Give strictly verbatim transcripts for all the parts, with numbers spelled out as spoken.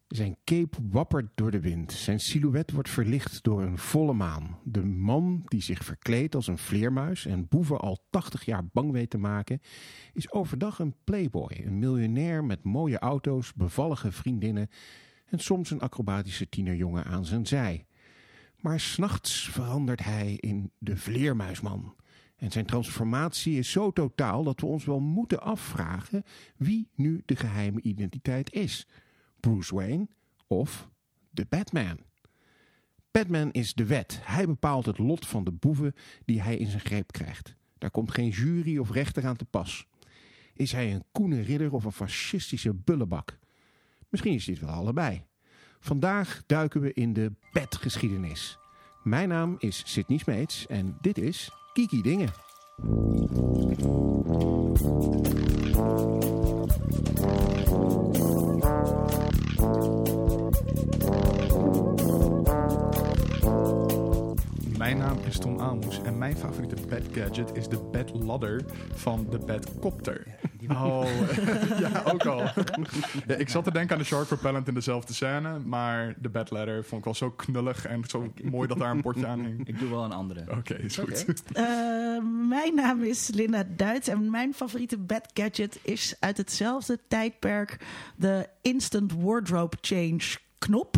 Zijn cape wappert door de wind. Zijn silhouet wordt verlicht door een volle maan. De man die zich verkleedt als een vleermuis en boeven al tachtig jaar bang weet te maken, is overdag een playboy. Een miljonair met mooie auto's, bevallige vriendinnen en soms een acrobatische tienerjongen aan zijn zij. Maar 's nachts verandert hij in de vleermuisman. En zijn transformatie is zo totaal dat we ons wel moeten afvragen wie nu de geheime identiteit is. Bruce Wayne of de Batman. Batman is de wet. Hij bepaalt het lot van de boeven die hij in zijn greep krijgt. Daar komt geen jury of rechter aan te pas. Is hij een koene ridder of een fascistische bullebak? Misschien is dit wel allebei. Vandaag duiken we in de Batgeschiedenis. Mijn naam is Sidney Smeets en dit is Geeky Dingen. Mijn naam is Tom Aalmoes en mijn favoriete bedgadget is de bedladder van de bedcopter. Oh, ja, ook al. Ja, ik zat te denken aan de shark repellent in dezelfde scène, maar de bedladder vond ik wel zo knullig en zo mooi dat daar een bordje aan hing. Ik doe wel een andere. Oké, okay, is goed. Okay. Uh, mijn naam is Linda Duits en mijn favoriete bedgadget is uit hetzelfde tijdperk de Instant Wardrobe Change knop.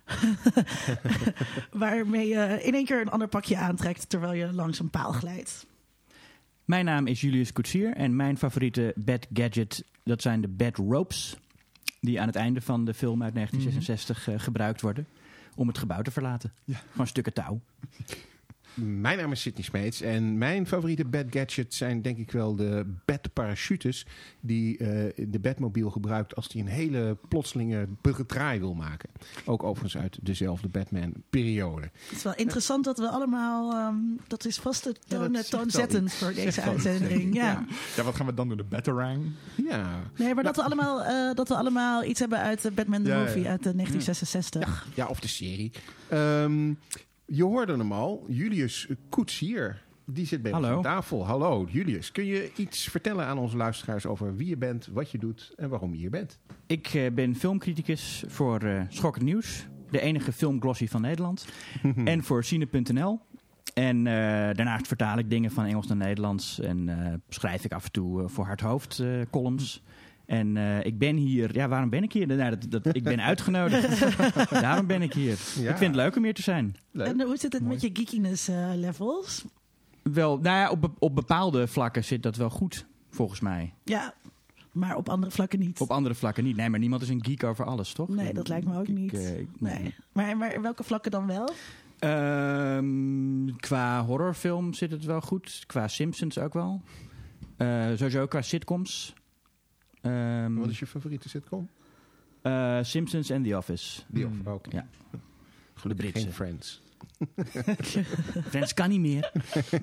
Waarmee je in één keer een ander pakje aantrekt terwijl je langs een paal glijdt. Mijn naam is Julius Koetsier en mijn favoriete bedgadget, dat zijn de bedropes, die aan het einde van de film uit negentien zesenzestig mm-hmm. uh, gebruikt worden om het gebouw te verlaten. Ja. Gewoon stukken touw. Mijn naam is Sidney Smeets en mijn favoriete bedgadgets zijn denk ik wel de bedparachutes die uh, de Batmobile gebruikt als hij een hele plotselinge buggetraai wil maken. Ook overigens uit dezelfde Batman-periode. Het is wel interessant dat we allemaal, um, dat is vast de toon, ja, toonzettend voor deze uitzending. Ja. Ja. ja, wat gaan we dan doen? De Batarang? Ja. Nee, maar dat we allemaal, uh, dat we allemaal iets hebben uit de Batman the ja, Movie ja. uit de negentien zesenzestig. Ja, ja, of de serie. Um, Je hoorde hem al, Julius Koetsier. Die zit bij ons aan tafel. Hallo Julius, kun je iets vertellen aan onze luisteraars over wie je bent, wat je doet en waarom je hier bent? Ik uh, ben filmcriticus voor uh, Schokkend Nieuws, de enige filmglossy van Nederland. En voor Cine punt n l. En uh, daarnaast vertaal ik dingen van Engels naar Nederlands en uh, schrijf ik af en toe uh, voor Hard Hoofd uh, columns. En uh, ik ben hier... Ja, waarom ben ik hier? Nou, dat, dat, ik ben uitgenodigd. Daarom ben ik hier. Ja. Ik vind het leuk om hier te zijn. Leuk. En hoe zit het Mooi. met je geekiness uh, levels? Wel, nou ja, op, op bepaalde vlakken zit dat wel goed, volgens mij. Ja, maar op andere vlakken niet. Op andere vlakken niet. Nee, maar niemand is een geek over alles, toch? Nee, dat lijkt me ook ik, niet. Uh, ik, nee. Maar, maar welke vlakken dan wel? Um, qua horrorfilm zit het wel goed. Qua Simpsons ook wel. Uh, sowieso qua sitcoms... Um, Wat is je favoriete sitcom? Uh, Simpsons en The Office. The Office, oké. Okay. Ja. Gelukkig geen Friends. Friends kan niet meer.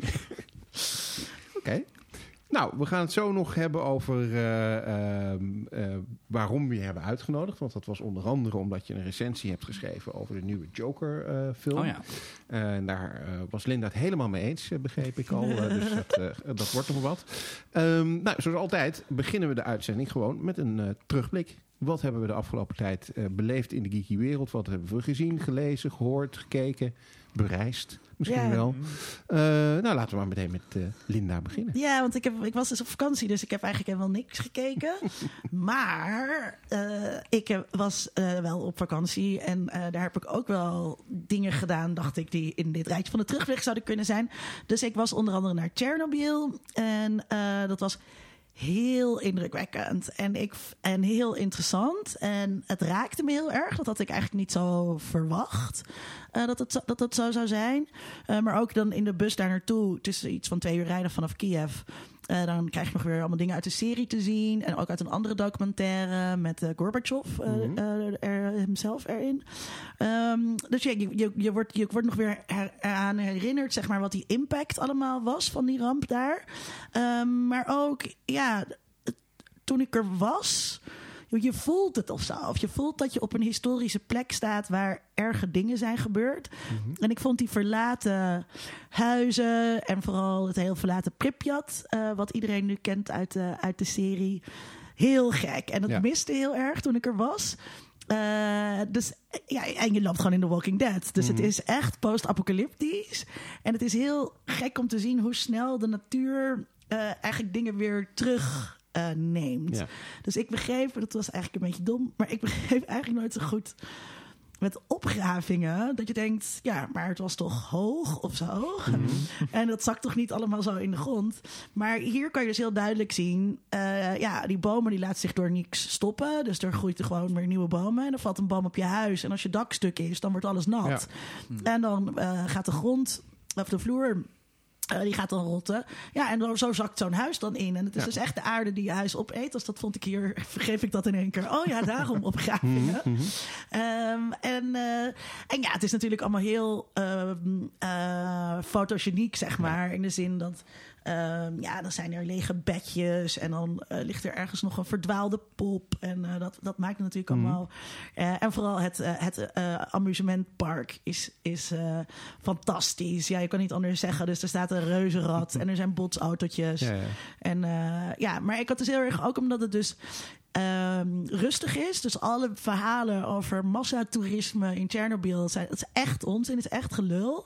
Oké. Okay. Nou, we gaan het zo nog hebben over uh, uh, uh, waarom we je hebben uitgenodigd. Want dat was onder andere omdat je een recensie hebt geschreven over de nieuwe Joker uh, film. Oh ja. Uh, en daar uh, was Linda het helemaal mee eens, uh, begreep ik al. Uh, dus dat, uh, dat wordt nog wat. Um, nou, zoals altijd beginnen we de uitzending gewoon met een uh, terugblik. Wat hebben we de afgelopen tijd uh, beleefd in de geeky wereld? Wat hebben we gezien, gelezen, gehoord, gekeken, bereisd? Misschien ja. wel. Uh, nou, laten we maar meteen met uh, Linda beginnen. Ja, want ik, heb, ik was dus op vakantie, dus ik heb eigenlijk helemaal niks gekeken. maar uh, ik was uh, wel op vakantie en uh, daar heb ik ook wel dingen gedaan, dacht ik, die in dit rijtje van de terugweg zouden kunnen zijn. Dus ik was onder andere naar Chernobyl en uh, dat was heel indrukwekkend en, ik, en heel interessant. En het raakte me heel erg. Dat had ik eigenlijk niet zo verwacht. Uh, dat, het, dat het zo zou zijn. Uh, maar ook dan in de bus daar naartoe. Het is iets van twee uur rijden vanaf Kiev. Uh, dan krijg je nog weer allemaal dingen uit de serie te zien. En ook uit een andere documentaire met uh, Gorbachev uh, mm-hmm. uh, er, hemzelf erin. Um, dus ja, je, je, je, wordt, je wordt nog weer her, aan herinnerd, zeg maar, wat die impact allemaal was van die ramp daar. Um, maar ook, ja, toen ik er was, je voelt het of zo. Of je voelt dat je op een historische plek staat waar erge dingen zijn gebeurd. Mm-hmm. En ik vond die verlaten huizen en vooral het heel verlaten Pripyat, uh, wat iedereen nu kent uit de, uit de serie, heel gek. En dat ja. miste heel erg toen ik er was. Uh, dus, ja, en je loopt gewoon in The Walking Dead. Dus mm. het is echt post-apocalyptisch. En het is heel gek om te zien hoe snel de natuur uh, eigenlijk dingen weer terug uh, neemt. Ja. Dus ik begreep, dat was eigenlijk een beetje dom, maar ik begreep eigenlijk nooit zo goed met opgravingen, dat je denkt, ja, maar het was toch hoog of zo? Mm-hmm. En dat zakt toch niet allemaal zo in de grond? Maar hier kan je dus heel duidelijk zien, uh, ja, die bomen die laten zich door niks stoppen. Dus er groeit er gewoon weer nieuwe bomen. En er valt een boom op je huis. En als je dak stuk is, dan wordt alles nat. Ja. Mm. En dan uh, gaat de grond, of de vloer, Uh, die gaat dan rotten. Ja, en zo zakt zo'n huis dan in. En het is ja. dus echt de aarde die je huis opeet. Dus dat vond ik hier, vergeef ik dat in één keer. Oh ja, daarom opgravingen. Mm-hmm. Um, en, uh, en ja, het is natuurlijk allemaal heel uh, uh, fotogeniek, zeg maar. In de zin dat, uh, ja, dan zijn er lege bedjes. En dan uh, ligt er ergens nog een verdwaalde pop. En uh, dat, dat maakt het natuurlijk mm-hmm. allemaal. Uh, en vooral het, uh, het uh, amusementpark is, is uh, fantastisch. Ja, je kan niet anders zeggen. Dus er staat een reuzenrad en er zijn botsautootjes. Ja, ja. En uh, ja, maar ik had dus heel erg ook omdat het dus um, rustig is. Dus alle verhalen over massatoerisme in Tsjernobyl zijn, het is echt onzin, het is echt gelul.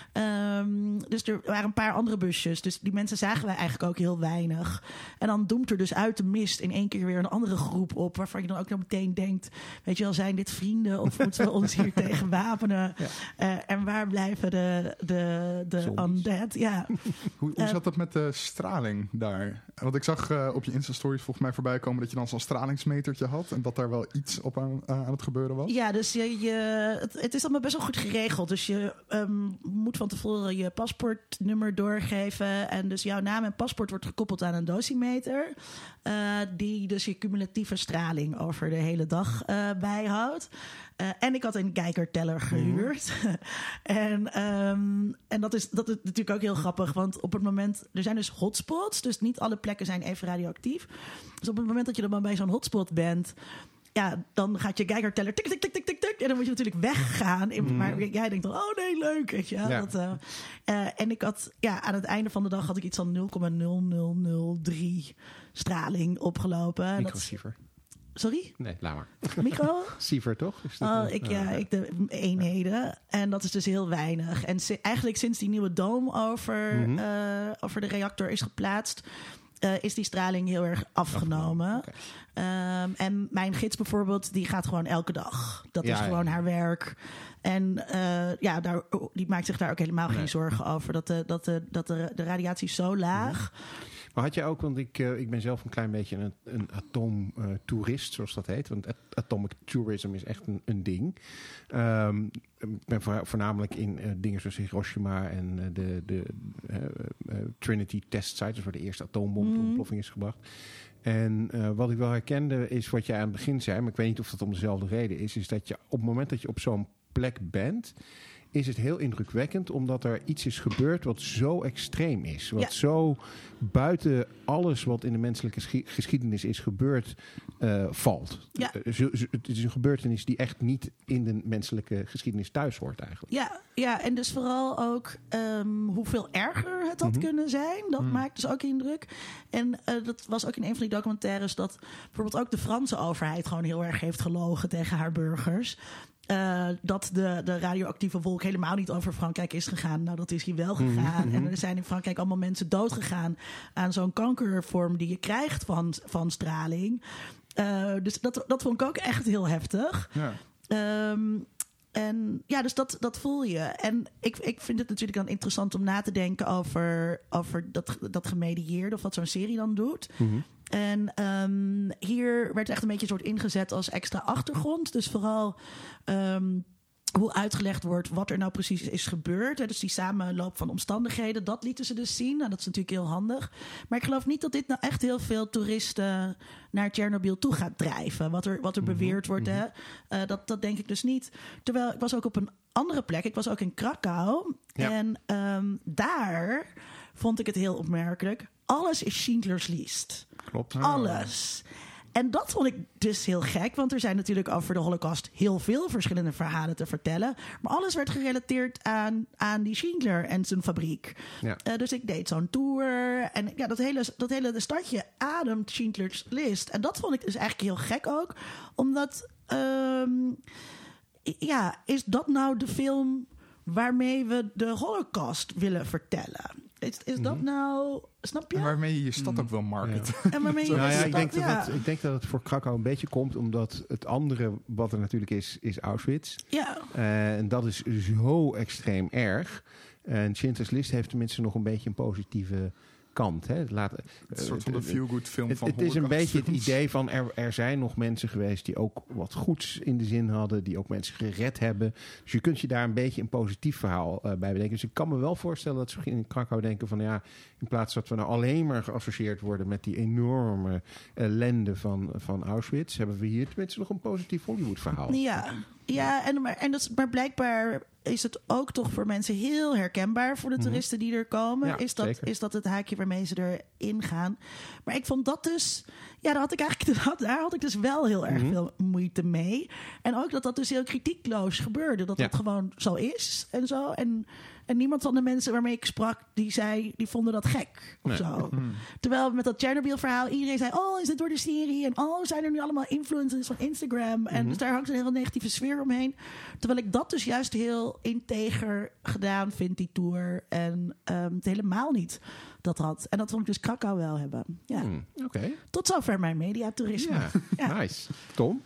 Um, dus er waren een paar andere busjes. Dus die mensen zagen wij eigenlijk ook heel weinig. En dan doemt er dus uit de mist in één keer weer een andere groep op, waarvan je dan ook nog meteen denkt, weet je wel, zijn dit vrienden of moeten we ons hier tegen wapenen? Ja. Uh, en waar blijven de, de, de undead? Ja. Hoe, hoe zat dat met de straling daar? Want ik zag uh, op je Insta-stories volgens mij voorbij komen dat je dan zo'n stralingsmetertje had en dat daar wel iets op aan, uh, aan het gebeuren was. Ja, dus je, je, het, het is allemaal best wel goed geregeld. Dus je um, moet van tevoren je paspoortnummer doorgeven. En dus jouw naam en paspoort wordt gekoppeld aan een dosimeter. Uh, die dus je cumulatieve straling over de hele dag uh, bijhoudt. Uh, en ik had een Geiger-teller gehuurd. Mm. en, um, en dat is, dat is natuurlijk ook heel grappig. Want op het moment, er zijn dus hotspots. Dus niet alle plekken zijn even radioactief. Dus op het moment dat je dan bij zo'n hotspot bent, ja, dan gaat je Geiger-teller tik, tik, tik, tik, tik, tik. En dan moet je natuurlijk weggaan. Mm. Maar jij denkt dan, oh nee, leuk. Weet je? Ja. Dat, uh, uh, en ik had, ja, aan het einde van de dag had ik iets van nul komma nul nul nul drie straling opgelopen. Microsiever. Sorry? Nee, laat maar. Micro? Siever, toch? Is dat oh, ik, ja, ik de eenheden. En dat is dus heel weinig. En si- eigenlijk sinds die nieuwe doom over, mm-hmm. uh, over de reactor is geplaatst, Uh, is die straling heel erg afgenomen. Okay. Um, en mijn gids bijvoorbeeld, die gaat gewoon elke dag. Dat ja, is gewoon ja. haar werk. En uh, ja, daar, die maakt zich daar ook helemaal nee. geen zorgen over. Dat de, dat de, dat de, de radiatie is zo laag. Mm-hmm. Maar had je ook, want ik, uh, ik ben zelf een klein beetje een, een atoomtoerist, uh, zoals dat heet. Want at- atomic tourism is echt een, een ding. Um, ik ben voor, voornamelijk in uh, dingen zoals Hiroshima en uh, de, de uh, uh, Trinity test sites, dus waar de eerste atoombom mm. tot ontploffing is gebracht. En uh, wat ik wel herkende is wat jij aan het begin zei, maar ik weet niet of dat om dezelfde reden is, is dat je op het moment dat je op zo'n plek bent, is het heel indrukwekkend, omdat er iets is gebeurd wat zo extreem is. Wat ja. zo buiten alles wat in de menselijke schi- geschiedenis is gebeurd, uh, valt. Ja. Uh, zo, zo, het is een gebeurtenis die echt niet in de menselijke geschiedenis thuis hoort eigenlijk. Ja, ja, en dus vooral ook um, hoeveel erger het had mm-hmm. kunnen zijn. Dat mm. maakt dus ook indruk. En uh, dat was ook in een van die documentaires dat bijvoorbeeld ook de Franse overheid gewoon heel erg heeft gelogen tegen haar burgers. Uh, dat de, de radioactieve wolk helemaal niet over Frankrijk is gegaan. Nou, dat is hier wel gegaan. Mm-hmm. En er zijn in Frankrijk allemaal mensen doodgegaan aan zo'n kankervorm die je krijgt van, van straling. Uh, dus dat, dat vond ik ook echt heel heftig. Ja. Um, en ja, dus dat, dat voel je. En ik, ik vind het natuurlijk dan interessant om na te denken over, over dat, dat gemedieerde, of wat zo'n serie dan doet. Mm-hmm. En um, hier werd echt een beetje een soort ingezet als extra achtergrond. Dus vooral um, hoe uitgelegd wordt wat er nou precies is gebeurd. Hè. Dus die samenloop van omstandigheden, dat lieten ze dus zien. Nou, dat is natuurlijk heel handig. Maar ik geloof niet dat dit nou echt heel veel toeristen naar Tsjernobyl toe gaat drijven. Wat er, wat er mm-hmm. beweerd wordt, mm-hmm. hè. Uh, dat, dat denk ik dus niet. Terwijl ik was ook op een andere plek. Ik was ook in Krakau. Ja. En um, daar vond ik het heel opmerkelijk. Alles is Schindler's List. Klopt. Alles. En dat vond ik dus heel gek. Want er zijn natuurlijk over de Holocaust heel veel verschillende verhalen te vertellen. Maar alles werd gerelateerd aan, aan die Schindler en zijn fabriek. Ja. Uh, dus ik deed zo'n tour. En ja, dat hele, dat hele stadje ademt Schindler's List. En dat vond ik dus eigenlijk heel gek ook. Omdat Um, ja, is dat nou de film waarmee we de Holocaust willen vertellen? Is, is dat nou, snap je? En waarmee je je stad ook wel market. Ja. En waarmee je Nou ja, stad, ik, denk dat ja. het, ik denk dat het voor Krakau een beetje komt omdat het andere wat er natuurlijk is, is Auschwitz. Ja. Uh, en dat is zo extreem erg. En Schindler's List heeft tenminste nog een beetje een positieve kant. Hè. Laat, Het is een soort van uh, de feel-good film het, van het is een beetje het Holocaustfilms. idee van er, er zijn nog mensen geweest die ook wat goeds in de zin hadden, die ook mensen gered hebben. Dus je kunt je daar een beetje een positief verhaal uh, bij bedenken. Dus ik kan me wel voorstellen dat ze in Krakau denken van ja, in plaats dat we nou alleen maar geassocieerd worden met die enorme ellende van, van Auschwitz, hebben we hier tenminste nog een positief Hollywood verhaal. Ja, ja en, maar, en dat is, maar blijkbaar is het ook toch voor mensen heel herkenbaar voor de toeristen die er komen. Ja, is, dat, zeker. is dat het haakje waarmee ze erin gaan. Maar ik vond dat dus, ja, daar had ik eigenlijk, daar had ik dus wel heel erg Mhm. veel moeite mee. En ook dat dat dus heel kritiekloos gebeurde. Dat Ja. dat gewoon zo is en zo. En, en niemand van de mensen waarmee ik sprak, die zei, die vonden dat gek of Nee. zo. Terwijl met dat Chernobyl-verhaal, iedereen zei, oh, is dit door de serie? En oh, zijn er nu allemaal influencers van Instagram? En dus daar hangt een heel negatieve sfeer omheen. Terwijl ik dat dus juist heel integer gedaan vind, die tour. En um, het helemaal niet dat had. En dat vond ik dus Krakau wel hebben. Ja. Hmm, Oké, Tot zover mijn mediatoerisme. ja, Ja. nice. Tom?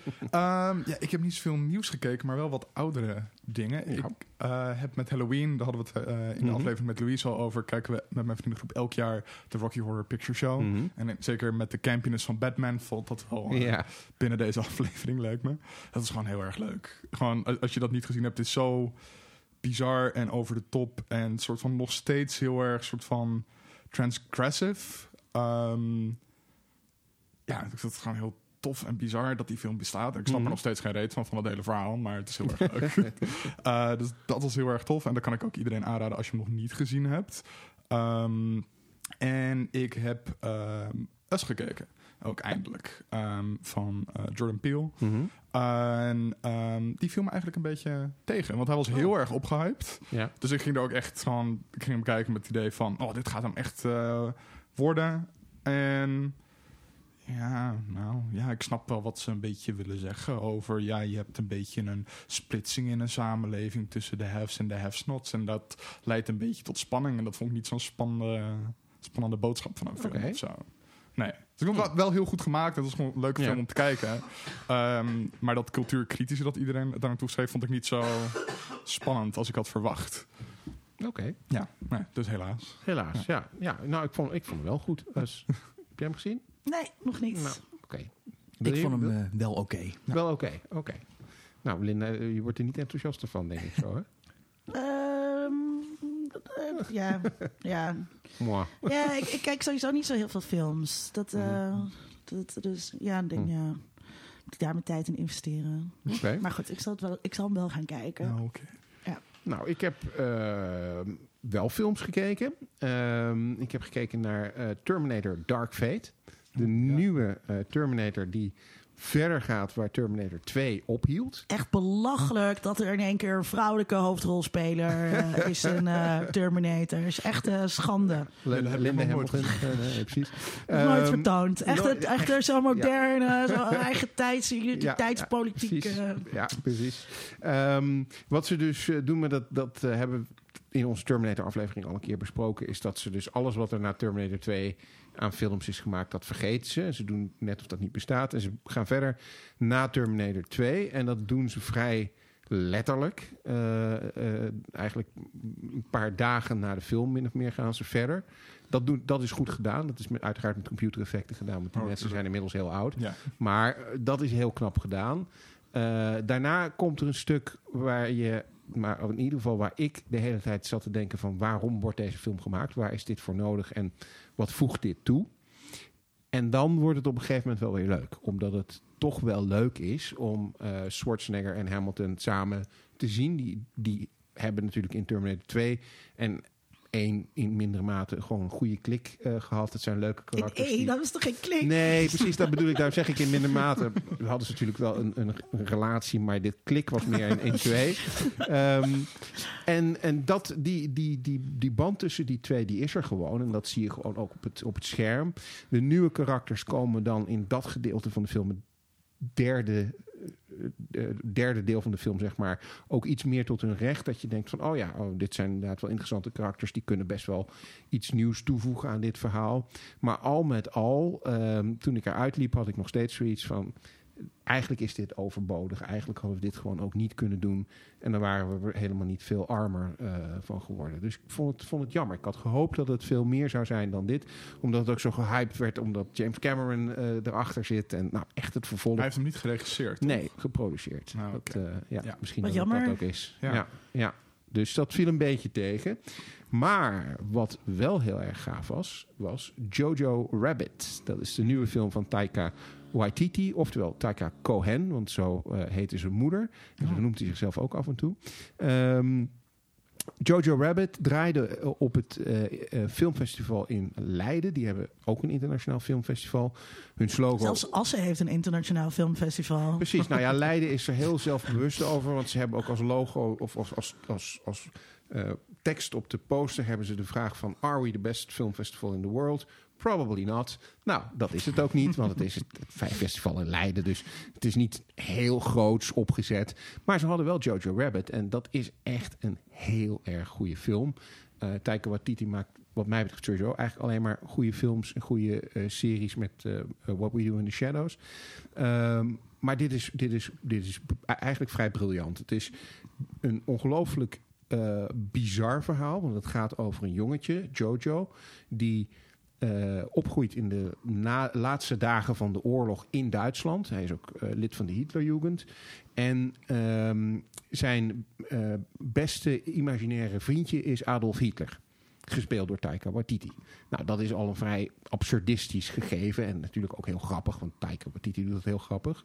Um, ja, ik heb niet zoveel nieuws gekeken, maar wel wat oudere dingen. Ja. Ik uh, heb met Halloween, daar hadden we het uh, in de Mhm. aflevering met Louise al over, kijken we met mijn vriendengroep elk jaar de Rocky Horror Picture Show. Mhm. En zeker met de campiness van Batman valt dat wel uh, Ja. binnen deze aflevering, lijkt me. Dat is gewoon heel erg leuk. Gewoon, als- als je dat niet gezien hebt, het is zo bizar en over de top en soort van nog steeds heel erg soort van transgressive. Um, ja, ik vind het gewoon heel tof en bizar dat die film bestaat. Ik snap Mhm. er nog steeds geen reet van, van het hele verhaal, maar het is heel erg leuk. Uh, dus dat was heel erg tof en dat kan ik ook iedereen aanraden als je hem nog niet gezien hebt. Um, en ik heb um, Us gekeken, ook eindelijk, um, van uh, Jordan Peele. Mhm. En um, die viel me eigenlijk een beetje tegen, want hij was heel erg opgehyped. Ja. Dus ik ging er ook echt gewoon, ik ging hem kijken met het idee van, oh, dit gaat hem echt uh, worden. En ja, nou, ja, ik snap wel wat ze een beetje willen zeggen over, ja, je hebt een beetje een splitsing in een samenleving tussen de haves en de have-nots. En dat leidt een beetje tot spanning. En dat vond ik niet zo'n spannende, spannende boodschap van een film Oké. of zo. Nee. Dus ik vond het wel heel goed gemaakt. Het was gewoon een leuke Ja. film om te kijken. Um, maar dat cultuurkritische dat iedereen daar naartoe schreef, vond ik niet zo spannend als ik had verwacht. Oké, Ja, nee, dus helaas. helaas. Ja. Ja, nou, ik vond, ik vond hem wel goed. Dus, heb jij hem gezien? Nee, nog niet. Nou, oké. Ik vond hem uh, wel oké. Okay. Wel oké, oké. Okay. Nou, Linda, je wordt er niet enthousiaster van, denk ik zo, hè? Um, uh, ja, ja. Moi. Ja, ik, ik kijk sowieso niet zo heel veel films. Dat, uh, dat dus ja, een ding, ja. Moet ik daar mijn tijd in investeren. Oké. Okay. Maar goed, ik zal, het wel, ik zal hem wel gaan kijken. Oh, okay. Ja. Nou, ik heb uh, wel films gekeken. Uh, ik heb gekeken naar uh, Terminator Dark Fate. De ja. nieuwe uh, Terminator die verder gaat waar Terminator twee ophield. Echt belachelijk dat er in één keer een vrouwelijke hoofdrolspeler uh, is in uh, Terminator. Is echt uh, schande. Linda, Linda Hamilton. Uh, nee, precies. Nooit um, vertoond. Echt, nooit, echt, echt zo moderne, ja. zo eigen tijds, ja, tijdspolitiek. Ja, precies. Uh. Ja, precies. Um, wat ze dus uh, doen, maar dat, dat uh, hebben we in onze Terminator-aflevering al een keer besproken, is dat ze dus alles wat er na Terminator twee aan films is gemaakt, dat vergeten ze. Ze doen net of dat niet bestaat. En ze gaan verder na Terminator twee. En dat doen ze vrij letterlijk. Uh, uh, eigenlijk een paar dagen na de film, min of meer, gaan ze verder. Dat, doen, dat is goed gedaan. Dat is met, uiteraard met computereffecten gedaan. Want die oh, mensen zijn inmiddels heel oud. Ja. Maar uh, dat is heel knap gedaan. Uh, daarna komt er een stuk waar je, maar in ieder geval waar ik de hele tijd zat te denken van waarom wordt deze film gemaakt? Waar is dit voor nodig? En wat voegt dit toe? En dan wordt het op een gegeven moment wel weer leuk. Omdat het toch wel leuk is om uh, Schwarzenegger en Hamilton samen te zien. Die, die hebben natuurlijk in Terminator twee en één in mindere mate gewoon een goede klik uh, gehad. Het zijn leuke karakters. In één, die... dat is toch geen klik? Nee, precies, dat bedoel ik. Daar zeg ik in mindere mate. We hadden ze natuurlijk wel een, een, een relatie, maar dit klik was meer in, in twee. Um, en en dat, die, die, die, die band tussen die twee, die is er gewoon. En dat zie je gewoon ook op het, op het scherm. De nieuwe karakters komen dan in dat gedeelte van de film, het derde uh, derde deel van de film, zeg maar, ook iets meer tot hun recht. Dat je denkt van, oh ja, oh, dit zijn inderdaad wel interessante karakters. Die kunnen best wel iets nieuws toevoegen aan dit verhaal. Maar al met al, um, toen ik eruit liep, had ik nog steeds zoiets van, eigenlijk is dit overbodig. Eigenlijk hadden we dit gewoon ook niet kunnen doen. En daar waren we helemaal niet veel armer uh, van geworden. Dus ik vond het, vond het jammer. Ik had gehoopt dat het veel meer zou zijn dan dit. Omdat het ook zo gehyped werd. Omdat James Cameron uh, erachter zit. En nou, echt het vervolg. Hij heeft hem niet geregisseerd, toch? Nee, geproduceerd. Nou, dat, okay. uh, ja, ja. Misschien wat dat jammer. het dat ook is. Ja. Ja, ja. Dus dat viel een beetje tegen. Maar wat wel heel erg gaaf was, was Jojo Rabbit. Dat is de nieuwe film van Taika Waititi, oftewel Taika Cohen, want zo uh, heette zijn moeder. En zo noemt hij zichzelf ook af en toe. Um, Jojo Rabbit draaide op het uh, uh, filmfestival in Leiden. Die hebben ook een internationaal filmfestival. Hun slogan... Zelfs Assen heeft een internationaal filmfestival. Precies. Nou ja, Leiden is er heel zelfbewust over. Want ze hebben ook als logo of als, als, als, als uh, tekst op de poster hebben ze de vraag van, are we the best film festival in the world? Probably not. Nou, dat is het ook niet, want het is het festival in Leiden. Dus het is niet heel groots opgezet. Maar ze hadden wel Jojo Rabbit. En dat is echt een heel erg goede film. Uh, Taika Waititi maakt, wat mij betreft sowieso, eigenlijk alleen maar goede films en goede uh, series met uh, uh, What We Do in the Shadows. Um, maar dit is, dit, is, dit is eigenlijk vrij briljant. Het is een ongelooflijk uh, bizar verhaal. Want het gaat over een jongetje, Jojo, die Uh, opgroeit in de na, laatste dagen van de oorlog in Duitsland. Hij is ook uh, lid van de Hitlerjugend. En um, zijn uh, beste imaginaire vriendje is Adolf Hitler. Gespeeld door Taika Waititi. Nou, dat is al een vrij absurdistisch gegeven. En natuurlijk ook heel grappig, want Taika Waititi doet het heel grappig.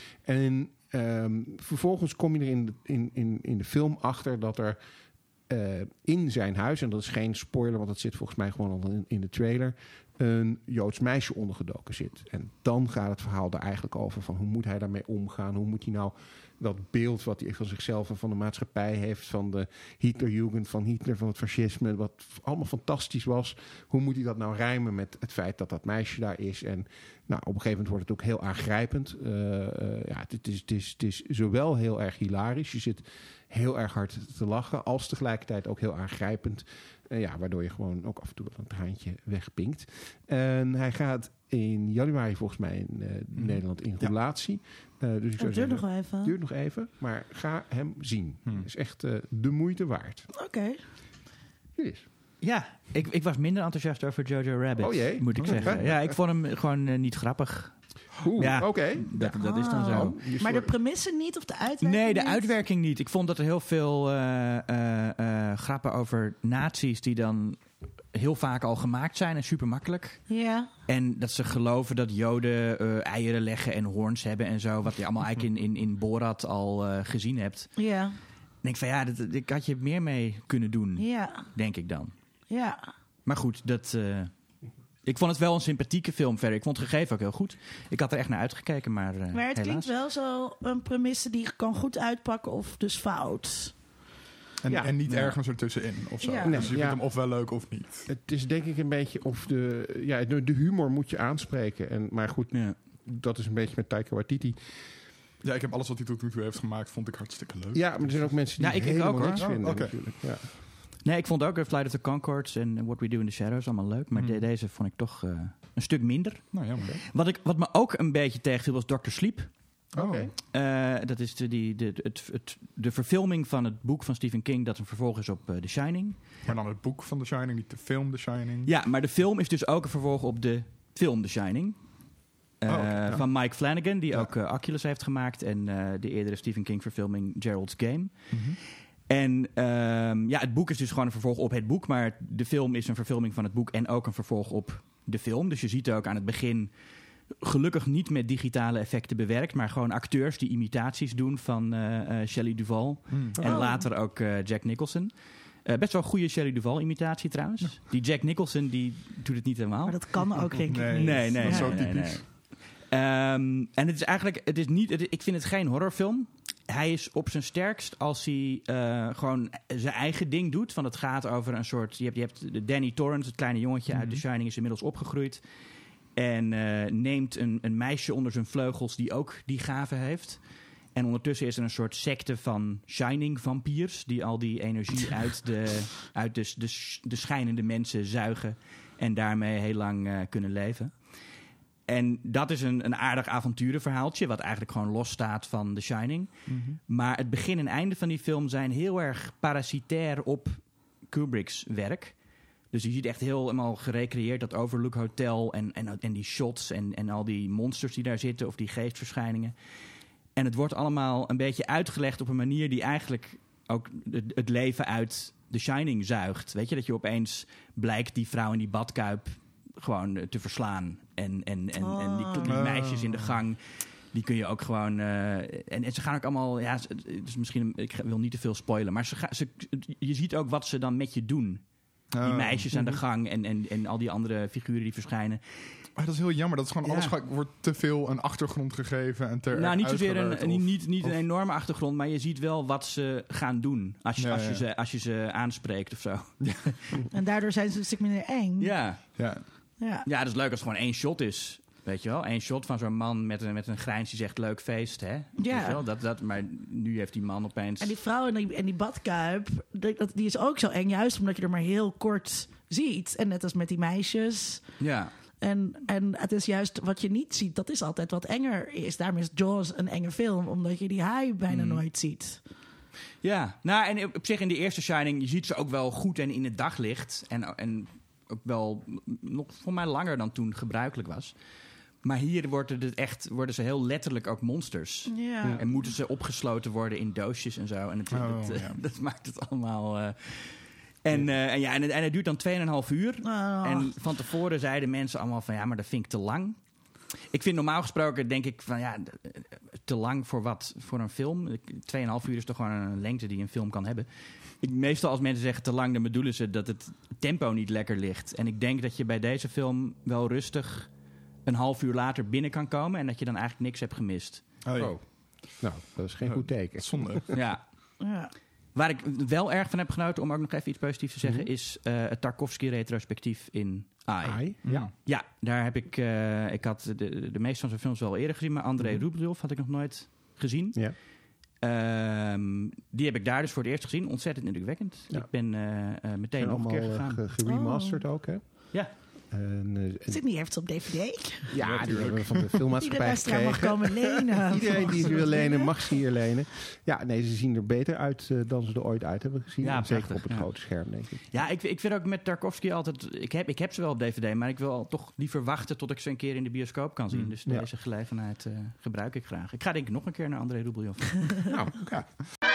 En um, vervolgens kom je er in de, in, in, in de film achter dat er Uh, in zijn huis, en dat is geen spoiler, want dat zit volgens mij gewoon al in, in de trailer, een Joods meisje ondergedoken zit. En dan gaat het verhaal daar eigenlijk over van hoe moet hij daarmee omgaan? Hoe moet hij nou dat beeld wat hij van zichzelf en van de maatschappij heeft, van de Hitlerjugend, van Hitler, van het fascisme, wat allemaal fantastisch was, hoe moet hij dat nou rijmen met het feit dat dat meisje daar is? En nou, op een gegeven moment wordt het ook heel aangrijpend. Uh, uh, ja, het is, het, is, het is zowel heel erg hilarisch, je zit heel erg hard te lachen, als tegelijkertijd ook heel aangrijpend. Uh, ja, waardoor je gewoon ook af en toe wel een traantje wegpinkt. En hij gaat in januari volgens mij in uh, mm. Nederland in ja. roulatie. Uh, dus ik zou duurt zeggen, nog wel even. duurt nog even, maar ga hem zien. Hmm. Het is echt uh, de moeite waard. Oké. Okay. Yes. Ja, ik, ik was minder enthousiast over Jojo Rabbit, oh jee. moet ik oh, zeggen. Ja, ik vond hem gewoon uh, niet grappig. Oeh, ja, oké. Okay. Dat, ja. dat is dan zo. Oh, maar de premisse niet of de uitwerking Nee, de niet? uitwerking niet. Ik vond dat er heel veel uh, uh, uh, grappen over nazi's die dan heel vaak al gemaakt zijn en super makkelijk. Ja. En dat ze geloven dat Joden uh, eieren leggen en hoorns hebben en zo. Wat je allemaal eigenlijk in, in, in Borat al uh, gezien hebt. Ja. Dan denk ik van ja, dat, ik had je meer mee kunnen doen. Ja. Denk ik dan. Ja. Maar goed, dat... Uh, ik vond het wel een sympathieke film verder. Ik vond het gegeven ook heel goed. Ik had er echt naar uitgekeken, maar uh, Maar het helaas. klinkt wel zo een premisse die kan goed uitpakken of dus fout. En, ja. en niet ja. ergens ertussenin of zo. Ja. Dus Nee, je vindt ja. hem ofwel leuk of niet. Het is denk ik een beetje of de... Ja, de, de humor moet je aanspreken. En, maar goed, Ja. dat is een beetje met Taika Waititi. Ja, ik heb alles wat hij tot nu toe heeft gemaakt, vond ik hartstikke leuk. Ja, maar er zijn ook mensen die Ja, ik- ik helemaal ook, hoor. niks Oh, vinden oké. natuurlijk. Ja. Nee, ik vond ook uh, Flight of the Conchords en What We Do in the Shadows allemaal leuk. Maar Mhm. de- deze vond ik toch uh, een stuk minder. Nou, jammer. Wat, ik, wat me ook een beetje tegenviel was doctor Sleep. Oh. Oké. Uh, dat is de, die, de, het, het, de verfilming van het boek van Stephen King dat een vervolg is op uh, The Shining. Maar dan het boek van The Shining, niet de film The Shining. Ja, maar de film is dus ook een vervolg op de film The Shining. Uh, Oh, oké, ja. Van Mike Flanagan, die Ja. ook uh, Oculus heeft gemaakt. En uh, de eerdere Stephen King verfilming Gerald's Game. Mhm. En um, ja, het boek is dus gewoon een vervolg op het boek. Maar de film is een verfilming van het boek en ook een vervolg op de film. Dus je ziet ook aan het begin, gelukkig niet met digitale effecten bewerkt, maar gewoon acteurs die imitaties doen van uh, uh, Shelley Duvall. Hmm. En Oh. later ook uh, Jack Nicholson. Uh, best wel een goede Shelley Duvall imitatie trouwens. Ja. Die Jack Nicholson die doet het niet helemaal. Maar dat kan ook denk ik Nee. niet. Nee, nee, Dat is nee, zo nee, typisch. nee. Um, en het is eigenlijk, het is niet, het, ik vind het geen horrorfilm. Hij is op zijn sterkst als hij uh, gewoon zijn eigen ding doet. Van het gaat over een soort, je hebt, je hebt de Danny Torrance, het kleine jongetje Mm-hmm. uit The Shining, is inmiddels opgegroeid. En uh, neemt een, een meisje onder zijn vleugels die ook die gave heeft. En ondertussen is er een soort secte van Shining vampiers die al die energie uit de, uit de, de, de schijnende mensen zuigen en daarmee heel lang uh, kunnen leven. En dat is een, een aardig avonturenverhaaltje, wat eigenlijk gewoon losstaat van The Shining. Mm-hmm. Maar het begin en einde van die film zijn heel erg parasitair op Kubrick's werk. Dus je ziet echt helemaal gerecreëerd dat Overlook Hotel en, en, en die shots en, en al die monsters die daar zitten of die geestverschijningen. En het wordt allemaal een beetje uitgelegd op een manier die eigenlijk ook het, het leven uit The Shining zuigt. Weet je, dat je opeens blijkt die vrouw in die badkuip gewoon te verslaan. En, en, en, oh. en die, die meisjes in de gang, die kun je ook gewoon... Uh, en, en ze gaan ook allemaal... Ja, dus misschien, ik wil niet te veel spoilen, maar ze, ze, je ziet ook wat ze dan met je doen. Die oh. meisjes aan de gang en, en, en al die andere figuren die verschijnen. Maar dat is heel jammer. Dat is gewoon ja. alles wordt te veel een achtergrond gegeven en ter Nou, niet zozeer een, of, een, niet, niet of, een enorme achtergrond, maar je ziet wel wat ze gaan doen als je, ja, als je, ja. Ze, als je ze aanspreekt of zo. Ja. En daardoor zijn ze een stuk minder eng. Ja. Ja. Ja. ja, dat is leuk als het gewoon één shot is. Weet je wel? Eén shot van zo'n man met een, met een grijns die zegt leuk feest, hè? Ja. Weet je wel? Dat, dat, maar nu heeft die man opeens... En die vrouw en die, en die badkuip, dat, die is ook zo eng, juist omdat je er maar heel kort ziet. En net als met die meisjes. Ja. En, en het is juist wat je niet ziet, dat is altijd wat enger is. Daarom is Jaws een enge film, omdat je die haai bijna mm. nooit ziet. Ja, nou en op zich in die eerste Shining, je ziet ze ook wel goed en in het daglicht. En, en ook wel nog voor mij langer dan toen gebruikelijk was. Maar hier worden, het echt, worden ze heel letterlijk ook monsters. Ja. En moeten ze opgesloten worden in doosjes en zo. En het, oh, het, ja. dat maakt het allemaal... Uh, En, uh, en, ja, en, het, en het duurt dan twee en een half uur. Oh. En van tevoren zeiden mensen allemaal van... ja, maar dat vind ik te lang. Ik vind normaal gesproken, denk ik van... ja, te lang voor wat? Voor een film? twee en een half uur is toch gewoon een lengte die een film kan hebben. Ik, meestal als mensen zeggen te lang... dan bedoelen ze dat het tempo niet lekker ligt. En ik denk dat je bij deze film wel rustig... een half uur later binnen kan komen... en dat je dan eigenlijk niks hebt gemist. Oh, ja. Oh. Nou, dat is geen goed teken. Zonde. Ja. Ja. Waar ik wel erg van heb genoten, om ook nog even iets positiefs te zeggen... Mm-hmm. is uh, het Tarkovsky-retrospectief in Ai. Ai? Ja. Ja, daar heb ik... Uh, ik had de, de meeste van zijn films wel eerder gezien... maar Andrei Mm-hmm. Rublev had ik nog nooit gezien. Ja. Um, die heb ik daar dus voor het eerst gezien. Ontzettend indrukwekkend. Ja. Ik ben uh, uh, meteen En nog een keer allemaal gegaan. uh, geremasterd Oh. ook, hè? Ja. En, uh, en, Sydney heeft ze op D V D. ja, die hebben we van de Iedere filmmaatschappij luisteraar mag gekregen. komen lenen. Iedereen die ze wil Volgens lenen, mij. mag ze hier lenen. Ja, nee, ze zien er beter uit uh, dan ze er ooit uit hebben gezien. Ja, En zeker prachtig, op het ja. grote scherm, denk ik. Ja, ik, ik vind ook met Tarkovsky altijd... Ik heb, ik heb ze wel op D V D, maar ik wil toch liever wachten... tot ik ze een keer in de bioscoop kan zien. Mm, Dus ja. deze gelegenheid uh, gebruik ik graag. Ik ga denk ik nog een keer naar Andrei Rublev. Nou, ja.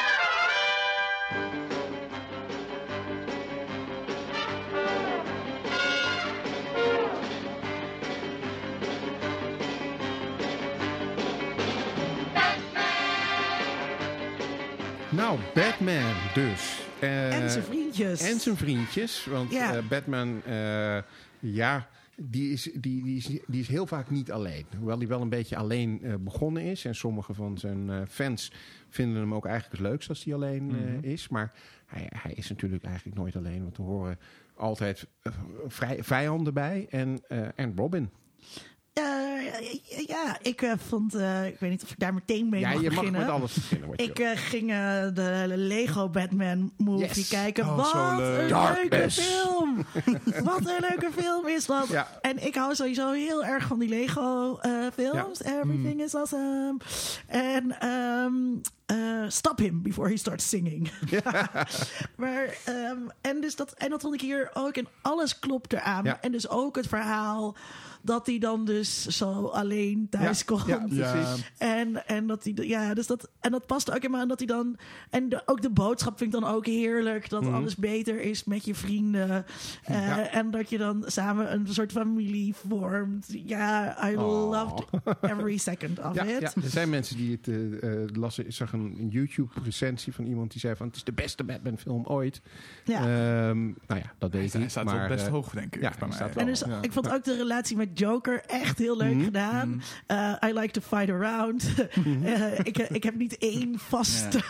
Nou, Batman dus. Uh, En zijn vriendjes. En zijn vriendjes. Want Ja. uh, Batman, uh, ja, die is, die, die, is, die is heel vaak niet alleen. Hoewel hij wel een beetje alleen uh, begonnen is. En sommige van zijn uh, fans vinden hem ook eigenlijk het leukst als hij alleen uh, Mm-hmm. is. Maar hij, hij is natuurlijk eigenlijk nooit alleen. Want er horen altijd uh, vrij, vijanden bij. En, uh, en Robin. Uh, ja, ik uh, vond... Uh, ik weet niet of ik daar meteen mee ja, mag je beginnen. mag met alles beginnen. Wat je Ik uh, ging uh, de Lego Batman movie Yes. kijken. Oh, Wat zo leuk. een Darkness. leuke film! Wat een leuke film is dat! Ja. En ik hou sowieso heel erg van die Lego uh, films. Everything Mm. is awesome. En um, uh, stop him before he starts singing. maar, um, en, dus dat, en dat vond ik hier ook. En alles klopt eraan. Ja. En dus ook het verhaal... dat hij dan dus zo alleen thuis Ja, komt. ja, precies. En, en dat hij, ja, dus dat, en dat past ook helemaal aan dat hij dan, en de, ook de boodschap vind ik dan ook heerlijk, dat Mhm. alles beter is met je vrienden. Uh, Ja. En dat je dan samen een soort familie vormt. Ja, I Oh. loved every second of Ja, it. ja, er zijn mensen die het uh, uh, las, ik zag een een, een YouTube-recensie van iemand die zei van het is de beste Batman-film ooit. Ja. Um, nou ja, dat weet ik. Hij staat maar, wel best uh, hoog, denk ik. Ja, bij mij. staat En wel. dus, Ja. ik vond ook de relatie met Joker echt heel leuk Mm-hmm. gedaan. Mm. Uh, I like to fight around. uh, ik, ik heb niet één vaste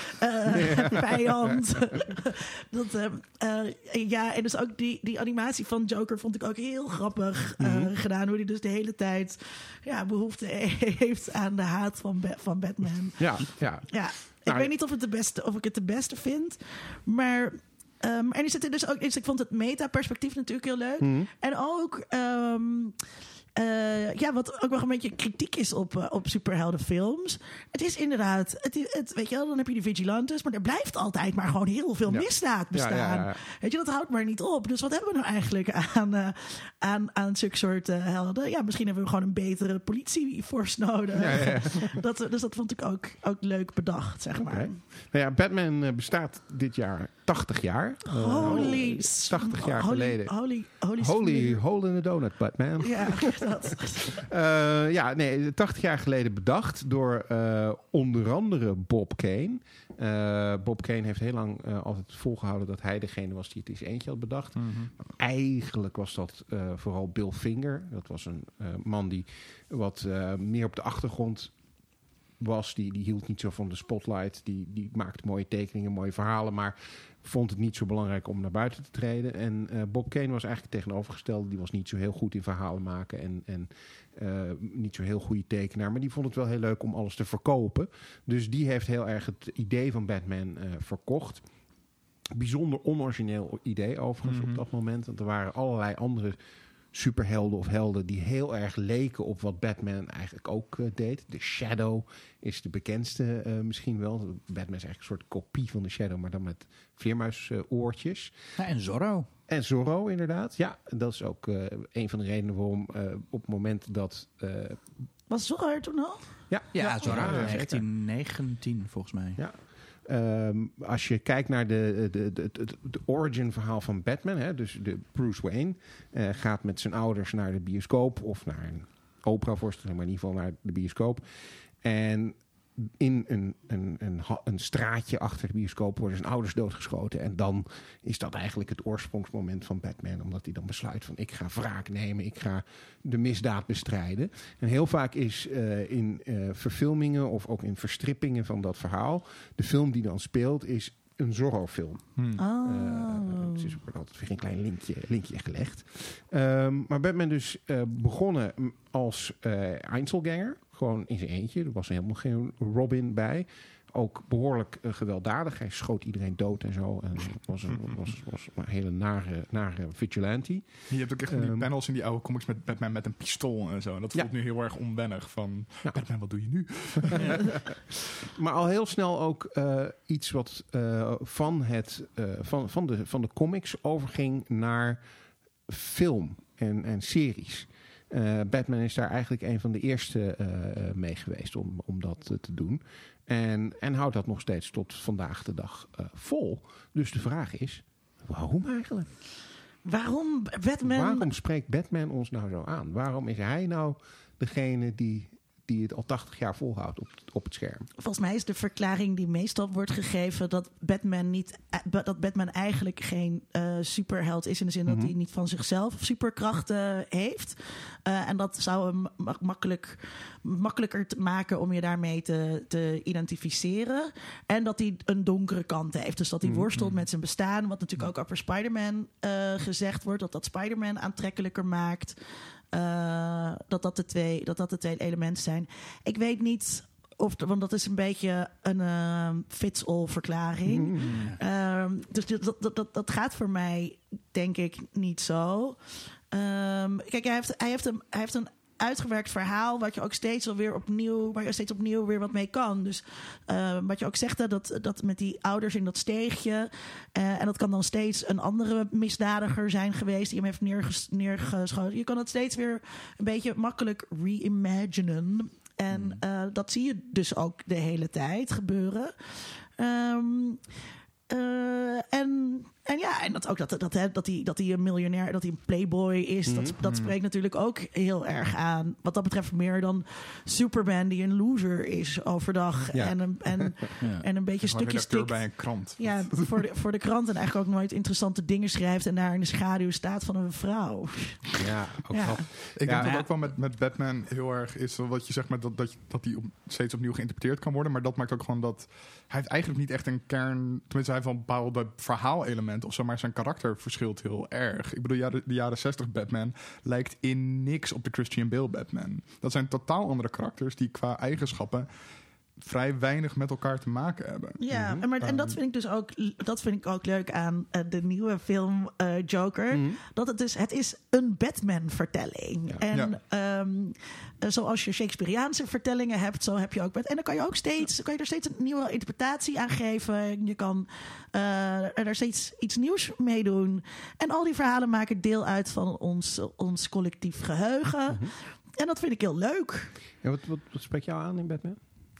uh, Ja. vijand. dat, uh, uh, ja, en dus ook die, die animatie van Joker vond ik ook heel grappig uh, Mm-hmm. gedaan. Hoe hij dus de hele tijd ja, behoefte heeft aan de haat van, Ba- van Batman. Ja, ja. Ja, ik Nou, weet niet of, het de beste, of ik het de beste vind, maar... Um, en er zit er dus ook, dus ik vond het meta-perspectief natuurlijk heel leuk. Mhm. En ook, um, uh, ja, wat ook wel een beetje kritiek is op, uh, op superheldenfilms. Het is inderdaad, het, het, weet je wel, dan heb je de vigilantes, maar er blijft altijd maar gewoon heel veel Ja. misdaad bestaan. Ja, ja, ja. Weet je, dat houdt maar niet op. Dus wat hebben we nou eigenlijk aan, uh, aan, aan zulke soort uh, helden? Ja, misschien hebben we gewoon een betere politieforce nodig. Ja, ja, ja. Dat, dus dat vond ik ook, ook leuk bedacht, zeg maar. Oké. Nou ja, Batman uh, bestaat dit jaar tachtig jaar. Uh, Holy... tachtig jaar holy, geleden. Holy, holy, Holy hole in the donut, Batman. Ja, dat. Uh, ja, nee, tachtig jaar geleden bedacht door uh, onder andere Bob Kane. Uh, Bob Kane heeft heel lang uh, altijd volgehouden dat hij degene was die het eens eentje had bedacht. Mm-hmm. Eigenlijk was dat uh, vooral Bill Finger. Dat was een uh, man die wat uh, meer op de achtergrond was. Die, die hield niet zo van de spotlight. Die, die maakte mooie tekeningen, mooie verhalen, maar vond het niet zo belangrijk om naar buiten te treden. En uh, Bob Kane was eigenlijk het tegenovergestelde. Die was niet zo heel goed in verhalen maken en, en uh, niet zo heel goede tekenaar. Maar die vond het wel heel leuk om alles te verkopen. Dus die heeft heel erg het idee van Batman uh, verkocht. Bijzonder onorigineel idee overigens Mm-hmm. op dat moment. Want er waren allerlei andere superhelden of helden die heel erg leken op wat Batman eigenlijk ook uh, deed. De Shadow is de bekendste uh, misschien wel. Batman is eigenlijk een soort kopie van de Shadow, maar dan met vleermuisoortjes. Ja, en Zorro. En Zorro inderdaad. Ja, dat is ook uh, een van de redenen waarom uh, op het moment dat... Uh, Was Zorro er toen al? ja, Ja, Zorro. ja, zeker. negentien negentien volgens mij. Ja. Um, als je kijkt naar de, de, de, de, de origin verhaal van Batman, hè, dus de Bruce Wayne uh, gaat met zijn ouders naar de bioscoop of naar een operavoorstelling, maar in ieder geval naar de bioscoop. En in een, een, een, een straatje achter de bioscoop worden zijn ouders doodgeschoten. En dan is dat eigenlijk het oorsprongsmoment van Batman. Omdat hij dan besluit van ik ga wraak nemen. Ik ga de misdaad bestrijden. En heel vaak is uh, in uh, verfilmingen of ook in verstrippingen van dat verhaal. De film die dan speelt is een Zorro-film. Hmm. Oh. Uh, het is ook altijd weer een klein linkje, linkje gelegd. Um, maar Batman dus uh, begonnen als uh, Einzelganger. Gewoon in zijn eentje. Er was helemaal geen Robin bij. Ook behoorlijk uh, gewelddadig. Hij schoot iedereen dood en zo. En was een, was, was een hele nare, nare vigilante. Je hebt ook echt van die Um, panels in die oude comics met Batman met een pistool en zo. En dat voelt Ja. nu heel erg onwennig. Van Ja. Batman, wat doe je nu? Maar al heel snel ook uh, iets wat uh, van, het, uh, van, van, de, van de comics overging naar film en, en series. Uh, Batman is daar eigenlijk een van de eerste uh, mee geweest om, om dat uh, te doen. En, en houdt dat nog steeds tot vandaag de dag uh, vol. Dus de vraag is, waarom eigenlijk? Waarom Batman... Waarom spreekt Batman ons nou zo aan? Waarom is hij nou degene die, die het al tachtig jaar volhoudt op, op het scherm? Volgens mij is de verklaring die meestal wordt gegeven dat Batman niet, dat Batman eigenlijk geen uh, superheld is in de zin dat Mhm. hij niet van zichzelf superkrachten heeft. Uh, en dat zou hem mak- makkelijk, makkelijker te maken om je daarmee te, te identificeren. En dat hij een donkere kant heeft. Dus dat hij Mhm. worstelt met zijn bestaan. Wat natuurlijk ook over Spider-Man uh, gezegd wordt. Dat dat Spider-Man aantrekkelijker maakt. Uh, dat, dat, de twee, dat dat de twee elementen zijn. Ik weet niet of, want dat is een beetje een uh, fits-all verklaring. Mm. Um, dus dat, dat, dat, dat gaat voor mij, denk ik, niet zo. Um, kijk, hij heeft, hij, heeft een, hij heeft een uitgewerkt verhaal wat je ook steeds alweer opnieuw, waar je steeds opnieuw weer wat mee kan. Dus uh, wat je ook zegt, hè, dat, dat met die ouders in dat steegje. Uh, en dat kan dan steeds een andere misdadiger zijn geweest die hem heeft neerges, neergeschoten. Je kan het steeds weer een beetje makkelijk reimaginen. En uh, dat zie je dus ook de hele tijd gebeuren. Um, uh, en, en ja, Ja, en dat ook dat, dat, hè, dat, hij, dat hij een miljonair, dat hij een playboy is, mm-hmm. dat, dat spreekt natuurlijk ook heel erg aan. Wat dat betreft meer dan Superman die een loser is overdag. Ja. En, een, en, ja. en een beetje stukjes tik. bij een krant. Ja, voor de, voor de krant en eigenlijk ook nooit interessante dingen schrijft en daar in de schaduw staat van een vrouw. Ja, ook ja. wel. Ik ja, denk dat ja. ook wel met, met Batman heel erg is wat je zegt, maar dat, dat, dat die op, steeds opnieuw geïnterpreteerd kan worden. Maar dat maakt ook gewoon dat hij heeft eigenlijk niet echt een kern. Tenminste, hij heeft wel bepaalde verhaalelementen of zo, maar zijn karakter verschilt heel erg. Ik bedoel, jaren, de jaren zestig Batman lijkt in niks op de Christian Bale Batman. Dat zijn totaal andere karakters die qua eigenschappen vrij weinig met elkaar te maken hebben. Ja, mm-hmm. en, maar, en dat vind ik dus ook, dat vind ik ook leuk aan uh, de nieuwe film uh, Joker. Mm-hmm. Dat het dus, het is een Batman-vertelling. Ja. En ja. um, uh, zoals je Shakespeareaanse vertellingen hebt, zo heb je ook. En dan kan je ook steeds, kan je er steeds een nieuwe interpretatie aan geven. Je kan uh, er steeds iets nieuws mee doen. En al die verhalen maken deel uit van ons, ons collectief geheugen. Mm-hmm. En dat vind ik heel leuk. Ja, wat, wat, wat spreekt jou aan in Batman?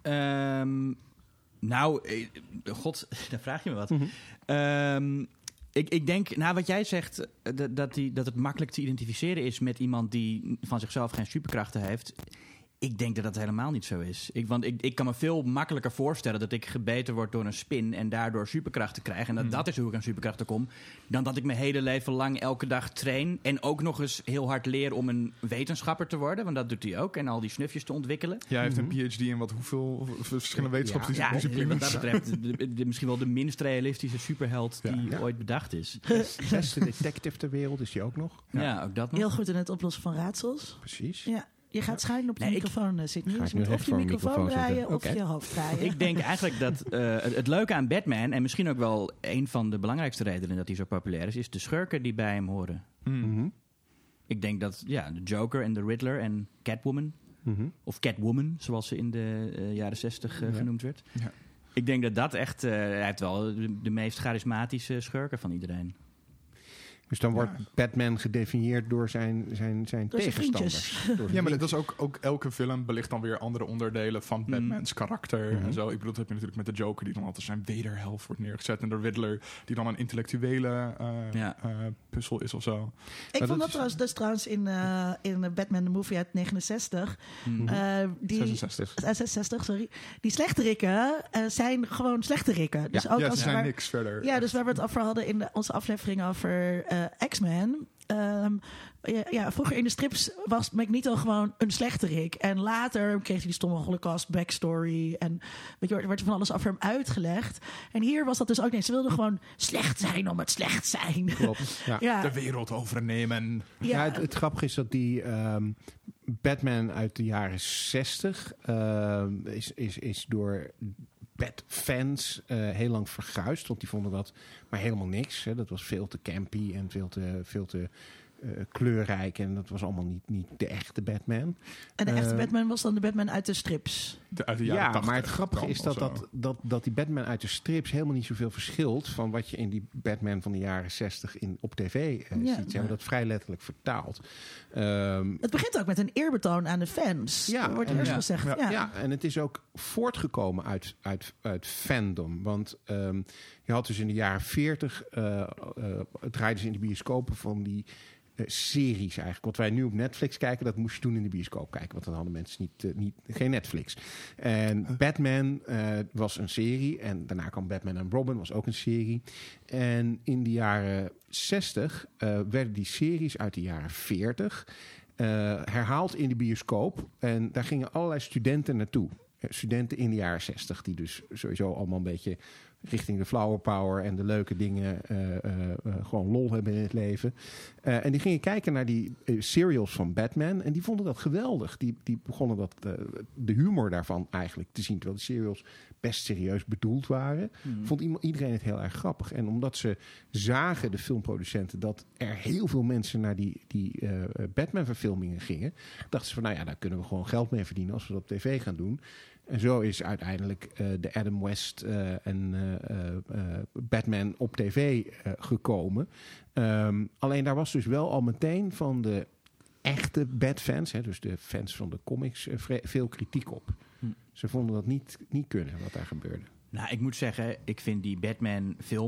Um, nou, eh, god, daar vraag je me wat. Mm-hmm. Um, ik, ik denk, nou wat jij zegt, dat, dat, die, dat het makkelijk te identificeren is met iemand die van zichzelf geen superkrachten heeft. Ik denk dat dat helemaal niet zo is. Ik, want ik, ik kan me veel makkelijker voorstellen dat ik gebeten word door een spin en daardoor superkrachten krijg. En dat mm. dat is hoe ik aan superkrachten kom. Dan dat ik mijn hele leven lang elke dag train en ook nog eens heel hard leer om een wetenschapper te worden. Want dat doet hij ook. En al die snufjes te ontwikkelen. Jij heeft een P H D in wat hoeveel verschillende wetenschapsdisciplines? Ja, ja, wat dat betreft de, de, misschien wel de minst realistische superheld die ja. Ja. ooit bedacht is. Beste detective ter wereld is die ook nog. Ja, ja ook dat nog. Heel goed in het oplossen van raadsels. Precies. Ja. Je gaat schuin op de nee, microfoon ik, zitten. Dus je moet of je microfoon, microfoon draaien of okay. je hoofd draaien. Ik denk eigenlijk dat uh, het, het leuke aan Batman, en misschien ook wel een van de belangrijkste redenen dat hij zo populair is, is de schurken die bij hem horen. Mm-hmm. Ik denk dat ja, de Joker en de Riddler en Catwoman, mm-hmm. of Catwoman, zoals ze in de uh, jaren zestig uh, ja. genoemd werd. Ja. Ik denk dat dat echt, uh, hij heeft wel de, de meest charismatische schurken van iedereen. Dus dan wordt ja. Batman gedefinieerd door zijn, zijn, zijn door tegenstanders. Door ja, maar dat is ook, ook elke film belicht dan weer andere onderdelen van Batmans mm. karakter. Mm-hmm. En zo. Ik bedoel, dat heb je natuurlijk met de Joker die dan altijd zijn wederhelft wordt neergezet. En de Riddler die dan een intellectuele uh, ja. uh, puzzel is of zo. Ik maar vond dat, dat trouwens, dus trouwens in, uh, in Batman de movie uit negenenzestig. Mm-hmm. Uh, die, zesenzestig. zesenzestig, sorry. Die slechterikken uh, zijn gewoon slechterikken. Dus ja, ook ja als ze zijn waar, niks verder. Ja, dus waar we het over hadden in de, onze aflevering over Uh, X-Men. Um, ja, ja, vroeger in de strips was Magneto gewoon een slechterik. En later kreeg hij die stomme Holocaust backstory. En weet je, er werd van alles over hem uitgelegd. En hier was dat dus ook niet. Ze wilden gewoon slecht zijn om het slecht zijn. Klopt, ja. Ja. De wereld overnemen. Ja, ja het, het grappige is dat die um, Batman uit de jaren zestig uh, is, is, is door Bat-fans uh, heel lang verguisd. Want die vonden dat maar helemaal niks. Hè. Dat was veel te campy en veel te, veel te uh, kleurrijk. En dat was allemaal niet, niet de echte Batman. En de uh, echte Batman was dan de Batman uit de strips? De, uit de jaren ja, tachtig maar het grappige is dat, dat, dat, dat die Batman uit de strips helemaal niet zoveel verschilt van wat je in die Batman van de jaren zestig in, op tv uh, ja, ziet. Ze hebben dat vrij letterlijk vertaald. Um, het begint ook met een eerbetoon aan de fans. Ja, wordt en, eerst ja, gezegd. ja, ja. ja, en het is ook voortgekomen uit, uit, uit fandom. Want um, je had dus in de jaren veertig, uh, uh, draaiden ze in de bioscopen van die Uh, series eigenlijk. Wat wij nu op Netflix kijken, dat moest je toen in de bioscoop kijken. Want dan hadden mensen niet, uh, niet, geen Netflix. En Batman uh, was een serie. En daarna kwam Batman en Robin, was ook een serie. En in de jaren zestig uh, werden die series uit de jaren veertig uh, herhaald in de bioscoop. En daar gingen allerlei studenten naartoe. Uh, studenten in de jaren zestig, die dus sowieso allemaal een beetje richting de flower power en de leuke dingen uh, uh, uh, gewoon lol hebben in het leven. Uh, en die gingen kijken naar die uh, serials van Batman en die vonden dat geweldig. Die, die begonnen dat, uh, de humor daarvan eigenlijk te zien, terwijl de serials best serieus bedoeld waren. Mm. Vond iedereen het heel erg grappig. En omdat ze zagen, de filmproducenten, dat er heel veel mensen naar die, die uh, Batman-verfilmingen gingen, dachten ze van, nou ja, daar kunnen we gewoon geld mee verdienen als we dat op tv gaan doen. En zo is uiteindelijk uh, de Adam West uh, en uh, uh, Batman op tv uh, gekomen. Um, alleen daar was dus wel al meteen van de echte Bat-fans, hè, dus de fans van de comics, uh, vre- veel kritiek op. Hm. Ze vonden dat niet, niet kunnen, wat daar gebeurde. Nou, ik moet zeggen, ik vind die Batman-film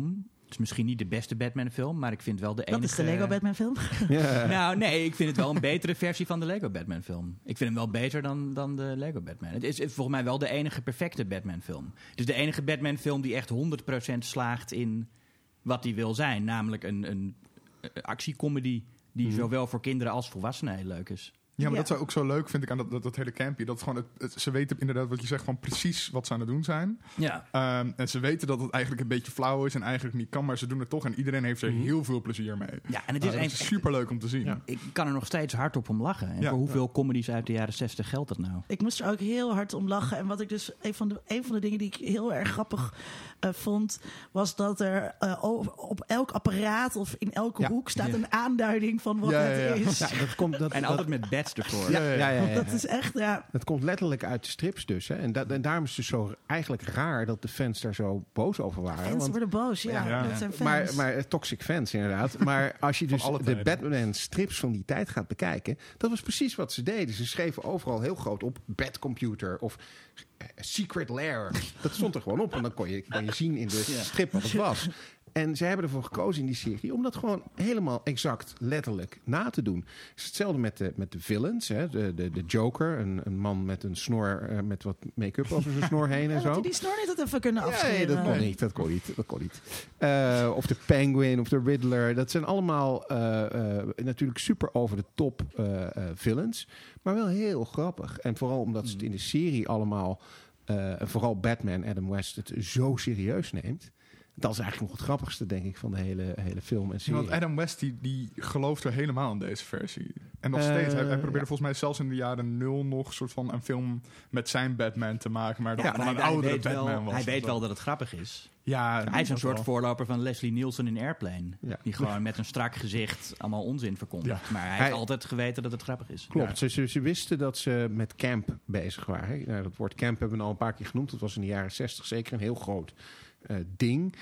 Het is misschien niet de beste Batman-film, maar ik vind wel de enige... Dat is de Lego Batman-film. Ja. Nou, nee, ik vind het wel een betere versie van de Lego Batman-film. Ik vind hem wel beter dan, dan de Lego Batman. Het is volgens mij wel de enige perfecte Batman-film. Het is de enige Batman-film die echt honderd procent slaagt in wat hij wil zijn. Namelijk een, een actiecomedy die Mhm. zowel voor kinderen als volwassenen heel leuk is. Ja, maar Ja. dat is ook zo leuk, vind ik, aan dat, dat, dat hele campje. Dat gewoon het, het- ze weten inderdaad wat je zegt, gewoon precies wat ze aan het doen zijn. Ja. Um, en ze weten dat het eigenlijk een beetje flauw is en eigenlijk niet kan, maar ze doen het toch. En iedereen heeft er Mhm. heel veel plezier mee. Ja, en het Ah, is dat een... is super leuk om te zien. Ja. Ik kan er nog steeds hardop om lachen. En Ja. voor hoeveel comedies uit de jaren zestig geldt dat nou? Ik moest er ook heel hard om lachen. En wat ik dus een van de, een van de dingen die ik heel erg grappig uh, vond, was dat er uh, op elk apparaat of in elke Ja. hoek staat Ja. een aanduiding van wat Ja, het ja, ja. is. Ja, dat komt, dat, En dat- altijd met bats ervoor. Ja, ja, ja, ja, ja. Dat is echt, ja. Dat komt letterlijk uit de strips dus. Hè? En, da- en daarom is het dus zo eigenlijk raar dat de fans daar zo boos over waren. Fans want- worden boos, ja. Ja, ja. Dat zijn fans. Maar, maar eh, toxic fans inderdaad. Maar als je dus alle de tijden. Batman strips van die tijd gaat bekijken, dat was precies wat ze deden. Ze schreven overal heel groot op Batcomputer of eh, Secret Lair. Dat stond er gewoon op en dan kon je, kon je zien in de Ja. strip wat het was. En ze hebben ervoor gekozen in die serie om dat gewoon helemaal exact letterlijk na te doen. Het is hetzelfde met de, met de villains. Hè? De, de, de Joker, een, een man met een snor, eh, met wat make-up over zijn snor heen en Ja, zo. had hij die snor niet dat even kunnen Nee, afscheren? dat kon niet. Dat kon niet. Dat kon niet. Uh, of de Penguin of de Riddler. Dat zijn allemaal uh, uh, natuurlijk super over de top uh, uh, villains. Maar wel heel grappig. En vooral omdat ze het in de serie allemaal, uh, vooral Batman, Adam West, het zo serieus neemt. Dat is eigenlijk nog het grappigste, denk ik, van de hele, hele film en Ja, serie. want Adam West die, die gelooft er helemaal in deze versie. En nog Eh, steeds. Hij, hij probeerde ja. volgens mij zelfs in de jaren nul nog soort van een film met zijn Batman te maken. Maar dat Ja, van maar een hij, hij oudere weet, Batman wel, was. hij of weet zo. wel dat het grappig is. Ja, Hij is een dat soort wel. voorloper van Leslie Nielsen in Airplane. Ja. Die gewoon met een strak gezicht allemaal onzin verkondigt. Ja. Maar hij, Hij- heeft altijd geweten dat het grappig is. Klopt, Ja. ze, ze, ze wisten dat ze met camp bezig waren. Nou, dat woord camp hebben we al een paar keer genoemd. Dat was in de jaren zestig zeker een heel groot uh, ding.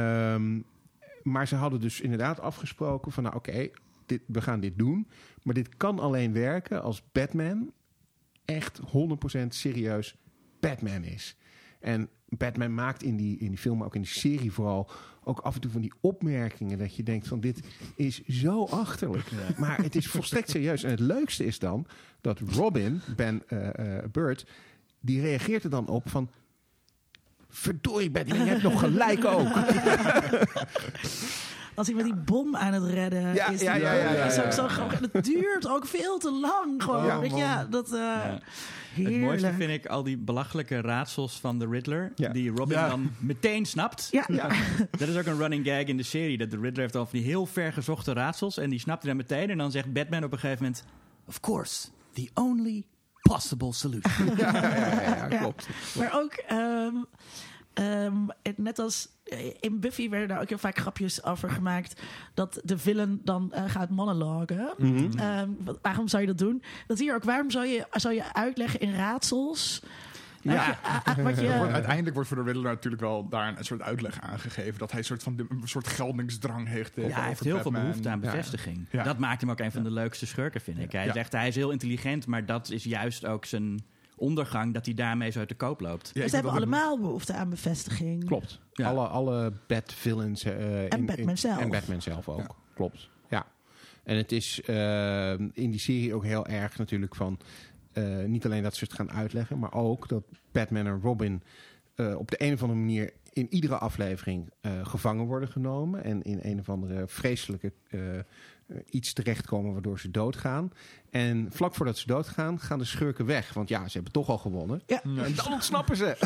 Um, maar ze hadden dus inderdaad afgesproken van... nou oké, okay, we gaan dit doen. Maar dit kan alleen werken als Batman echt honderd procent serieus Batman is. En Batman maakt in die, in die film, maar ook in die serie vooral... ook af en toe van die opmerkingen dat je denkt van dit is zo achterlijk. Ja. Maar het is volstrekt serieus. En het leukste is dan dat Robin, Ben uh, uh, Bird, die reageert er dan op van... verdorie Batman, je hebt nog gelijk ook. Als hij met die bom aan het redden Ja, is. ja, die ja, ja, ja, is ja, ook ja. zo grappig. En het duurt ook veel te lang. Gewoon. Ja, Weet je, man. ja, dat, uh, Ja. heerlijk. Het mooiste vind ik al die belachelijke raadsels van de Riddler. Ja. Die Robin Ja. dan meteen snapt. Ja. Ja. Dat is ook een running gag in de serie. Dat de Riddler heeft al van die heel ver gezochte raadsels. En die snapt hij dan meteen. En dan zegt Batman op een gegeven moment... Of course, the only possible solution. Ja, ja, ja, ja, Ja. klopt. Maar ook, um, um, het- net als in Buffy werden daar ook heel vaak grapjes over gemaakt. Dat de villain dan uh, gaat monologen. Mhm. Um, wat- waarom zou je dat doen? Dat hier ook, waarom zou je, zou je uitleggen in raadsels? Ja. Wat je, uh, wat je, Er wordt- uiteindelijk wordt voor de Riddler natuurlijk wel daar een soort uitleg aangegeven. Dat hij een soort, van, een soort geldingsdrang heeft. Ja, hij heeft heel veel behoefte aan bevestiging. Ja. Dat maakt hem ook een van de leukste schurken, vind ik. Hij Ja. zegt, hij is heel intelligent, maar dat is juist ook zijn ondergang... dat hij daarmee zo uit de koop loopt. Ja, dus ik ze hebben vind dat het- allemaal behoefte aan bevestiging. Klopt. Ja. Alle, alle Bat-villains. Uh, En Batman zelf. En Batman zelf ook. Ja. Klopt. Ja. En het is uh, in die serie ook heel erg natuurlijk van... Uh, niet alleen dat ze het gaan uitleggen, maar ook dat Batman en Robin uh, op de een of andere manier in iedere aflevering uh, gevangen worden genomen en in een of andere vreselijke uh, uh, iets terechtkomen waardoor ze doodgaan. En vlak voordat ze doodgaan, gaan de schurken weg. Want ja, ze hebben toch al gewonnen. Ja. En dan ontsnappen ze.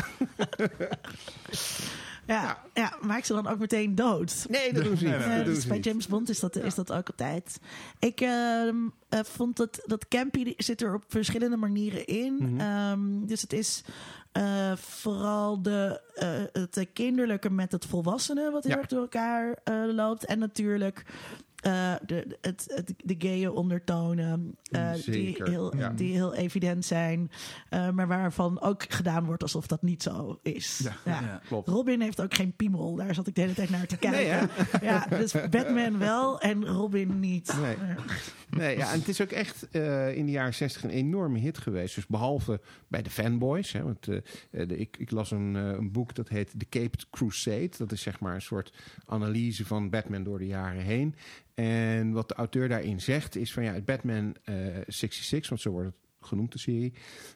Ja, ja, maak ze dan ook meteen dood. Nee, dat doen ze niet. Nee, nee, Eh, Dat doen dus ze bij niet. James Bond is dat, is dat ook altijd. Ik uh, uh, vond dat, dat campy die zit er op verschillende manieren in. Mhm. Um, dus het is uh, vooral de, uh, het kinderlijke met het volwassene... wat heel Ja. erg door elkaar uh, loopt. En natuurlijk uh, de, het, het, de gaye ondertonen uh, die, heel, ja. die heel evident zijn. Uh, maar waarvan ook gedaan wordt alsof dat niet zo is. Ja, ja. ja. Klopt. Robin heeft ook geen piemel. Daar zat ik de hele tijd naar te kijken. Nee, ja, dus Batman wel en Robin niet. Nee. Nee, ja, en het is ook echt uh, in de jaren zestig een enorme hit geweest. Dus behalve bij de fanboys. Hè, want uh, de, ik, ik las een, uh, een boek dat heet The Caped Crusade. Dat is zeg maar een soort analyse van Batman door de jaren heen. En wat de auteur daarin zegt is van ja, het Batman uh, zesenzestig, want zo wordt het genoemd de serie,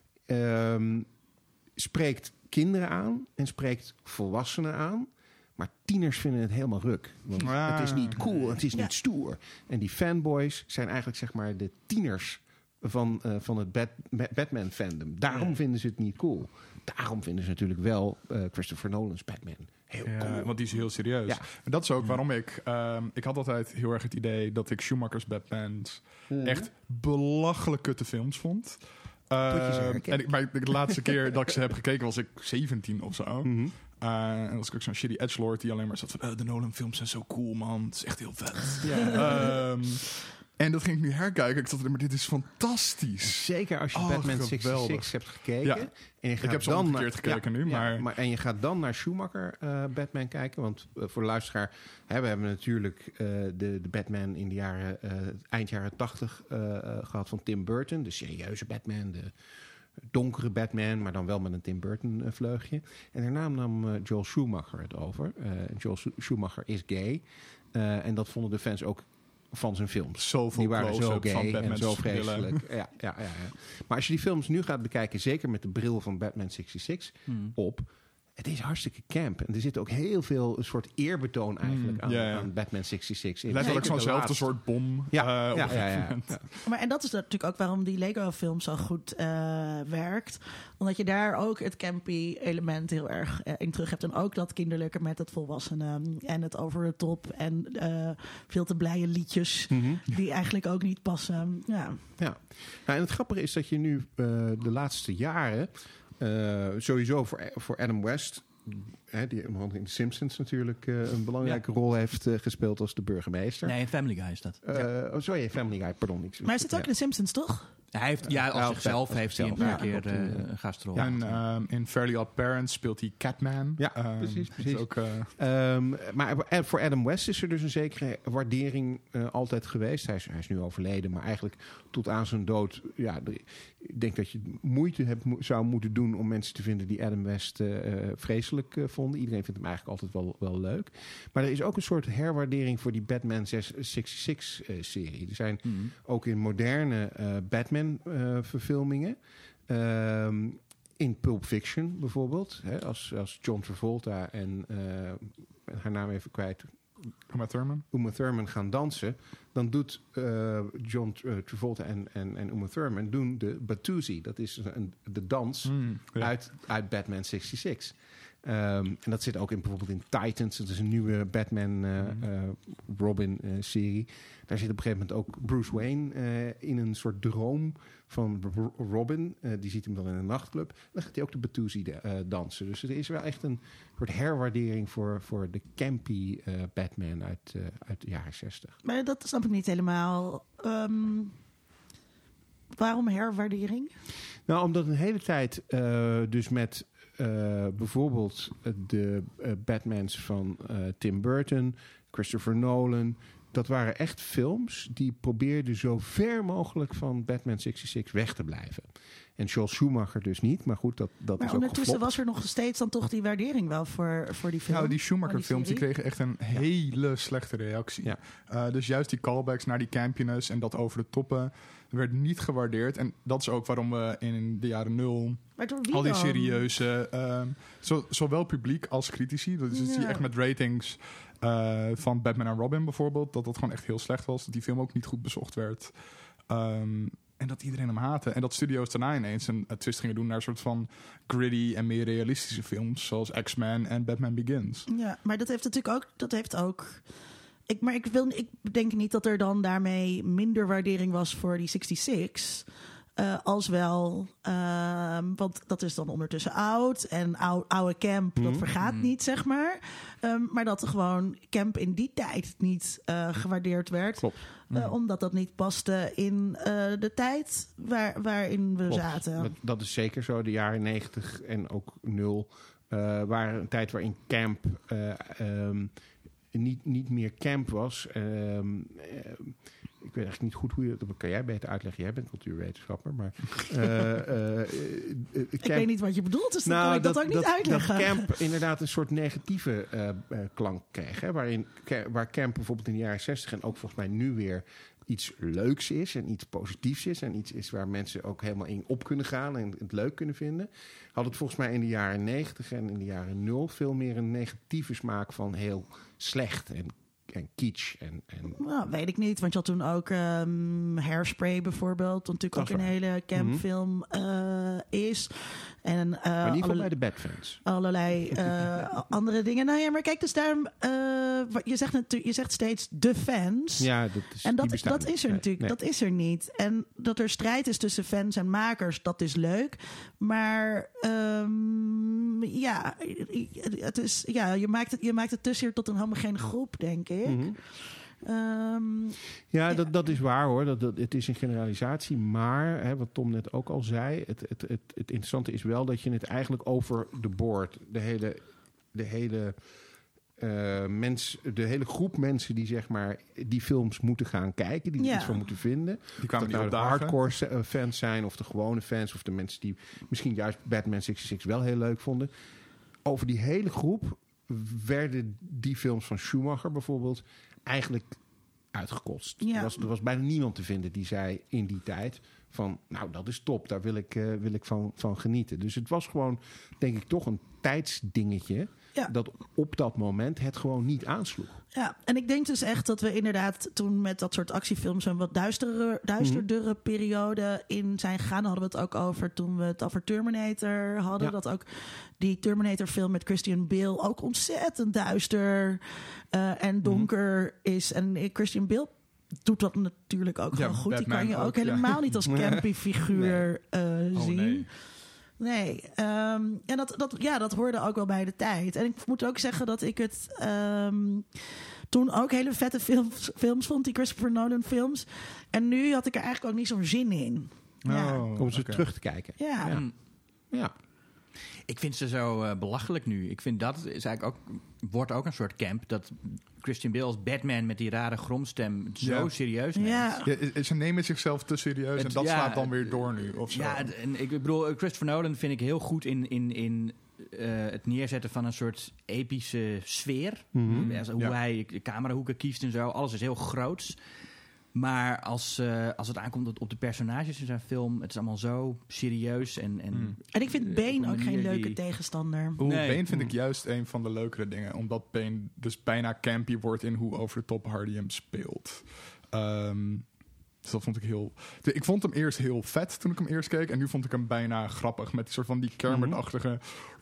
um, spreekt kinderen aan en spreekt volwassenen aan. Maar tieners vinden het helemaal ruk. Want ah. het is niet cool, het is Ja. niet stoer. En die fanboys zijn eigenlijk zeg maar de tieners van, uh, van het Bat- Batman-fandom. Daarom Ja. vinden ze het niet cool. Daarom vinden ze natuurlijk wel uh, Christopher Nolan's Batman heel Ja, cool. want die is heel serieus. Ja. En dat is ook waarom ik... Um, ik had altijd heel erg het idee dat ik Schumacher's Batmans Mhm. echt belachelijk kutte films vond. Tot je ze Um, herkent. en ik, maar de laatste keer dat ik ze heb gekeken was ik zeventien of zo. Mhm. Uh, en was ik ook zo'n shitty edgelord die alleen maar zat van... Uh, de Nolan films zijn zo cool, man. Het is echt heel vet. Ja. Um, en dat ging ik nu herkijken. Ik dacht, maar dit is fantastisch. Zeker als je Oh, Batman geweldig. zesenzestig hebt gekeken. Ja. En je gaat Ik heb ze dan omgekeerd naar, gekeken ja, nu, ja, maar... maar... En je gaat dan naar Schumacher uh, Batman kijken. Want uh, voor de luisteraar... Hè, we hebben natuurlijk uh, de, de Batman in de jaren, uh, eind jaren tachtig uh, uh, gehad van Tim Burton. De serieuze Batman, de donkere Batman, maar dan wel met een Tim Burton uh, vleugje. En daarna nam uh, Joel Schumacher het over. Uh, Joel Schumacher is gay. Uh, en dat vonden de fans ook van zijn films. Zoveel Die waren zo close-up van gay en Batman's zo vreselijk. billen. Ja, ja, ja, ja. Maar als je die films nu gaat bekijken, zeker met de bril van Batman zesenzestig Hmm. op, het is hartstikke camp. En er zit ook heel veel een soort eerbetoon eigenlijk Mm, aan, ja, ja. aan Batman zesenzestig in. Letterlijk Zeker de zo'nzelfde laatste. soort bom. Ja, uh, op ja, een ja, gegeven ja. moment. Maar en dat is natuurlijk ook waarom die Lego-film zo goed uh, werkt. Omdat je daar ook het campy element heel erg uh, in terug hebt. En ook dat kinderlijke met het volwassenen. En het over de top. En uh, veel te blije liedjes. Mm-hmm. Die eigenlijk ook niet passen. Ja. Ja. Nou, en het grappige is dat je nu uh, de laatste jaren... Uh, sowieso voor, voor Adam West... Hè, die in The Simpsons natuurlijk uh, een belangrijke ja. rol heeft uh, gespeeld als de burgemeester. Nee, Family Guy is dat. Uh, ja. Oh, sorry, Family Guy, pardon. Ik, maar hij zit ook ja. in The Simpsons, toch? Hij heeft, ja, als ja, zichzelf als heeft hij een zichzelf. paar Ja, keer klopt, uh, een gastrol. En um, in Fairly Odd Parents speelt hij Catman. Ja, um, precies. precies. Ook, uh... um, maar voor Adam West is er dus een zekere waardering uh, altijd geweest. Hij is, hij is nu overleden, maar eigenlijk tot aan zijn dood... Ja, de, ik denk dat je moeite hebt, mo- zou moeten doen om mensen te vinden die Adam West uh, vreselijk uh, vonden. Iedereen vindt hem eigenlijk altijd wel, wel leuk. Maar er is ook een soort herwaardering voor die Batman zesenzestig-serie. Uh, er zijn mm-hmm. ook in moderne uh, Batman-verfilmingen... Uh, um, in Pulp Fiction bijvoorbeeld. Hè, als, als John Travolta en uh, haar naam even kwijt... Uma Thurman. Uma Thurman gaan dansen, dan doet uh, John uh, Travolta en, en, en Uma Thurman doen de Batusi. Dat is een, de dans mm, ja. uit, uit Batman zesenzestig. Um, en dat zit ook in bijvoorbeeld in Titans. Dat is een nieuwe Batman uh, uh, Robin uh, serie. Daar zit op een gegeven moment ook Bruce Wayne uh, in een soort droom van Robin. Uh, die ziet hem dan in een nachtclub. Dan gaat hij ook de Batusi uh, dansen. Dus er is wel echt een soort herwaardering voor, voor de campy uh, Batman uit, uh, uit de jaren zestig. Maar dat snap ik niet helemaal. Um, waarom herwaardering? Nou, omdat een hele tijd uh, dus met uh, bijvoorbeeld de uh, Batmans van uh, Tim Burton, Christopher Nolan... Dat waren echt films die probeerden zo ver mogelijk van Batman zesenzestig weg te blijven. En Joel Schumacher dus niet, maar goed, dat, dat maar is ook ondertussen geflopt. was er nog steeds dan toch die waardering wel voor, voor die film. Nou, die Schumacher die films die kregen echt een hele slechte reactie. Ja. Uh, dus juist die callbacks naar die campiness en dat over de toppen werd niet gewaardeerd. En dat is ook waarom we in de jaren nul maar door wie al die dan? serieuze, uh, zo, zowel publiek als critici, dat is ja. zie je echt met ratings uh, van Batman en Robin bijvoorbeeld, dat dat gewoon echt heel slecht was, dat die film ook niet goed bezocht werd. Um, En dat iedereen hem haatte. En dat studio's daarna ineens een, een twist gingen doen naar een soort van gritty en meer realistische films. Zoals X-Men en Batman Begins. Ja, maar dat heeft natuurlijk ook... Dat heeft ook ik, maar ik, wil, ik denk niet dat er dan daarmee minder waardering was voor die zesenzestig. Uh, als wel, uh, want dat is dan ondertussen oud. En ou, oude camp, Mm-hmm. dat vergaat mm. niet, zeg maar. Um, maar dat er gewoon camp in die tijd niet uh, gewaardeerd werd. Klopt. Uh, mm. Omdat dat niet paste in uh, de tijd waar, waarin we Klopt. zaten. Dat, dat is zeker zo. De jaren negentig en ook nul uh, waren een tijd waarin camp uh, um, niet, niet meer camp was. Um, uh, Ik weet eigenlijk niet goed hoe je... Dat kan jij beter uitleggen. Jij bent cultuurwetenschapper, maar... Uh, uh, uh, uh, ik weet niet wat je bedoelt, dus dan nou, kan ik dat, dat ook niet dat, uitleggen. Dat camp inderdaad een soort negatieve uh, uh, klank kreeg. Hè, waarin, waar camp bijvoorbeeld in de jaren zestig en ook volgens mij nu weer iets leuks is en iets positiefs is en iets is waar mensen ook helemaal in op kunnen gaan en het leuk kunnen vinden, had het volgens mij in de jaren negentig en in de jaren nul veel meer een negatieve smaak van heel slecht en en kitsch. En, en... Nou, weet ik niet, want je had toen ook um, Hairspray bijvoorbeeld, wat natuurlijk ook een hele campfilm mm-hmm. uh, is. En, uh, maar in ieder geval bij de Batfans. Allerlei uh, andere dingen. Nou ja, maar kijk, dus daarom, uh, je, zegt natu- je zegt steeds de fans. Ja, dat is, en dat, dat niet. is er nee, natuurlijk, nee. dat is er niet. En dat er strijd is tussen fans en makers, dat is leuk. Maar um, ja, het is, ja je, maakt het, je maakt het tussen tot een homogene groep, denk ik. Mm-hmm. Um, ja, dat, dat is waar hoor. Dat, dat, het is een generalisatie. Maar, hè, wat Tom net ook al zei... Het, het, het, het interessante is wel dat je het eigenlijk over de board... de hele, de hele, uh, mens, de hele groep mensen die zeg maar die films moeten gaan kijken... die er ja. iets van moeten vinden. Die kwamen of dat die nou de hardcore opdagen. fans zijn... of de gewone fans... of de mensen die misschien juist Batman zesenzestig wel heel leuk vonden. Over die hele groep werden die films van Schumacher bijvoorbeeld... eigenlijk uitgekotst. Ja. Er, was, er was bijna niemand te vinden die zei in die tijd van... nou, dat is top, daar wil ik, uh, wil ik van, van genieten. Dus het was gewoon, denk ik, toch een tijdsdingetje... Ja. dat op dat moment het gewoon niet aansloeg. Ja, en ik denk dus echt dat we inderdaad toen met dat soort actiefilms... een wat duistere, duisterdere mm-hmm. periode in zijn gegaan. Daar hadden we het ook over toen we het over Terminator hadden. Ja. Dat ook die Terminator film met Christian Bale ook ontzettend duister uh, en donker mm-hmm. is. En Christian Bale doet dat natuurlijk ook ja, gewoon goed. Batman die kan je ook, ook helemaal ja. niet als campy figuur nee. uh, zien. Oh, nee. Nee, um, en dat, dat, ja, dat hoorde ook wel bij de tijd. En ik moet ook zeggen dat ik het um, toen ook hele vette films, films vond, die Christopher Nolan films. En nu had ik er eigenlijk ook niet zo'n zin in. Oh, ja. Om ze okay. terug te kijken. Ja. ja. ja. Ik vind ze zo uh, belachelijk nu. Ik vind dat is eigenlijk ook, wordt ook een soort camp. Dat Christian Bale als Batman met die rare gromstem zo ja. serieus neemt. Ja. Ja, ze nemen zichzelf te serieus het, en dat ja, slaat dan weer door nu. Of zo. Ja, en ik bedoel, Christopher Nolan vind ik heel goed in, in, in uh, het neerzetten van een soort epische sfeer. Mm-hmm. Ja, hoe ja. hij camerahoeken kiest en zo. Alles is heel groots. Maar als, uh, als het aankomt op de personages in zijn film... het is allemaal zo serieus. En, en, mm. en ik vind Bane ook geen leuke die... tegenstander. Oeh, nee. Bane vind ik juist een van de leukere dingen. Omdat Bane dus bijna campy wordt in hoe over de top Hardy hem speelt. Um, dus dat vond ik heel... Ik vond hem eerst heel vet toen ik hem eerst keek. En nu vond ik hem bijna grappig. Met die soort van die Kermit-achtige...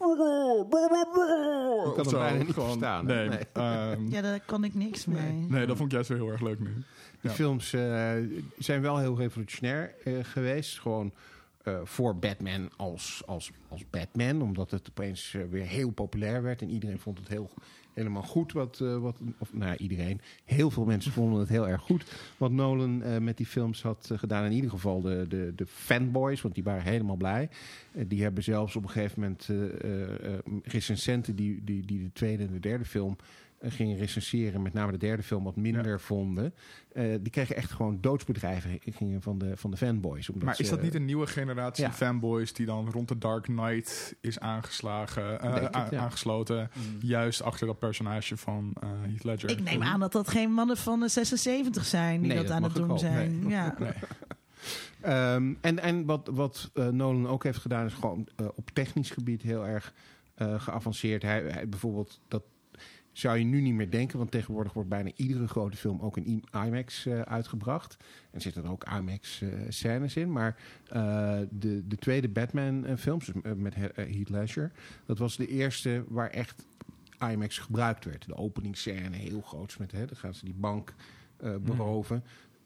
Ik kan hem bijna niet gewoon, verstaan. Nee, nee. Um, ja, daar kan ik niks mee. Nee, nee, dat vond ik juist weer heel erg leuk nu. Die ja. films uh, zijn wel heel revolutionair uh, geweest. Gewoon uh, voor Batman als, als, als Batman. Omdat het opeens uh, weer heel populair werd. En iedereen vond het heel, helemaal goed. Wat, uh, wat, of nou ja, iedereen. Heel veel mensen vonden het heel erg goed. Wat Nolan uh, met die films had uh, gedaan. In ieder geval de, de, de fanboys. Want die waren helemaal blij. Uh, die hebben zelfs op een gegeven moment uh, uh, recensenten die, die, die de tweede en de derde film... gingen recenseren, met name de derde film wat minder ja. vonden. Uh, die kregen echt gewoon doodsbedrijven gingen van de, van de fanboys. Omdat maar is dat ze, niet een nieuwe generatie ja. fanboys die dan rond de Dark Knight is aangeslagen, uh, het, a- ja. aangesloten, mm. juist achter dat personage van uh, Heath Ledger? Ik neem aan dat dat geen mannen van de zesenzeventig zijn die nee, dat, dat aan het doen zijn. Nee. Ja. Nee. um, en en wat, wat uh, Nolan ook heeft gedaan is gewoon uh, op technisch gebied heel erg uh, geavanceerd. Hij, hij bijvoorbeeld dat zou je nu niet meer denken, want tegenwoordig wordt bijna iedere grote film ook in IMAX uh, uitgebracht. En zitten er ook IMAX-scènes uh, in. Maar uh, de, de tweede Batman-films, uh, met uh, Heath Ledger, dat was de eerste waar echt IMAX gebruikt werd. De openingsscène, heel groot, met, hè, dan gaan ze die bank uh, beroven.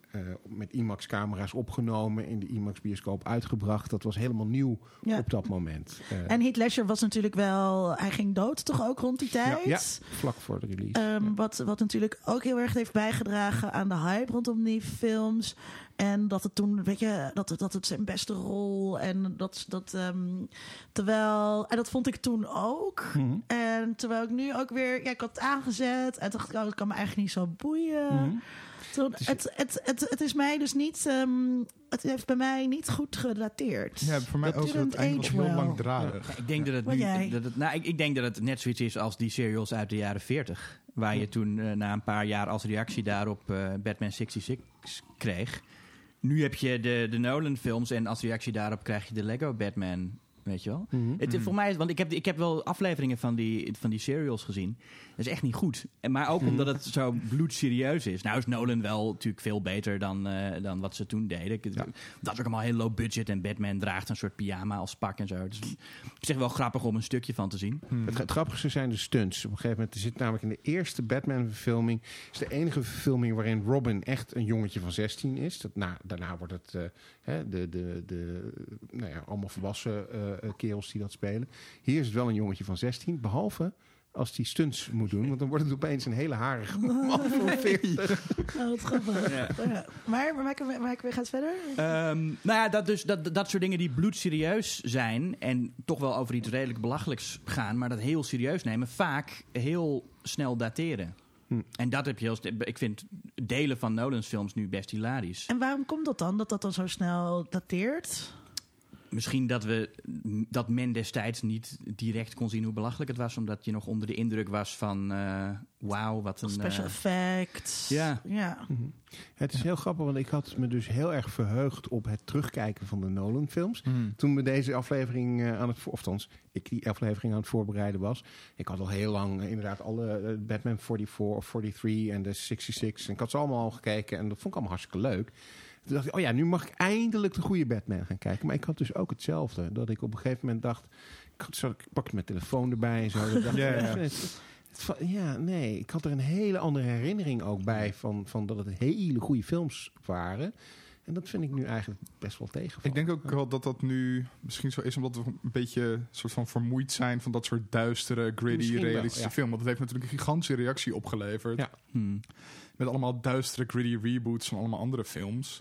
uh, met IMAX-camera's opgenomen, in de IMAX-bioscoop uitgebracht. Dat was helemaal nieuw ja. op dat moment. Uh, en Heath Ledger was natuurlijk wel... Hij ging dood toch ook rond die tijd? Ja, ja vlak voor de release. Um, ja. wat, wat natuurlijk ook heel erg heeft bijgedragen aan de hype rondom die films. En dat het toen, weet je, dat het, dat het zijn beste rol. En dat, dat um, terwijl, en dat vond ik toen ook. Mm-hmm. En terwijl ik nu ook weer, ja, ik had het aangezet. En dacht ik, oh, dat kan me eigenlijk niet zo boeien. Mm-hmm. Toen, het, het, het, het, het is mij dus niet, um, het heeft bij mij niet goed gedateerd. Ja, voor mij dat ook. Het einde was heel well. langdradig. Ja, ik denk dat het nu, dat het, nou, ik, ik denk dat het net zoiets is als die serials uit de jaren veertig. Waar je toen uh, na een paar jaar als reactie daarop uh, Batman zesenzestig kreeg. Nu heb je de, de Nolan-films en als reactie daarop krijg je de Lego Batman, weet je wel. Mm-hmm. Het, voor mij, want ik heb, ik heb wel afleveringen van die, van die serials gezien. Dat is echt niet goed. En, maar ook mm-hmm. omdat het zo bloedserieus is. Nou is Nolan wel natuurlijk veel beter dan, uh, dan wat ze toen deden. Ja. Dat is ook allemaal heel low budget en Batman draagt een soort pyjama als pak en zo. Dus het is echt wel grappig om een stukje van te zien. Hmm. Het, het grappigste zijn de stunts. Op een gegeven moment, er zit namelijk in de eerste Batman-verfilming, is de enige verfilming waarin Robin echt een jongetje van zestien is. Dat, nou, daarna wordt het uh, hè, de, de, de, nou ja, allemaal volwassen uh, kerels die dat spelen. Hier is het wel een jongetje van zestien, behalve als die stunts moet doen, want dan wordt het opeens een hele harige man van veertig. Oh, wat grappig. Ja. Ja. Maar, maar maken we gaat verder? Um, nou ja, dat, dus, dat, dat soort dingen die bloedserieus zijn en toch wel over iets redelijk belachelijks gaan, maar dat heel serieus nemen, vaak heel snel dateren. Hm. En dat heb je als... Ik vind delen van Nolan's films nu best hilarisch. En waarom komt dat dan, dat dat dan zo snel dateert? Misschien dat, we, dat men destijds niet direct kon zien hoe belachelijk het was, omdat je nog onder de indruk was van uh, wauw, wat een... Special uh, effects. Ja. ja. Mm-hmm. Het is heel grappig, want ik had me dus heel erg verheugd op het terugkijken van de Nolan-films. Mm. Toen we deze aflevering uh, aan het... Of althans, ik die aflevering aan het voorbereiden was. Ik had al heel lang uh, inderdaad alle uh, Batman vierenveertig of drieënveertig en de zesenzestig. En ik had ze allemaal al gekeken en dat vond ik allemaal hartstikke leuk. Toen dacht ik, oh ja, nu mag ik eindelijk de goede Batman gaan kijken. Maar ik had dus ook hetzelfde. Dat ik op een gegeven moment dacht... Ik, had, zo, ik pakte mijn telefoon erbij en zo. Dacht, ja, ja. Het, het, ja, nee. Ik had er een hele andere herinnering ook bij... van, van dat het hele goede films waren. En dat vind ik nu eigenlijk best wel tegenvallen. Ik denk ook wel dat dat nu misschien zo is... omdat we een beetje soort van vermoeid zijn... van dat soort duistere, gritty, misschien realistische wel, ja. film. Want het heeft natuurlijk een gigantische reactie opgeleverd. Ja. Hmm. Met allemaal duistere, gritty reboots van allemaal andere films.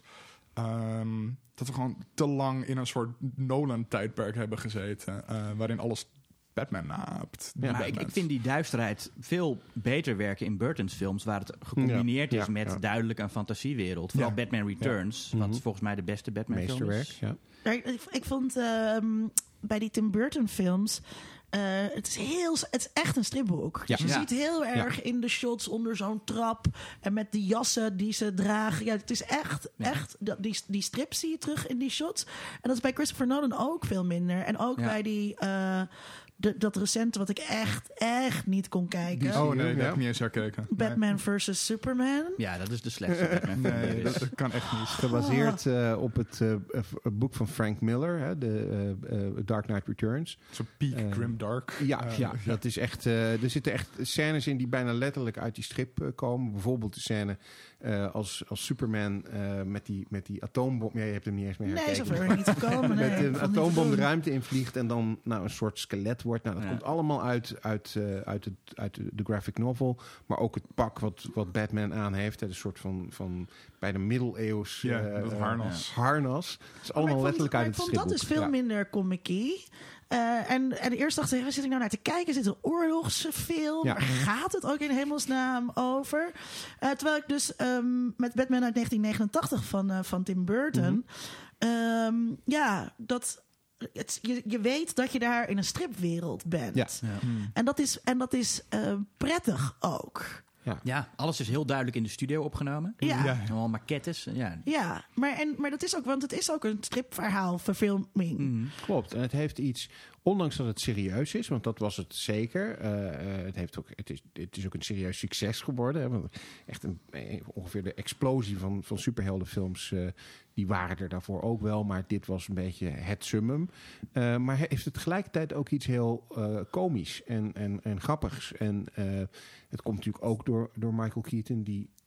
Um, dat we gewoon te lang in een soort Nolan-tijdperk hebben gezeten. Uh, waarin alles Batman naapt. Ja, maar ik, ik vind die duisterheid veel beter werken in Burton's films... waar het gecombineerd ja, is ja, met ja. duidelijk een fantasiewereld. Vooral ja. Batman Returns, ja. wat mm-hmm. volgens mij de beste Batman-film is. Ja. Ja, ik, ik vond uh, bij die Tim Burton-films... Uh, het is heel, het is echt een stripboek. Ja. Dus je ja. ziet heel erg ja. in de shots onder zo'n trap en met die jassen die ze dragen. Ja, het is echt, ja. echt die, die strip zie je terug in die shots. En dat is bij Christopher Nolan ook veel minder. En ook ja. bij die uh, de, dat recente wat ik echt, echt niet kon kijken. Oh nee, dat heb ik niet eens herkeken. Batman nee. versus Superman. Ja, dat is de slechtste Batman. Nee, dat, dat kan echt niet. Gebaseerd uh, op het uh, boek van Frank Miller, hè, de uh, uh, Dark Knight Returns. Zo peak uh, grim dark. Ja, uh, ja, dat is echt. Uh, er zitten echt scènes in die bijna letterlijk uit die strip uh, komen. Bijvoorbeeld de scène uh, als, als Superman uh, met die met die atoombom. Ja, je hebt hem niet eens meer herkeken. Nee, zover niet gekomen. Nee, met een atoombom de ruimte invliegt en dan nou een soort skelet wordt. Nou, dat ja. komt allemaal uit uit uh, uit, het, uit de, de graphic novel, maar ook het pak wat wat Batman aan heeft. Het is een soort van van bij de middeleeuws ja, uh, dat harnas. Uh, harnas. Het is allemaal letterlijk vond, uit het stripboek. Ik vond dat is veel ja. minder comic-y. Uh, en, en eerst dacht ik, waar zit ik nou naar te kijken? Is dit een oorlogsfilm? Ja. Waar gaat het ook in hemelsnaam over? Uh, terwijl ik dus um, met Batman uit negentien negenentachtig van, uh, van Tim Burton... Mm-hmm. Um, ja, dat... Het, je, je weet dat je daar in een stripwereld bent. Ja. Ja. Hmm. En dat is, en dat is uh, prettig ook. Ja. ja, alles is heel duidelijk in de studio opgenomen. Ja. ja. Allemaal maquettes. Ja, ja maar, en, maar dat is ook, want het is ook een stripverhaal, verfilming. Mm. Klopt, en het heeft iets, ondanks dat het serieus is, want dat was het zeker. Uh, uh, het, heeft ook, het, is, het is ook een serieus succes geworden. Hè, want echt een, ongeveer de explosie van, van superheldenfilms, uh, die waren er daarvoor ook wel, maar dit was een beetje het summum. Uh, maar heeft het tegelijkertijd ook iets heel uh, komisch en, en, en grappigs. En uh, het komt natuurlijk ook door, door Michael Keaton, die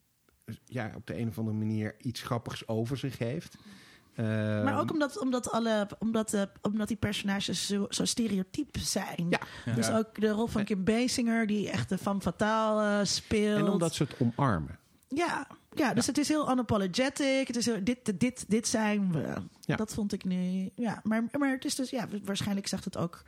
ja, op de een of andere manier iets grappigs over zich heeft. Uh, maar ook omdat, omdat, alle, omdat, uh, omdat die personages zo, zo stereotyp zijn. Ja. Ja. Dus Ja. ook de rol van Kim Basinger, die echt de femme fatale uh, speelt. En omdat ze het omarmen. Ja, ja, dus Ja. het is heel unapologetic. Het is heel, dit, dit, dit zijn we. Ja. Dat vond ik nu. Ja, maar, maar het is dus, ja, waarschijnlijk zegt het ook.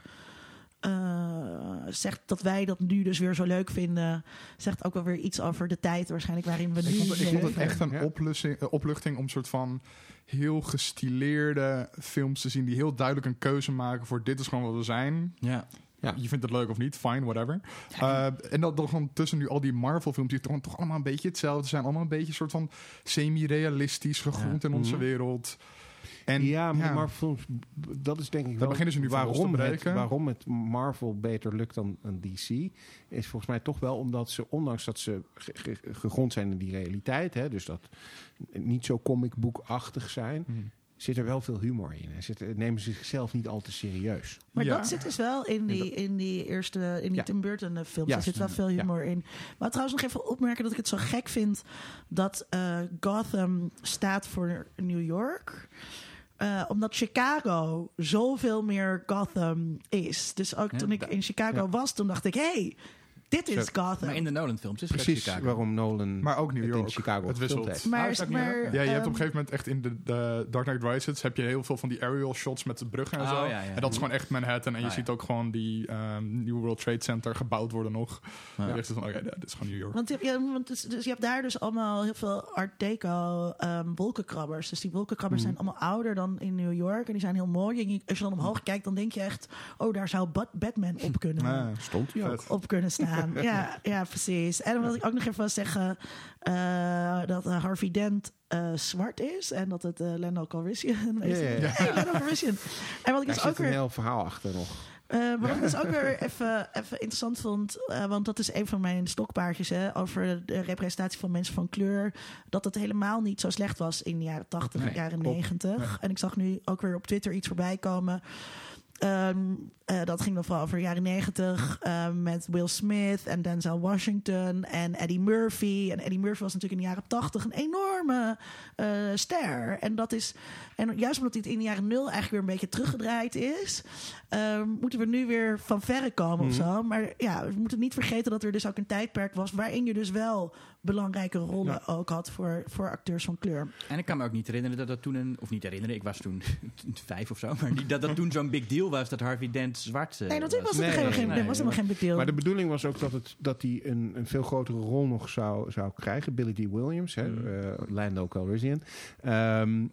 Uh, zegt dat wij dat nu dus weer zo leuk vinden. Zegt ook wel weer iets over de tijd waarschijnlijk waarin we nu Ik vond, ik vond het leven. echt een Ja. opluchting, uh, opluchting om soort van heel gestileerde films te zien die heel duidelijk een keuze maken voor dit is gewoon wat we zijn. Ja. Ja. Je vindt het leuk of niet, fine, whatever. Uh, en dat dan gewoon tussen nu al die Marvel-films die toch, toch allemaal een beetje hetzelfde zijn. Allemaal een beetje een soort van semi-realistisch gegrond Ja. in onze Mhm. wereld. En ja, maar Marvel, dat is denk ik wel beginnen ze nu van los te waarom, het, breken. waarom het Marvel beter lukt dan een D C. Is volgens mij toch wel omdat ze, ondanks dat ze ge- ge- gegrond zijn in die realiteit, hè, dus dat niet zo comicboekachtig zijn, Hmm. zit er wel veel humor in. En zit, nemen ze zichzelf niet al te serieus. Maar Ja. dat zit dus wel in die, in die eerste, in die Ja. Tim Burton uh, films. Ja. Er zit wel veel humor in. Maar trouwens nog even opmerken dat ik het zo gek vind dat uh, Gotham staat voor New York. Uh, omdat Chicago zoveel meer Gotham is. Dus ook Ja, toen ik da- in Chicago ja. was, toen dacht ik, hey, dit is Zo. Gotham. Maar in de Nolan-films is het Precies Chicago. waarom Nolan Maar ook New het York. in Chicago Het gefilmd wisselt. heeft. Maar, Oh, is dat niet maar, ook? Ja, je hebt ehm, op een gegeven moment echt in de, de Dark Knight Rises heb je heel veel van die aerial shots met de bruggen en Oh, zo. ja, ja. En dat is gewoon echt Manhattan. En je Ah, ja. ziet ook gewoon die um, New World Trade Center gebouwd worden nog. Ja. En je van, oké, okay, dit is gewoon New York. Want, je- ja, want dus, dus je hebt daar dus allemaal heel veel Art Deco um, wolkenkrabbers. Dus die wolkenkrabbers Mhm. zijn allemaal ouder dan in New York. En die zijn heel mooi. En je- als je dan omhoog kijkt, dan denk je echt... oh, daar zou Bat- Batman op kunnen, Ah, Stond hij ook. vet. op kunnen staan. ja, ja, precies. En dan wil ik ook nog even zeggen... uh, dat uh, Harvey Dent uh, zwart is. En dat het uh, Lando Calrissian is. Ja, ja, ja. Hey, Lando Calrissian. En wat ik Daar dus zit ook een weer... heel verhaal achter nog. Uh, maar wat ik dus ook weer even, even interessant vond... Uh, want dat is een van mijn stokpaardjes... Hè, over de representatie van mensen van kleur... dat het helemaal niet zo slecht was in de jaren tachtig, Nee, jaren klopt. negentig. Ja. En ik zag nu ook weer op Twitter iets voorbij komen... Um, uh, dat ging dan vooral over de jaren negentig uh, met Will Smith en Denzel Washington en Eddie Murphy. En Eddie Murphy was natuurlijk in de jaren tachtig een enorme uh, ster. En dat is, en juist omdat hij het in de jaren nul eigenlijk weer een beetje teruggedraaid is, uh, moeten we nu weer van verre komen Mm-hmm. of zo. Maar ja, we moeten niet vergeten dat er dus ook een tijdperk was waarin je dus wel belangrijke rollen Ja. ook had voor, voor acteurs van kleur. En ik kan me ook niet herinneren dat dat toen een... Of niet herinneren, ik was toen vijf of zo. Maar niet dat dat toen zo'n big deal was dat Harvey Dent zwart uh, Nee, natuurlijk was het Nee, helemaal nee, geen, nee, was helemaal nee. geen big deal. Maar de bedoeling was ook dat, het, dat hij een, een veel grotere rol nog zou, zou krijgen. Billy D. Williams, hè, Mm. uh, Lando Calrissian. Um,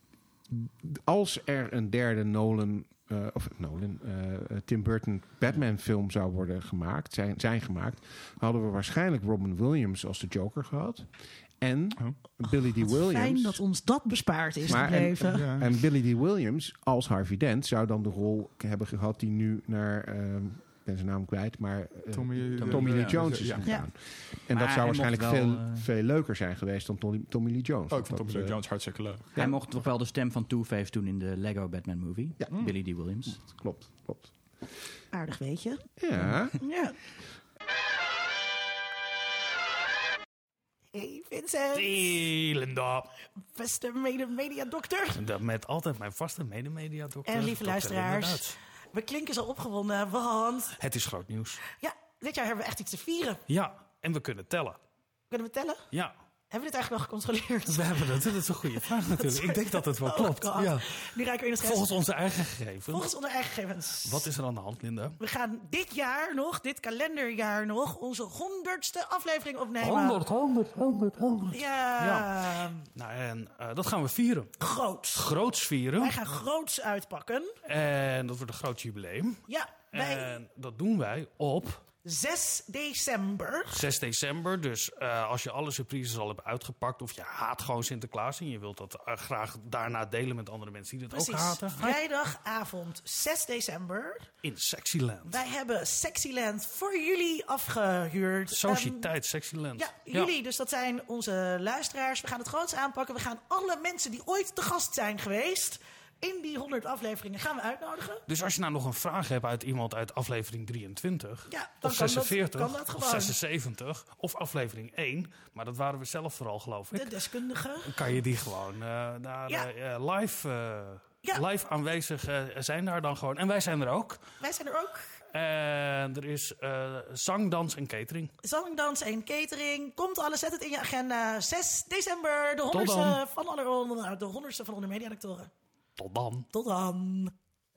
als er een derde Nolan... Uh, of Nolan, uh, Tim Burton Batman film zou worden gemaakt, zijn, zijn gemaakt, hadden we waarschijnlijk Robin Williams als de Joker gehad. En Oh. Billy D. Wat Williams. fijn dat ons dat bespaard is Maar en- gebleven. Ja. En Billy D. Williams als Harvey Dent zou dan de rol hebben gehad die nu naar, um, ik ben zijn naam kwijt, maar uh, Tommy, Tommy, Tommy Lee Lee Jones is ja. gegaan. En Maar dat zou hij waarschijnlijk mocht wel, veel, uh, veel leuker zijn geweest dan Tommy, Tommy Lee Jones. Oh, ik vond Dat, Tommy Lee uh, Jones hartstikke leuk. Hij mocht toch wel de stem van Two-Face doen in de Lego Batman movie. Ja. Billy D. Williams. Klopt, klopt. Aardig weet je. Ja. Ja. Hey Vincent, Linda. beste mede-media-dokter. Dat met altijd mijn vaste medemediadokter. En lieve dokter luisteraars. inderdaad. We klinken zo opgewonden, want Het is groot nieuws. ja, dit jaar hebben we echt iets te vieren. Ja, en we kunnen tellen. Kunnen we tellen? Ja, Hebben we dit eigenlijk wel gecontroleerd? we hebben het. Dat is een goede vraag natuurlijk. Ik denk dat het wel Oh klopt. God. Ja. Nu raken we in de stress. Volgens onze eigen gegevens. Volgens onze eigen gegevens. Wat is er aan de hand, Linda? We gaan dit jaar nog, dit kalenderjaar nog, onze honderdste aflevering opnemen. honderd, honderd, honderd, honderd. Ja, Ja. Nou, en uh, dat gaan we vieren. groots. Groots vieren. Wij gaan groots uitpakken. En dat wordt een groot jubileum. Ja, wij En dat doen wij op zes december. zes december. Dus uh, als je alle surprises al hebt uitgepakt, of je haat gewoon Sinterklaas en je wilt dat uh, graag daarna delen met andere mensen die dat ook Precies, haten. vrijdagavond zes december. In Sexyland. Wij hebben Sexyland voor jullie afgehuurd. Sociëteit Sexyland. Ehm, ja, jullie, dus dat zijn onze luisteraars. We gaan het groots aanpakken. We gaan alle mensen die ooit te gast zijn geweest in die honderd afleveringen gaan we uitnodigen. Dus als je nou nog een vraag hebt uit iemand uit aflevering drieëntwintig... Ja, dan of kan zesenveertig, dat, kan dat of gewoon. zesenzeventig, of aflevering één... maar dat waren we zelf vooral, geloof ik. De deskundige. Dan kan je die gewoon uh, naar, Ja. uh, live, uh, Ja. live aanwezig uh, zijn daar dan gewoon. En wij zijn er ook. Wij zijn er ook. En er is uh, zang, dans en catering. Zang, dans en catering. Komt alles, zet het in je agenda. zes december, de dan. honderdste van alle de honderdste van onder mediadoctoren. Tot dan. Tot dan.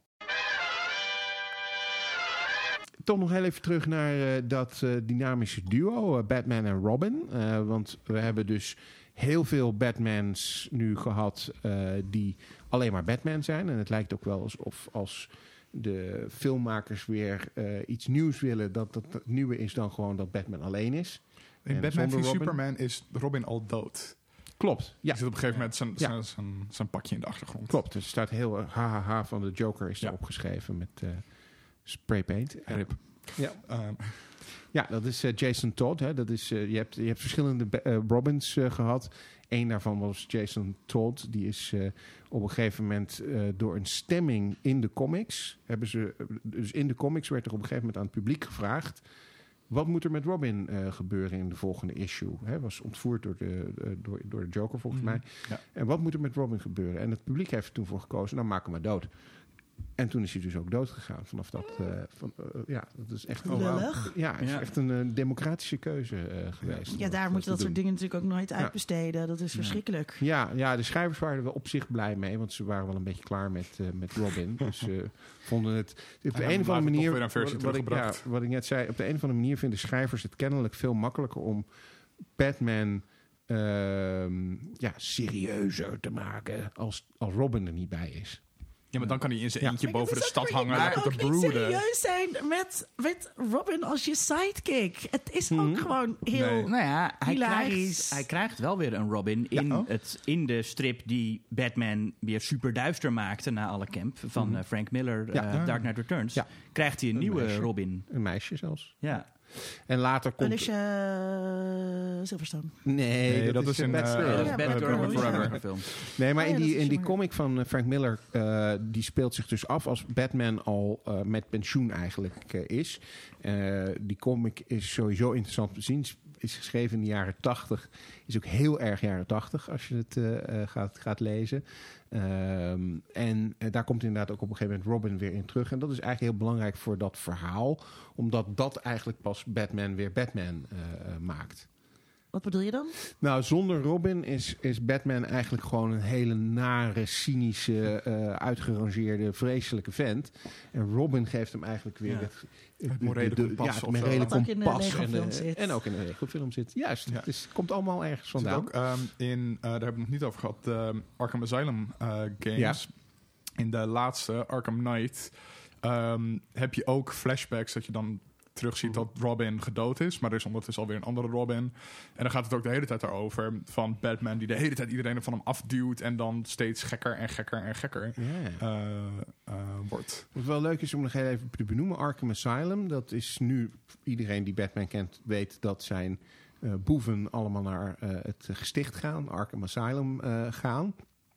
Toch nog heel even terug naar uh, dat uh, dynamische duo, uh, Batman en Robin. Uh, want we hebben dus heel veel Batmans nu gehad uh, die alleen maar Batman zijn. En het lijkt ook wel alsof als de filmmakers weer uh, iets nieuws willen, dat dat het nieuwe is dan gewoon dat Batman alleen is. In En Batman v zonder Robin. Superman is Robin al dood. Klopt, Ja. ja. Er zit op een gegeven moment zijn, Ja. zijn, zijn, zijn pakje in de achtergrond. Klopt, er staat heel uh, hahaha van de Joker is Ja. erop geschreven met uh, spraypaint. Ja. Rip. Ja. Um, Ja, dat is uh, Jason Todd. Hè. Dat is, uh, je, hebt, je hebt verschillende uh, Robins uh, gehad. Eén daarvan was Jason Todd. Die is uh, op een gegeven moment uh, door een stemming in de comics... Hebben ze, dus in de comics werd er op een gegeven moment aan het publiek gevraagd... Wat moet er met Robin uh, gebeuren in de volgende issue? Hij was ontvoerd door de, uh, door, door de Joker volgens mm, mij. Ja. En wat moet er met Robin gebeuren? En het publiek heeft er toen voor gekozen, nou maak hem maar dood. En toen is hij dus ook dood gegaan vanaf dat. Uh, van, uh, ja, dat is echt, Oh, lullig. ja, het is Ja. echt een uh, democratische keuze uh, geweest. Ja, om daar dat, moet je te dat soort doen. dingen natuurlijk ook nooit Ja. uitbesteden. Dat is verschrikkelijk. Ja, ja, de schrijvers waren er wel op zich blij mee, want ze waren wel een beetje klaar met, uh, met Robin. Dus ze vonden het op de En dan een of andere later toch manier. weer een versie wat, wat, ik, ja, teruggebracht. wat ik net zei, op de een of andere manier vinden schrijvers het kennelijk veel makkelijker om Batman uh, ja, serieuzer te maken als, als Robin er niet bij is. Ja, maar dan kan hij in zijn Ja. eentje Maar boven het de is ook stad weer- hangen je en moet lekker te ook niet broeden. serieus zijn met, met Robin als je sidekick. Het is Mhm. ook gewoon heel... Nee. Nou ja, hij Hilarisch. krijgt, hij krijgt wel weer een Robin in, Ja, oh. het, in de strip die Batman weer super duister maakte na alle camp van Mhm. uh, Frank Miller, Ja. uh, Dark Knight Returns. Ja. Krijgt hij een, Een nieuwe meisje. Robin. Een meisje zelfs. Ja. En later komt... Alicia Silverstone. Nee, Nee, dat, dat is is in, Bad uh, State. Ja, dat is Ja, Batman Batman Forever. Forever. Film. Nee, maar Oh in ja, dat die, is in die jammer. comic van uh, Frank Miller, uh, die speelt zich dus af als Batman al uh, met pensioen eigenlijk uh, is. Uh, die comic is sowieso interessant te zien. Is geschreven in de jaren tachtig. Is ook heel erg jaren tachtig als je het uh, uh, gaat, gaat lezen. Um, en uh, daar komt inderdaad ook op een gegeven moment Robin weer in terug. En dat is eigenlijk heel belangrijk voor dat verhaal. Omdat dat eigenlijk pas Batman weer Batman uh, uh, maakt. Wat bedoel je dan? Nou, zonder Robin is, is Batman eigenlijk gewoon een hele nare, cynische, uh, uitgerangeerde, vreselijke vent. En Robin geeft hem eigenlijk weer Ja. het, Het morele kompas ja, het of morele zo. Wat ook in de kompas. En, Lego-film de- zit. en ook in de Lego-film zit. Juist, Ja. het is, komt allemaal ergens Er zit vandaan. ook um, in, uh, daar hebben we het nog niet over gehad, de Arkham Asylum uh, games. In de laatste, Arkham Knight, um, heb je ook flashbacks dat je dan terugziet dat Robin gedood is. Maar er is ondertussen alweer een andere Robin. En dan gaat het ook de hele tijd daarover van Batman die de hele tijd iedereen van hem afduwt en dan steeds gekker en gekker en gekker Ja. uh, uh, wordt. Wat wel leuk is om nog heel even te benoemen, Arkham Asylum. Dat is nu, iedereen die Batman kent weet dat zijn uh, boeven allemaal naar uh, het gesticht gaan. Arkham Asylum uh, gaan.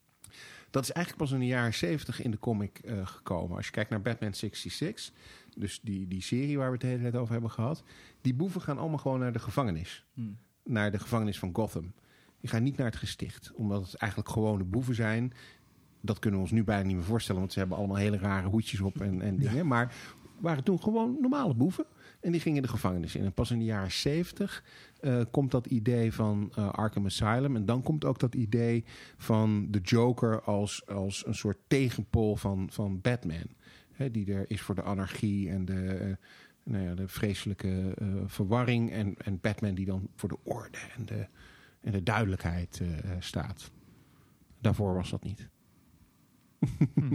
Dat is eigenlijk pas in de jaren zeventig in de comic uh, gekomen. Als je kijkt naar Batman zesenzestig, dus die, die serie waar we het de hele tijd over hebben gehad. Die boeven gaan allemaal gewoon naar de gevangenis. Hmm. Naar de gevangenis van Gotham. Die gaan niet naar het gesticht. Omdat het eigenlijk gewone boeven zijn. Dat kunnen we ons nu bijna niet meer voorstellen. Want ze hebben allemaal hele rare hoedjes op en, en dingen. Maar waren toen gewoon normale boeven. En die gingen de gevangenis in. En pas in de jaren zeventig uh, komt dat idee van uh, Arkham Asylum. En dan komt ook dat idee van de Joker als, als een soort tegenpool van, van Batman. Hè, die er is voor de anarchie en de, uh, nou ja, de vreselijke uh, verwarring. En, en Batman die dan voor de orde en de, en de duidelijkheid uh, staat. Daarvoor was dat niet. Hm.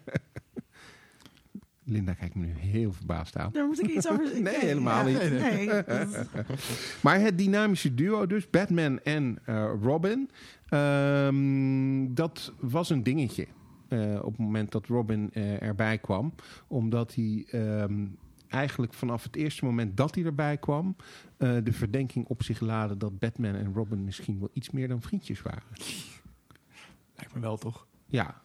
Linda kijkt me nu heel verbaasd aan. Daar moet ik iets over zeggen. Nee, helemaal niet. Nee, nee. Maar het dynamische duo dus, Batman en uh, Robin, um, dat was een dingetje. Uh, op het moment dat Robin uh, erbij kwam. Omdat hij um, eigenlijk vanaf het eerste moment dat hij erbij kwam, Uh, de verdenking op zich laadde dat Batman en Robin misschien wel iets meer dan vriendjes waren. Lijkt me wel, toch? Ja.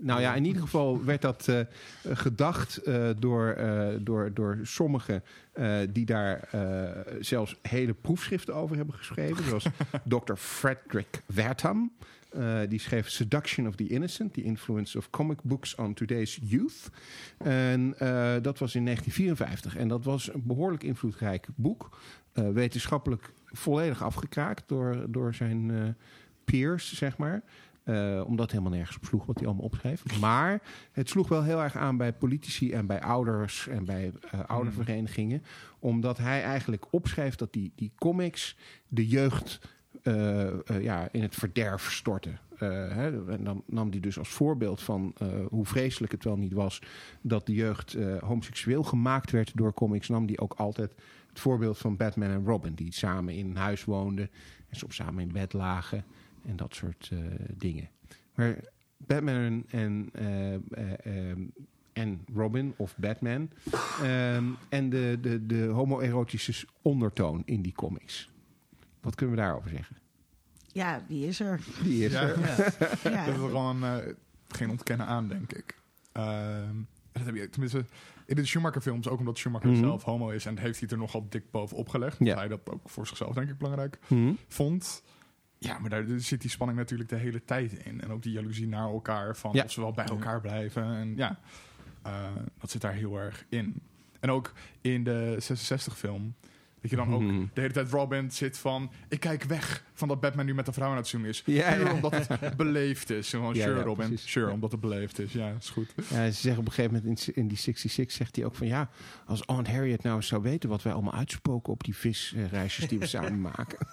Nou ja, in ieder geval werd dat uh, gedacht uh, door, uh, door, door sommigen uh, die daar uh, zelfs hele proefschriften over hebben geschreven. Zoals dokter Frederick Wertham. Uh, die schreef Seduction of the Innocent, The Influence of Comic Books on Today's Youth. En uh, dat was in negentien vierenvijftig. En dat was een behoorlijk invloedrijk boek. Uh, wetenschappelijk volledig afgekraakt door, door zijn uh, peers, zeg maar. Uh, omdat het helemaal nergens op sloeg wat hij allemaal opschreef. Maar het sloeg wel heel erg aan bij politici en bij ouders en bij uh, ouderverenigingen. Omdat hij eigenlijk opschreef dat die, die comics de jeugd uh, uh, ja, in het verderf storten. Uh, hè, en dan nam hij dus als voorbeeld van uh, hoe vreselijk het wel niet was dat de jeugd uh, homoseksueel gemaakt werd door comics. Nam hij ook altijd het voorbeeld van Batman en Robin, die samen in een huis woonden en soms samen in bed lagen. En dat soort uh, dingen. Maar Batman en, uh, uh, um, en Robin, of Batman... Um, en de, de, de homoerotische ondertoon in die comics. Wat kunnen we daarover zeggen? Ja, die is er. Die is Ja. er. Ja. Ja. Dat is gewoon uh, geen ontkennen aan, denk ik. Uh, dat heb je, tenminste, in de Schumacher-films, ook omdat Schumacher Mm-hmm. zelf homo is... en heeft hij er nogal dik bovenop gelegd. Ja. Dat hij dat ook voor zichzelf, denk ik, belangrijk Mm-hmm. vond... Ja, maar daar zit die spanning natuurlijk de hele tijd in. En ook die jaloezie naar elkaar, van Ja. of ze wel bij elkaar blijven. En ja, uh, dat zit daar heel erg in. En ook in de zesenzestig-film, dat je dan ook Mhm. de hele tijd Robin zit van... ik kijk weg van dat Batman nu met een vrouw aan het zoomen is. Ja, Puur ja. omdat het beleefd is. Gewoon, Ja, sure, ja, Robin. precies. Sure, Ja. omdat het beleefd is. Ja, is goed. Ja, ze zeggen op een gegeven moment in, in die zesenzestig zegt hij ook van... ja, als Aunt Harriet nou eens zou weten wat wij allemaal uitspoken op die visreisjes die we samen maken.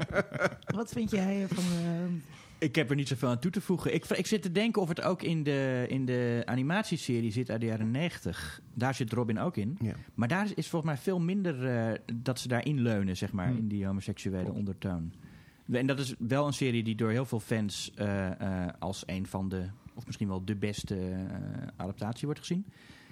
Wat vind jij van... Uh, Ik heb er niet zoveel aan toe te voegen. Ik, ik zit te denken of het ook in de, in de animatieserie zit uit de jaren negentig. Daar zit Robin ook in. Ja. Maar daar is volgens mij veel minder uh, dat ze daarin leunen, zeg maar, Hmm. in die homoseksuele Klopt. ondertoon. En dat is wel een serie die door heel veel fans uh, uh, als een van de, of misschien wel de beste uh, adaptatie wordt gezien.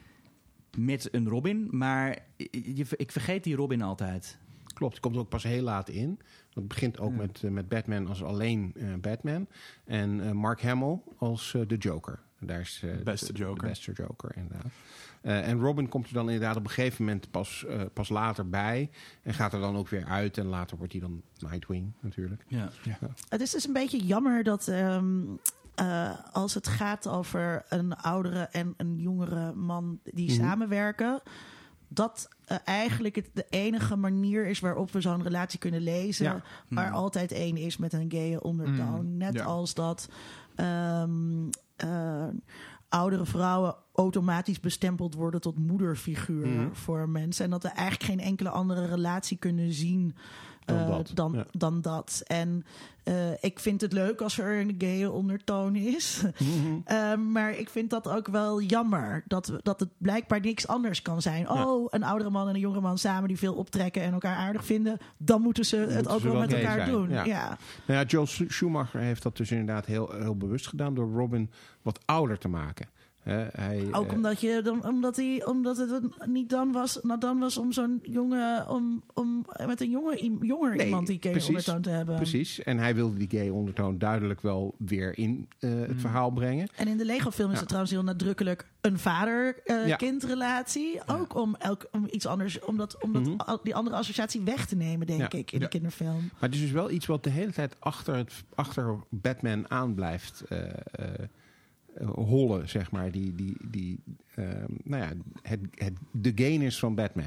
Met een Robin, maar je, ik vergeet die Robin altijd. Klopt, die komt er ook pas heel laat in. Het begint ook Ja. met, uh, met Batman als alleen uh, Batman. En uh, Mark Hamill als uh, de Joker. Daar is uh, Beste de, Joker. De beste Joker, inderdaad. Uh, en Robin komt er dan inderdaad op een gegeven moment pas, uh, pas later bij. En gaat er dan ook weer uit. En later wordt hij dan Nightwing natuurlijk. Ja. het is dus een beetje jammer dat... Um, uh, als het gaat over een oudere en een jongere man die Mhm. samenwerken... dat uh, eigenlijk het de enige manier is waarop we zo'n relatie kunnen lezen... Ja. waar Mm. altijd één is met een gaye ondertoon. Mm, Net ja. als dat um, uh, oudere vrouwen automatisch bestempeld worden tot moederfiguur Mhm. voor mensen. En dat we eigenlijk geen enkele andere relatie kunnen zien... Dan Uh, dat, dan, ja. dan dat. En uh, ik vind het leuk als er een gay ondertoon is. Uh, maar ik vind dat ook wel jammer. Dat, dat het blijkbaar niks anders kan zijn. Ja. Oh, een oudere man en een jongere man samen die veel optrekken en elkaar aardig vinden. Dan moeten ze het moeten ook ze wel wel met gay elkaar zijn, doen. ja. Ja. Nou ja, Joel Schumacher heeft dat dus inderdaad heel, heel bewust gedaan... door Robin wat ouder te maken. Hè, hij, Ook uh, omdat, je dan, omdat, hij, omdat het een- niet dan was, nou dan was om zo'n jonge, om, om met een jonge, jonger Nee, iemand die gay precies, ondertoon te hebben. Precies, en hij wilde die gay ondertoon duidelijk wel weer in uh, het Mm. verhaal brengen. En in de Lego-film is Ja. het trouwens heel nadrukkelijk een vader-kindrelatie. Ja. Ook om, elk, om iets anders, om, dat, om dat, Mhm. al- die andere associatie weg te nemen, denk Ja. ik, in Ja. de kinderfilm. Maar het is dus wel iets wat de hele tijd achter, het, achter Batman aan blijft uh, uh, uh, hollen, zeg maar. Die, die, die, uh, nou ja, het, het, de gayness van Batman.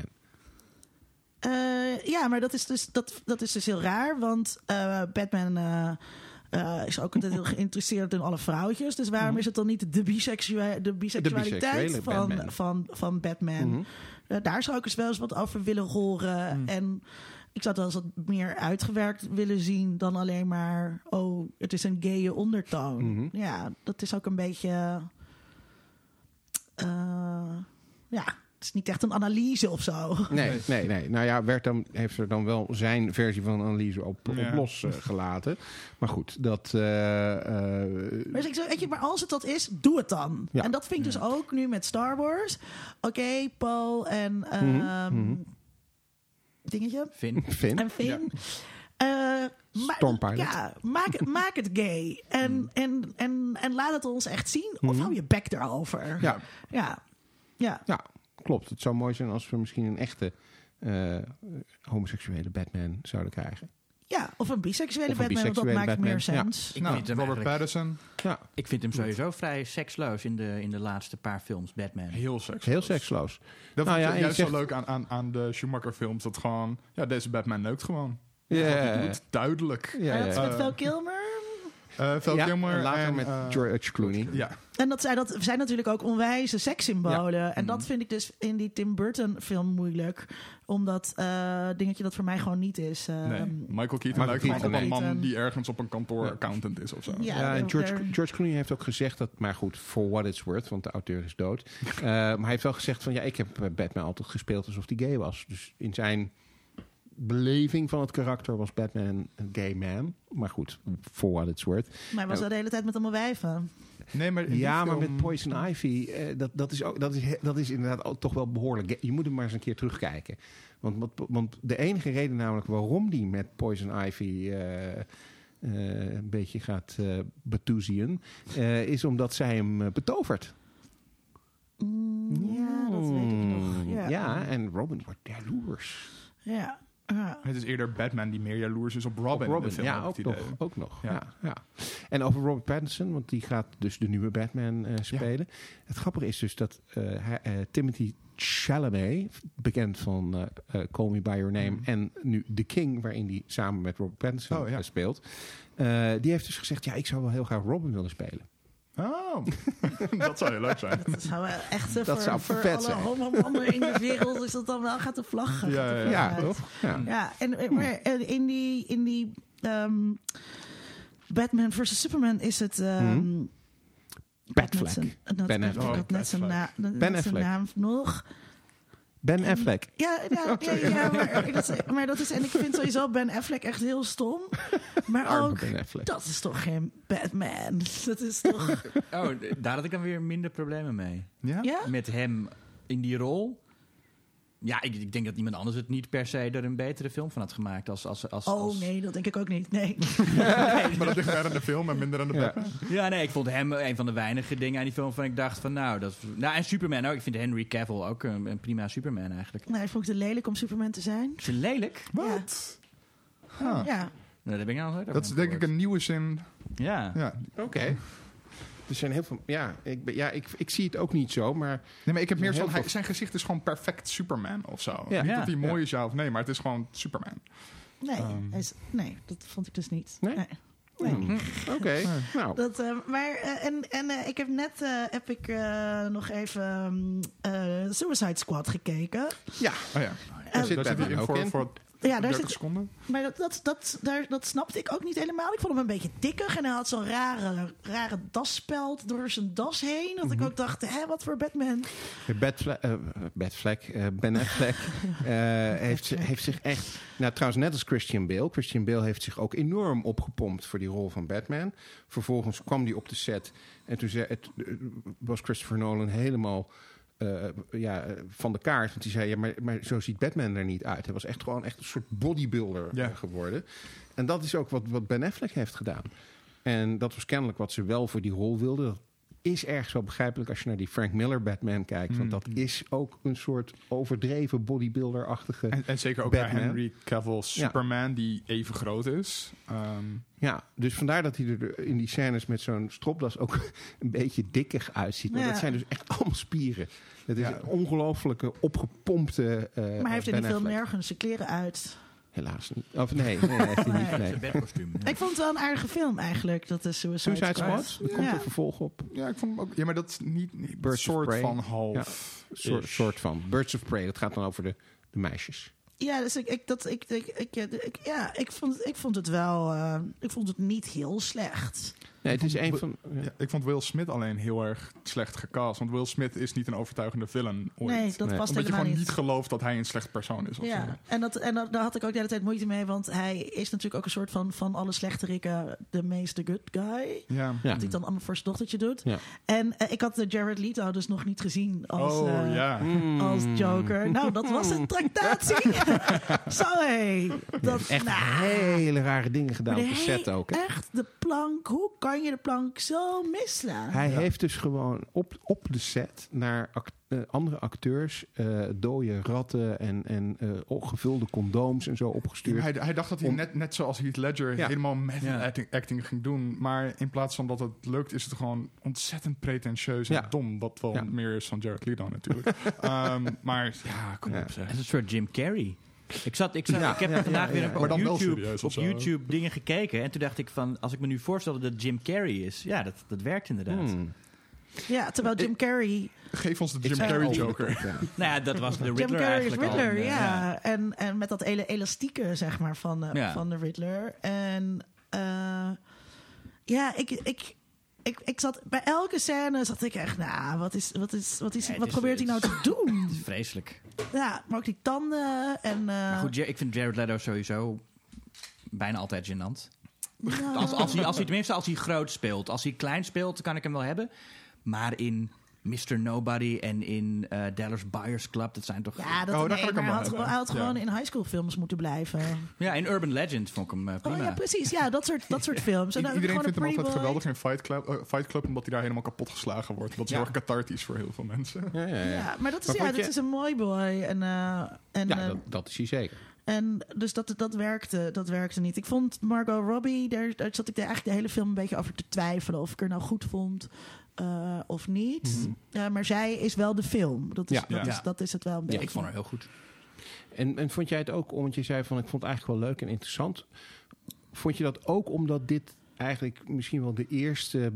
Uh, ja, maar dat is dus, dat, dat is dus heel raar, want uh, Batman... Uh, Uh, is ook altijd heel geïnteresseerd in alle vrouwtjes. Dus waarom Mhm. is het dan niet de, biseksuele, de biseksualiteit biseksuele van, Batman. van, van Batman? Mhm. Uh, daar zou ik eens wel eens wat over willen horen. Mm. En ik zou het wel eens wat meer uitgewerkt willen zien dan alleen maar... oh, het is een gaye ondertoon. Mhm. Ja, dat is ook een beetje... uh, ja, het is niet echt een analyse of zo. Nee, nee, nee. Nou ja, Wertham heeft er dan wel zijn versie van een analyse op, op Ja. los uh, gelaten. Maar goed, dat... Uh, uh, Maar, dus ik zeg, weet je, maar als het dat is, doe het dan. Ja. En dat vind ik dus ook nu met Star Wars. Oké, okay, Paul en... Um, Mhm, mhm. dingetje? Finn. Finn? En Finn. Ja. Uh, Ma- Stormpilot. Ja, maak, het- maak het gay. En, en, en, en laat het ons echt zien. Of Mhm. hou je bek erover. Ja, Ja. Ja. ja, klopt. Het zou mooi zijn als we misschien een echte eh, homoseksuele Batman zouden krijgen. Ja, of een biseksuele Of een Batman, want dat biseksuele maakt meer Batman, ja. sens. Ik Nou, vind hem Robert eigenlijk- Pattinson, Ja, Ik vind hem sowieso vrij seksloos in de, in de laatste paar films, Batman. heel seksloos. heel seksloos. Dat Nou vind ja, ik en juist je zo zegt- leuk aan, aan, aan de Schumacher films. Dat gewoon, ja, deze Batman neukt gewoon. Ja, Wat ja, hij ja. doet, duidelijk. Ja, En dat is ja. met Eh, Val Kilmer. Uh, Val Ja, Kilmer en later en, met eh, George Clooney. Ja, En dat zijn, dat zijn natuurlijk ook onwijze sekssymbolen. En dat vind ik dus in die Tim Burton film moeilijk. Omdat uh, dingetje dat voor mij gewoon niet is. Uh, nee. Michael Keaton Michael lijkt gewoon Keaton, op een nee. man die ergens op een kantoor Ja. accountant is of zo. Ja, Ja, en er- George, er- George Clooney heeft ook gezegd dat, maar goed, for what it's worth, want de auteur is dood. Uh, maar hij heeft wel gezegd van, ja, ik heb uh, Batman altijd gespeeld alsof hij gay was. Dus in zijn beleving van het karakter was Batman een gay man. Maar goed, for what it's worth. Maar hij was wel de hele tijd met allemaal wijven. Nee, maar in die Ja, maar film- met Poison Ivy, uh, dat, dat, is ook, dat, is, he- dat is inderdaad ook toch wel behoorlijk gay. Je moet hem maar eens een keer terugkijken. Want, want, want de enige reden namelijk waarom die met Poison Ivy uh, uh, een beetje gaat uh, betoezien, uh, is omdat zij hem uh, betovert. Mm, ja, dat weet ik nog. Ja, Ja, en Robin wordt jaloers. ja. ja. Het is eerder Batman die meer jaloers is op Robin. Op Robin, in de film, ja, heb ook ik nog, het idee. ook nog. Ja. Ja. Ja, En over Robert Pattinson, want die gaat dus de nieuwe Batman uh, spelen. Het grappige is dus dat uh, hij, uh, Timothy Chalamet, bekend van uh, uh, Call Me By Your Name, Mm. en nu The King, waarin hij samen met Robert Pattinson Oh, ja. uh, speelt. Uh, die heeft dus gezegd, ja, ik zou wel heel graag Robin willen spelen. Oh, dat zou heel leuk zijn. Dat zou wel echt uh, Dat voor, zou voor vet alle zijn. homomannen in de wereld is dat dan wel, gaat de vlag. gaat Ja, de ja, vlag Ja, uit. toch? Ja. Ja, en en- maar eh, in die, in die um, Batman versus Superman is het... Um, Hmm. Batfleck. Net zijn- dat- Ben ik Affleck. had net zijn, Oh, na, net Ben zijn Affleck. naam nog. Ben Affleck. Ja, ja, ja, ja maar, dat is, maar dat is... En ik vind sowieso Ben Affleck echt heel stom. Maar Arme ook... Ben Affleck. Dat is toch geen Batman? Dat is toch... Oh, d- daar had ik dan weer minder problemen mee. Ja? Ja? Met hem in die rol. Ja, ik, ik denk dat iemand anders het niet per se er een betere film van had gemaakt. Als, als, als, Oh als... nee, dat denk ik ook niet. Nee. Maar dat ligt meer aan de film en minder aan de Ja. Batman. Ja, nee, ik vond hem een van de weinige dingen aan die film van ik dacht van nou, dat... Nou, en Superman ook. Ik vind Henry Cavill ook een, een prima Superman eigenlijk. Nee, vond ik het lelijk om Superman te zijn. Is hij lelijk? Wat? Ah. Ja. Nou, daar ben ik nou nooit over Dat is denk ik een nieuwe zin. Ja. Ja. Oké. Er zijn heel veel... Ja, ik, ben- ja ik, ik zie het ook niet zo, maar... Nee, maar ik heb meer Heel zo'n... hij- veel- Zijn gezicht is gewoon perfect Superman of zo. Ja. Niet Ja. dat hij mooi Ja. is, ja of nee, maar het is gewoon Superman. Nee, Um. hij is, nee, dat vond ik dus niet. Nee? Nee. Hmm, Oké, nou... Dat, eh, maar, eh, en en eh, ik heb net eh, heb ik, eh, nog even mm, eh, Suicide Squad gekeken. Ja, Oh ja. daar Eh, zit Daar zit hij Batman in ook voor, in. voor Ja, daar dertig zit, seconden. maar dat, dat, dat, daar, dat snapte ik ook niet helemaal. Ik vond hem een beetje dikkig en hij had zo'n rare, rare dasspeld door zijn das heen. Dat ik ook dacht, hè, wat voor Batman? Batfleck, uh, Batfleck uh, Ben Affleck uh, heeft, heeft zich echt... Nou, trouwens, net als Christian Bale. Christian Bale heeft zich ook enorm opgepompt voor die rol van Batman. Vervolgens kwam hij op de set en toen zei, het, uh, was Christopher Nolan helemaal... Uh, ja, uh, van de kaart. Want die zei, ja, maar, maar zo ziet Batman er niet uit. Hij was echt gewoon echt een soort bodybuilder Ja. uh, geworden. En dat is ook wat, wat Ben Affleck heeft gedaan. En dat was kennelijk wat ze wel voor die rol wilden. Dat is ergens wel begrijpelijk als je naar die Frank Miller Batman kijkt. Want dat is ook een soort overdreven bodybuilder-achtige... En, en zeker ook Batman. bij Henry Cavill Superman, die even groot is. Um, Ja, dus vandaar dat hij er in die scènes met zo'n stropdas ook een beetje dikkig uitziet. Maar Ja. dat zijn dus echt allemaal spieren. Het is Ja. een ongelofelijke, opgepompte uh, Maar hij heeft in Ben die film Affleck. nergens zijn kleren uit. Helaas niet. Of nee, nee, heeft hij niet. Zijn Nee. bedkostuum. Ja. Ik vond het wel een aardige film eigenlijk, dat is Suicide, Suicide Squad. Squad, er komt Ja. een vervolg op. ja, ik vond hem ook... Ja, maar dat is niet, niet een Birds of soort Prey. van half. Een soort, soort van. Birds of Prey, dat gaat dan over de, de meisjes. Ja, dus ik, ik, dat, ik, ik, ik, ik, ja, ik, vond, ik vond het wel, uh, ik vond het niet heel slecht. Nee, het is vond een Wi- van... ja. Ja, ik vond Will Smith alleen heel erg slecht gecast. Want Will Smith is niet een overtuigende villain ooit. Nee, dat Nee. past Omdat je helemaal gewoon niet. niet gelooft dat hij een slecht persoon is. Of zo. Ja, en, dat, en dat, daar had ik ook de hele tijd moeite mee, want hij is natuurlijk ook een soort van van alle slechterikken de meeste good guy. Ja. Ja. Dat hij dan allemaal voor zijn dochtertje doet. Ja. En eh, ik had de Jared Leto dus nog niet gezien als, Oh, eh, ja. Mm. als Joker. Nou, dat was een tractatie. Zo hé. Dat Echt nou, hele rare dingen gedaan maar op de de set he- ook. Hè? Echt, de plank. Hoe kan je de plank zo misslaan? Hij heeft dus gewoon op, op de set naar act- eh, andere acteurs eh dode ratten en, en eh, gevulde condooms en zo opgestuurd. Hij, hij dacht dat hij Om- net, net zoals Heath Ledger Ja. helemaal method Ja. acting, acting ging doen. Maar in plaats van dat het lukt, is het gewoon ontzettend pretentieus en Ja. dom. Wat wel Ja. meer is van Jared Leto natuurlijk. Ehm, maar ja, kom Ja. op zeg. Het is een soort Jim Carrey. Ik, zat, ik, zat, Ja, ik heb ja, vandaag ja, weer ja. op, Maar dan wel YouTube, serieus of op zo. YouTube dingen gekeken. En toen dacht ik van, als ik me nu voorstel dat Jim Carrey is. Ja, dat, dat werkt inderdaad. Hmm. Ja, terwijl Jim Carrey... Geef ons de Ik Jim zei Carrey al- Joker. Ja. Nou ja, dat was de Riddler Jim Carrey is eigenlijk al. Riddler, En, eh, ja. En, en met dat hele elastieke, zeg maar, van, eh, Ja. van de Riddler. En eh, ja, ik, ik, ik, ik zat... Bij elke scène zat ik echt, nou, wat, is, wat, is, wat, is, Ja, het wat is- probeert hij nou het te doen? Het is vreselijk. Ja, maar ook die tanden en... eh, Maar goed, Ja- ik vind Jared Leto sowieso bijna altijd gênant. ja. Als, als, hij, als hij, tenminste als hij groot speelt. Als hij klein speelt, kan ik hem wel hebben. Maar in mister Nobody en in eh Dallas Buyers Club, dat zijn toch... Ja, dat, Oh, daar nee, kan ik maar hem hij wel had, gewoon- hebben. hij had Ja. gewoon in high school films moeten blijven. Ja, in Urban Legend vond ik hem eh, prima. Oh ja, precies. Ja, dat soort, dat soort films. En I- dan Iedereen gewoon vindt hem een altijd Pretty Boy. geweldig in Fight Club, eh, Fight Club, omdat hij daar helemaal kapot geslagen wordt. Dat is Ja. heel erg cathartisch voor heel veel mensen. Ja, ja, ja. Ja, maar dat is, Maar ja, vond dat je- is een mooi boy. En, eh, en, Ja, eh, dat, dat is hij zeker. en dus dat, dat, werkte, dat werkte niet. Ik vond Margot Robbie, daar, daar zat ik de, eigenlijk de hele film een beetje over te twijfelen. Of ik er nou goed vond uh, of niet. Mhm. Uh, maar zij is wel de film. Dat is, Ja. dat, Ja. Is, dat is het wel een Ja, beetje. ik vond haar heel goed. En, en vond jij het ook, omdat je zei van ik vond het eigenlijk wel leuk en interessant. Vond je dat ook omdat dit eigenlijk misschien wel de eerste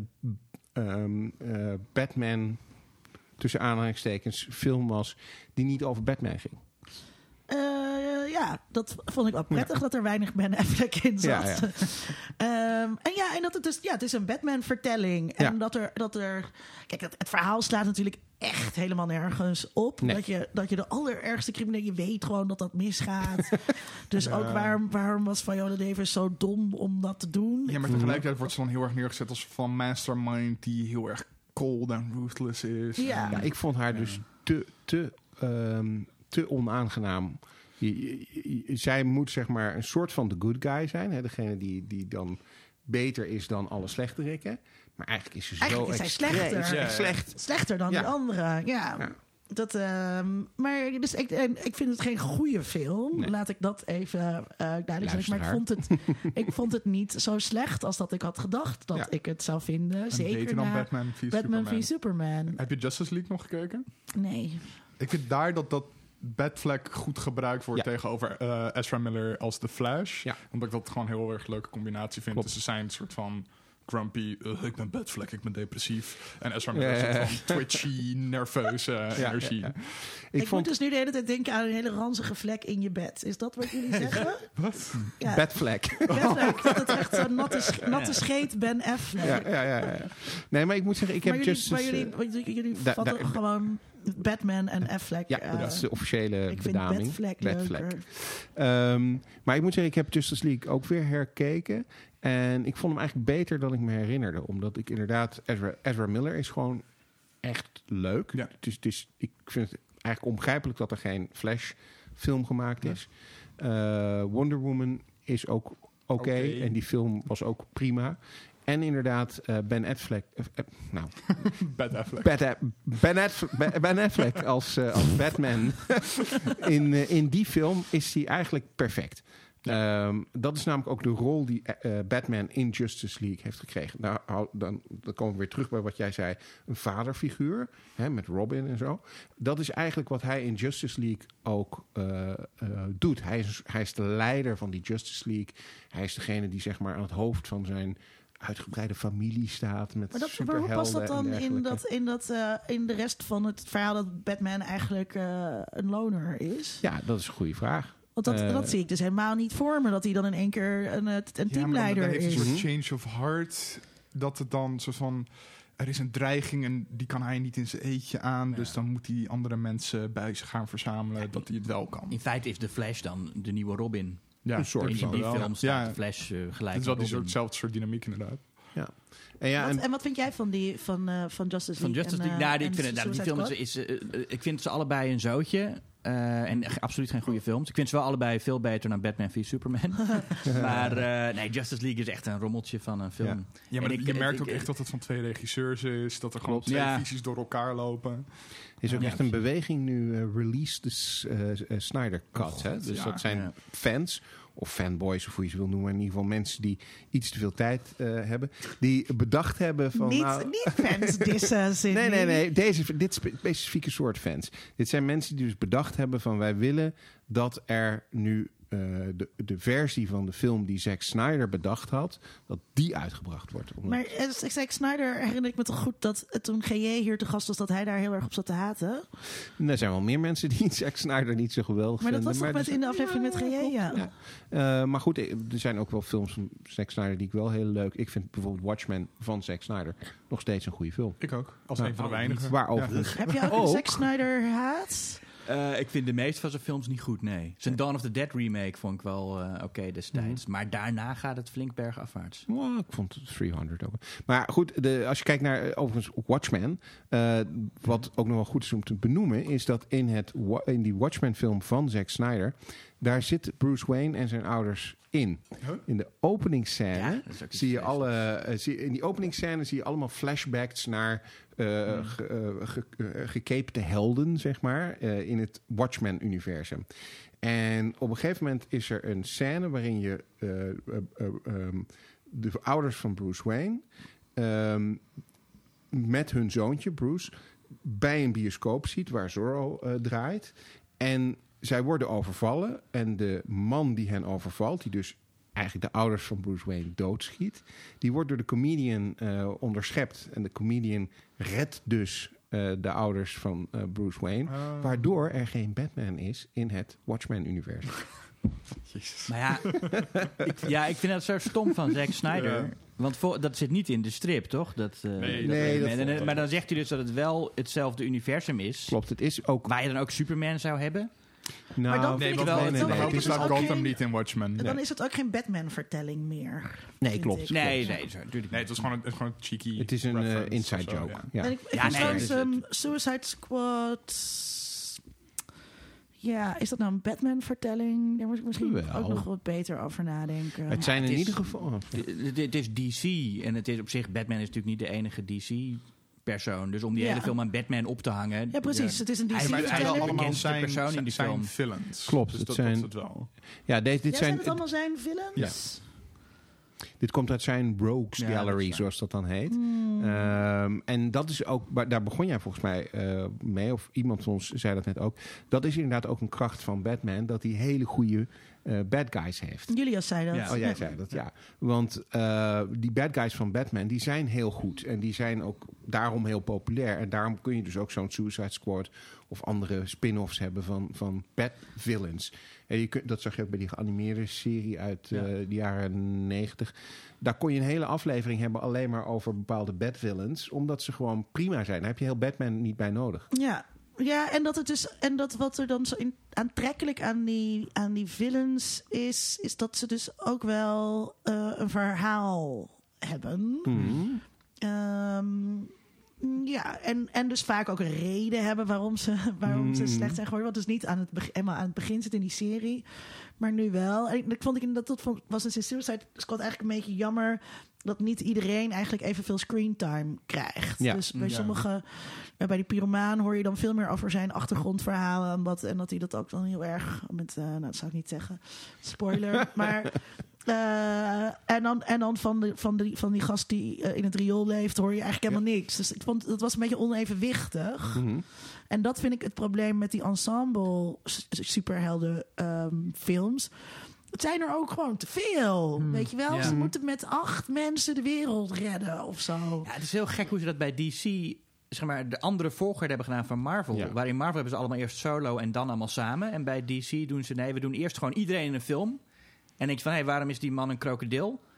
um, uh, Batman, tussen aanhalingstekens, film was die niet over Batman ging? Uh, ja, dat vond ik wel prettig dat er weinig Ben Affleck in zat. Ja, ja. um, en ja, en dat het dus, ja, het is een Batman-vertelling. En Ja. dat er, dat er, kijk, het, het verhaal slaat natuurlijk echt helemaal nergens op. Nee. Dat, je, dat je de allerergste crimineel, je weet gewoon dat dat misgaat. Dus Ja. ook waarom, waarom was Viola Davis zo dom om dat te doen? Ja, maar tegelijkertijd wordt ze dan heel erg neergezet als van mastermind die heel erg cold en ruthless is. Ja. En- Ja, ik vond haar dus te, te, um, te onaangenaam. Je, je- je- zij moet zeg maar een soort van de good guy zijn. Hè? Degene die, die dan beter is dan alle slechterikken. Maar eigenlijk is ze zo Eigenlijk is zij extreem slechter. Ja, ja. slecht. Slechter dan Ja. die andere, ja. Ja. Dat, ehm, maar dus ik, en ik vind het geen goede film. Nee. Laat ik dat even uh, duidelijk zeggen. Maar ik vond, het, ik vond het niet zo slecht als dat ik had gedacht dat Ja. ik het zou vinden. en Zeker beter dan na Batman v Batman Superman. v Superman. Heb je Justice League nog gekeken? Nee. Ik vind daar dat dat Batfleck goed gebruikt wordt Ja. tegenover uh, Ezra Miller als The Flash. Ja. Omdat ik dat gewoon een heel erg leuke combinatie vind. Klopt. Dus ze zijn een soort van grumpy, uh, ik ben Batfleck, ik ben depressief. En Ezra Ja, Miller is ja, een ja. soort van twitchy, nerveuze Ja, energie. ja, ja. Ik, Ik vond moet dus nu de hele tijd denken aan een hele ranzige vlek in je bed. Is dat wat jullie zeggen? Wat? Ja, Batfleck. Batfleck, dat het echt zo'n natte, sch- natte scheet Ben Affleck. Ja, ja, ja, ja. Nee, maar ik moet zeggen, ik maar heb jullie, Justice... maar jullie, eh, maar jullie, jullie da- vatten da- gewoon Batman en Affleck. ja, eh, dat is de officiële ik vind benaming. Batfleck Batfleck. leuker. Ehm, maar ik moet zeggen, ik heb Justice League ook weer herkeken. En ik vond hem eigenlijk beter dan ik me herinnerde. Omdat ik inderdaad... Ezra, Ezra Miller is gewoon echt leuk. Ja. Het is, het is, ik vind het eigenlijk onbegrijpelijk dat er geen Flash film gemaakt is. Eh, Wonder Woman is ook oké. Oké. En die film was ook prima. En inderdaad, eh, Ben Affleck... eh, eh, nou, Bat Affleck. Ben, A- ben, Affleck, Ben Affleck als, uh, als Batman in, uh, in die film is hij eigenlijk perfect. Um, dat is namelijk ook de rol die uh, Batman in Justice League heeft gekregen. Nou, hou- dan, dan komen we weer terug bij wat jij zei. Een vaderfiguur, hè, met Robin en zo. Dat is eigenlijk wat hij in Justice League ook uh, uh, doet. Hij is, hij is de leider van die Justice League. Hij is degene die zeg maar aan het hoofd van zijn uitgebreide familie staat met Maar, dat, maar hoe past dat dan in, dat, in, dat, uh, in de rest van het verhaal dat Batman eigenlijk uh, een loner is? Ja, dat is een goede vraag. Want dat, Uh, dat zie ik dus helemaal niet voor me. Dat hij dan in één keer een, een Ja, maar dan, teamleider dan heeft hij is. een soort Mhm. change of heart. dat het dan soort van... Er is een dreiging en die kan hij niet in zijn eentje aan. Ja. Dus dan moet hij andere mensen bij zich gaan verzamelen... Ja, dat hij het wel kan. In feite is de Flash dan de nieuwe Robin. Ja, een soort In van die wel. film staat Ja, de Flash uh, gelijk het is wel aan die Robin. soort, hetzelfde soort dynamiek inderdaad. Ja. En ja, Wat, en, en wat vind jij van, die, van, uh, van Justice Van League? Justice en, League, uh, nou, die- en ik vind, het- nou, die Suicide film is, Squad? is uh, ik vind ze allebei een zootje. Uh, en g- absoluut geen goede films. Ik vind ze wel allebei veel beter dan Batman v Superman. maar uh, nee, Justice League is echt een rommeltje van een film. Ja. Ja, maar En ik- je ik- merkt ik- ook ik- echt dat het van twee regisseurs is. Dat er gewoon Klopt. twee Ja. visies door elkaar lopen. is ook Ja, echt een beweging nu, uh, release de S- uh, uh, Snyder Cut. Oh, hè? God, Dus ja. dat zijn Ja. fans... of fanboys, of hoe je ze wil noemen... in ieder geval mensen die iets te veel tijd uh, hebben... die bedacht hebben van... Niet, nou, niet fans dissen, Sydney. Nee, nee, nee. Deze, dit spe- specifieke soort fans. Dit zijn mensen die dus bedacht hebben van... wij willen dat er nu uh, de, de versie van de film die Zack Snyder bedacht had... dat die uitgebracht wordt. Omdat- Maar eh, Zack Snyder herinner ik me toch goed dat uh, toen G J hier te gast was... dat hij daar heel erg op zat te haten. Er zijn wel meer mensen die Zack Snyder niet zo geweldig Maar dat vinden. was toch met er in de aflevering met G J, ja. klopt, ja. Uh, maar goed, er zijn ook wel films van Zack Snyder die ik wel heel leuk... Ik vind bijvoorbeeld Watchmen van Zack Snyder nog steeds een goede film. Ik ook. Als Nou, een van de oh, weinigen. Waar Ja. overigens... Heb je ook, Ook. een Zack Snyder haat? Uh, ik vind de meeste van zijn films niet goed, nee. Zijn Dawn of the Dead remake vond ik wel uh, oké okay destijds. Mhm. Maar daarna gaat het flink bergafwaarts. Oh, ik vond het driehonderd ook. Maar goed, de, als je kijkt naar uh, overigens Watchmen... Uh, wat ook nog wel goed is om te benoemen... is dat in, het, wa- in die Watchmen-film van Zack Snyder... daar zit Bruce Wayne en zijn ouders in. Huh? In de openingsscène Ja, dat is ook iets zie je vreselijks. alle... Uh, zie, in die openingsscène zie je allemaal flashbacks naar... Uh, Hmm. ge, uh, ge, uh, gekepte helden, zeg maar... Uh, in het Watchmen-universum. En op een gegeven moment is er een scène... waarin je uh, uh, uh, um, de ouders van Bruce Wayne... Um, met hun zoontje, Bruce... bij een bioscoop ziet waar Zorro uh, draait. En zij worden overvallen. En de man die hen overvalt... die dus eigenlijk de ouders van Bruce Wayne doodschiet... die wordt door de comedian uh, onderschept. En de comedian redt dus uh, de ouders van uh, Bruce Wayne... Uh, waardoor er geen Batman is in het Watchmen-universum. Jezus. Maar ja, ik, ja, ik vind dat zo stom van Zack Snyder. Ja. Want voor, dat zit niet in de strip, toch? Dat, uh, Nee, dat nee, weet dat ik niet. En, vond- maar dan zegt hij dus dat het wel hetzelfde universum is. Klopt, het is ook... Waar je dan ook Superman zou hebben. Nou, Maar dan Nee, vind want ik wel- nee, nee, nee, nee, nee, het is staat ook Gotham geen- niet in Watchmen. Dan Nee, is het ook geen Batman-vertelling meer. nee, vind klopt. ik. Nee, nee, zo, natuurlijk nee, het was gewoon een, het is gewoon een cheeky Het is een uh, reference inside of zo, joke. ja. Ja. En ik, ik Ja, vind nee, trouwens, dus um, Suicide Squad... Ja, is dat nou een Batman-vertelling? Daar moet ik misschien Wel. ook nog wat beter over nadenken. Het zijn het in is- ieder geval... Het, het is D C en het is op zich, Batman is natuurlijk niet de enige D C-persoon. Dus om die Ja. hele film aan Batman op te hangen... Ja, precies. Het is een Hij- Ja, maar het zijn wel Vertelling. allemaal bekendste zijn, persoon in zijn, die zijn film. villains. Klopt, Dus het dat, zijn- dat is het wel. Ja, deze, dit, Ja, zijn, zijn het allemaal zijn villains? dit komt uit zijn Rogues Ja, dat Gallery, is waar. zoals dat dan heet. Hmm. Ehm, en dat is ook, maar daar begon jij volgens mij uh, mee, of iemand van ons zei dat net ook. Dat is inderdaad ook een kracht van Batman, dat hij hele goede uh, bad guys heeft. Julius zei dat. Ja. Oh, jij zei dat, ja. Want uh, die bad guys van Batman, die zijn heel goed. En die zijn ook daarom heel populair. En daarom kun je dus ook zo'n Suicide Squad of andere spin-offs hebben van, van bad villains. En je kunt, dat zag je ook bij die geanimeerde serie uit uh, de jaren negentig. Daar kon je een hele aflevering hebben alleen maar over bepaalde bad villains. Omdat ze gewoon prima zijn. Daar heb je heel Batman niet bij nodig. Ja. Ja, en dat het dus en dat wat er dan zo in, aantrekkelijk aan die, aan die villains is, is dat ze dus ook wel uh, een verhaal hebben. Mm-hmm. Um, ja, en, en dus vaak ook een reden hebben waarom ze, waarom Mm. ze slecht zijn geworden. Wat dus niet aan het, begin, helemaal aan het begin zit in die serie, maar nu wel. En ik, ik vond ik dat dat vond, was dus in Suicide Squad eigenlijk een beetje jammer dat niet iedereen eigenlijk evenveel screentime krijgt. Ja. Dus bij Ja. sommige, bij die pyromaan hoor je dan veel meer over zijn achtergrondverhalen en wat en dat hij dat ook dan heel erg met, uh, nou dat zou ik niet zeggen, spoiler, maar. Uh, en dan, en dan van, de, van, de, van die gast die uh, in het riool leeft, hoor je eigenlijk helemaal niks. Dus ik vond dat was een beetje onevenwichtig. Mm-hmm. En dat vind ik het probleem met die ensemble s- superhelden um, films. Het zijn er ook gewoon te veel. Hmm. Weet je wel? Ja. Ze moeten met acht mensen de wereld redden of zo. Ja, het is heel gek hoe ze dat bij D C, zeg maar, de andere volgorde hebben gedaan van Marvel. Ja. Waarin Marvel hebben ze allemaal eerst solo en dan allemaal samen. En bij D C doen ze, nee, we doen eerst gewoon iedereen in een film. En denk je van, hé, hey, waarom is die man een krokodil?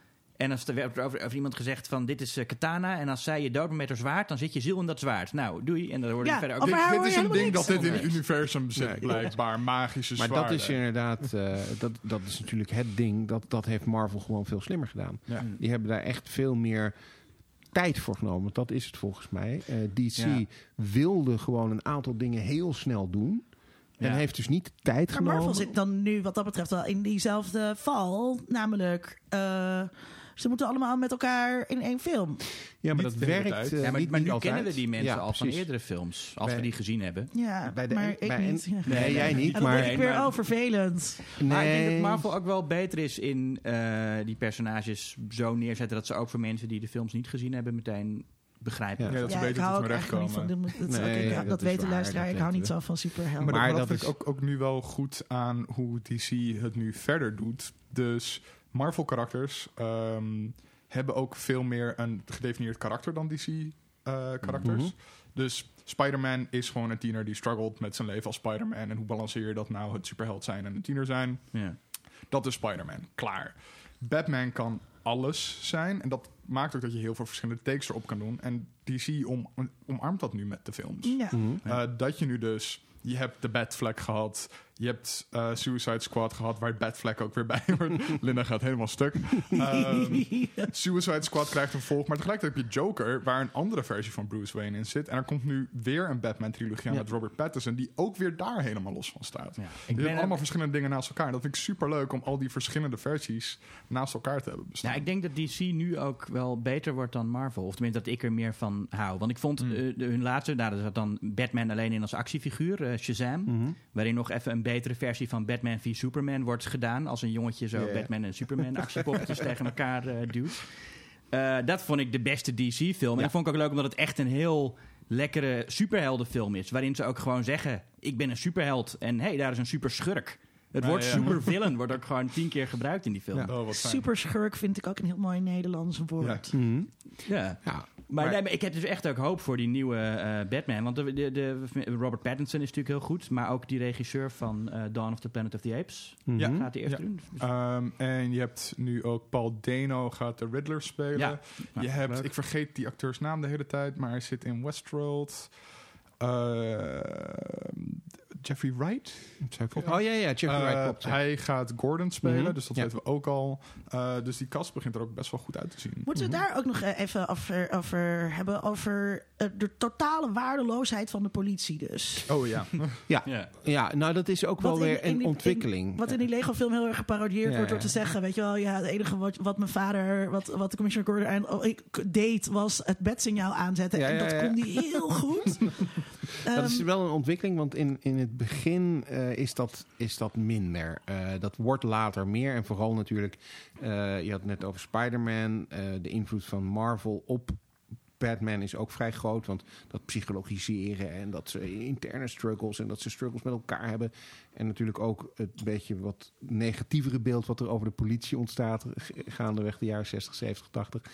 En als er werd over, over iemand gezegd van dit is uh, katana. En als zij je dood met haar zwaard, dan zit je ziel in dat zwaard. Nou, doei. En dan hoor je Ja, verder ook. of Dit- haar- Dit hoor is je een ding helemaal dat dit in niks. het universum zit, Nee, blijkbaar. Magische Maar zwaarden. dat is inderdaad, uh, dat, dat is natuurlijk het ding. Dat, dat heeft Marvel gewoon veel slimmer gedaan. Ja. Die hebben daar echt veel meer tijd voor genomen. Want dat is het volgens mij. Uh, D C Ja. wilde gewoon een aantal dingen heel snel doen. En Ja. heeft dus niet tijd Maar genomen. Marvel zit dan nu wat dat betreft wel in diezelfde val. Namelijk, uh, ze moeten allemaal met elkaar in één film. Ja, maar Niet dat de hele werkt tijd. uh, Ja, maar, niet, maar niet nu altijd. kennen we die mensen Ja, al van precies. eerdere films. Als Bij- we die gezien hebben. Ja, Bij de maar en- ik bij niet. en- Ja. Nee, Nee, jij nee. niet. En dan Maar denk ik weer, maar- oh, vervelend. Maar ik denk dat Nee. Marvel ook wel beter is in uh, die personages zo neerzetten... dat ze ook voor mensen die de films niet gezien hebben meteen begrijpen. Ja. Ja, dat ze Ja, ik weten hou dat ook ze eigenlijk niet van... terechtkomen. Dat, dat, Nee, ook, ja, dat dat is weet de waar, luisteraar. dat Ik hou weten niet we. zo van superhelden. Maar, Maar dat, dat vind ik is- ook, ook nu wel goed aan hoe D C het nu verder doet. Dus Marvel-karakters ehm, hebben ook veel meer een gedefinieerd karakter dan D C-karakters. Mhm. Dus Spider-Man is gewoon een tiener die struggelt met zijn leven als Spider-Man. En hoe balanceer je dat nou, het superheld zijn en een tiener zijn? Ja. Dat is Spider-Man. Klaar. Batman kan alles zijn. En dat maakt ook dat je heel veel verschillende takes erop kan doen. En D C om, omarmt dat nu met de films. Ja. Mhm. Uh, dat je nu dus... Je hebt de Batfleck gehad. Je hebt uh, Suicide Squad gehad, waar Batfleck ook weer bij wordt. Linda gaat helemaal stuk. Um, Suicide Squad krijgt een volg. Maar tegelijkertijd heb je Joker, waar een andere versie van Bruce Wayne in zit. En er komt nu weer een Batman-trilogie aan Ja. met Robert Pattinson... die ook weer daar helemaal los van staat. Ja. Je Ik hebt ben allemaal verschillende dingen naast elkaar. En dat vind ik super leuk om al die verschillende versies naast elkaar te hebben bestaan. Nou, ik denk dat D C nu ook wel beter wordt dan Marvel. Of tenminste dat ik er meer van hou. Want ik vond Mm. uh, de, hun laatste, nou, daar zat dan Batman alleen in als actiefiguur, uh, Shazam. Mhm. Waarin nog even een betere versie van Batman v Superman wordt gedaan. Als een jongetje zo Ja. Batman en Superman actiepoppetjes tegen elkaar uh, duwt. Uh, dat vond ik de beste D C-film. En Ja. ik vond ik ook leuk omdat het echt een heel lekkere superheldenfilm is. Waarin ze ook gewoon zeggen, ik ben een superheld. En hé, hey, daar is een superschurk. Het Ja, woord ja. supervillain wordt ook gewoon tien keer gebruikt in die film. Ja. Ja. Oh, wat fijn. Superschurk vind ik ook een heel mooi Nederlands woord. Mhm. Ja. Ja. Maar, Maar- nee, maar ik heb dus echt ook hoop voor die nieuwe uh, Batman. Want de, de, de, Robert Pattinson is natuurlijk heel goed. Maar ook die regisseur van uh, Dawn of the Planet of the Apes Mhm. Ja. gaat die eerst Ja. doen. Um, en je hebt nu ook Paul Dano gaat de Riddler spelen. Ja. Je Ja, hebt, leuk. ik vergeet die acteursnaam de hele tijd, maar hij zit in Westworld. Uh, Jeffrey Wright. Oh ja, ja, Jeffrey Uh, Wright klopt. Ja. Hij gaat Gordon spelen, Mhm. dus dat Ja. weten we ook al. Uh, dus die cast begint er ook best wel goed uit te zien. Moeten we daar ook nog eh, even over, over hebben? Over eh, de totale waardeloosheid van de politie dus. Oh ja. Ja. Ja. Ja, nou dat is ook wel Wat in- weer in een die- ontwikkeling. Wat in die Lego-film heel erg geparodieerd Ja, wordt door ja. te zeggen, weet je wel, ja, het enige wat, wat mijn vader, wat, wat de commissioner Gordon aan- oh, ik deed, was het bedsignaal aanzetten. Ja, en ja, dat ja. kon hij heel goed. Dat is Ehm, wel een ontwikkeling, want in, in het begin uh, is, dat, is dat minder. Uh, dat wordt later meer. En vooral natuurlijk, uh, je had het net over Spider-Man. Uh, de invloed van Marvel op Batman is ook vrij groot. Want dat psychologiseren en dat ze interne struggles en dat ze struggles met elkaar hebben. En natuurlijk ook het beetje wat negatievere beeld wat er over de politie ontstaat gaandeweg de jaren zestig, zeventig, tachtig.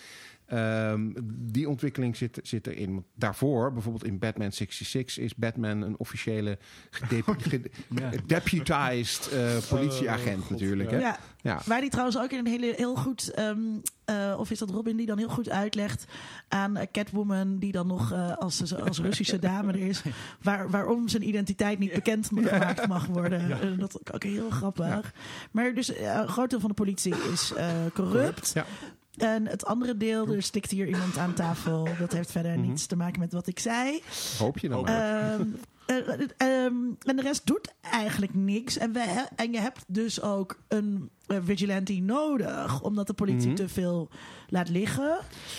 Um, die ontwikkeling zit, zit erin. Want daarvoor, bijvoorbeeld in Batman zesenzestig, is Batman een officiële gedep- gede- Ja. deputized uh, politieagent Oh, God, natuurlijk. ja. Hè? ja, Ja. waar die trouwens ook in een hele heel goed, ehm, uh, of is dat Robin die dan heel goed uitlegt aan uh, Catwoman, die dan nog uh, als, als Russische dame er is, waar, waarom zijn identiteit niet bekend gemaakt mag worden. Ja. Uh, dat is ook heel grappig. Ja. Maar dus uh, een groot deel van de politie is uh, corrupt. Ja. En het andere deel, er stikt hier iemand aan tafel. Dat heeft verder mm-hmm. niets te maken met wat ik zei. Hoop je dan maar. Um, uh, um, en de rest doet eigenlijk niks. En, we he- en je hebt dus ook een uh, vigilante nodig, omdat de politie mm-hmm. te veel laat liggen.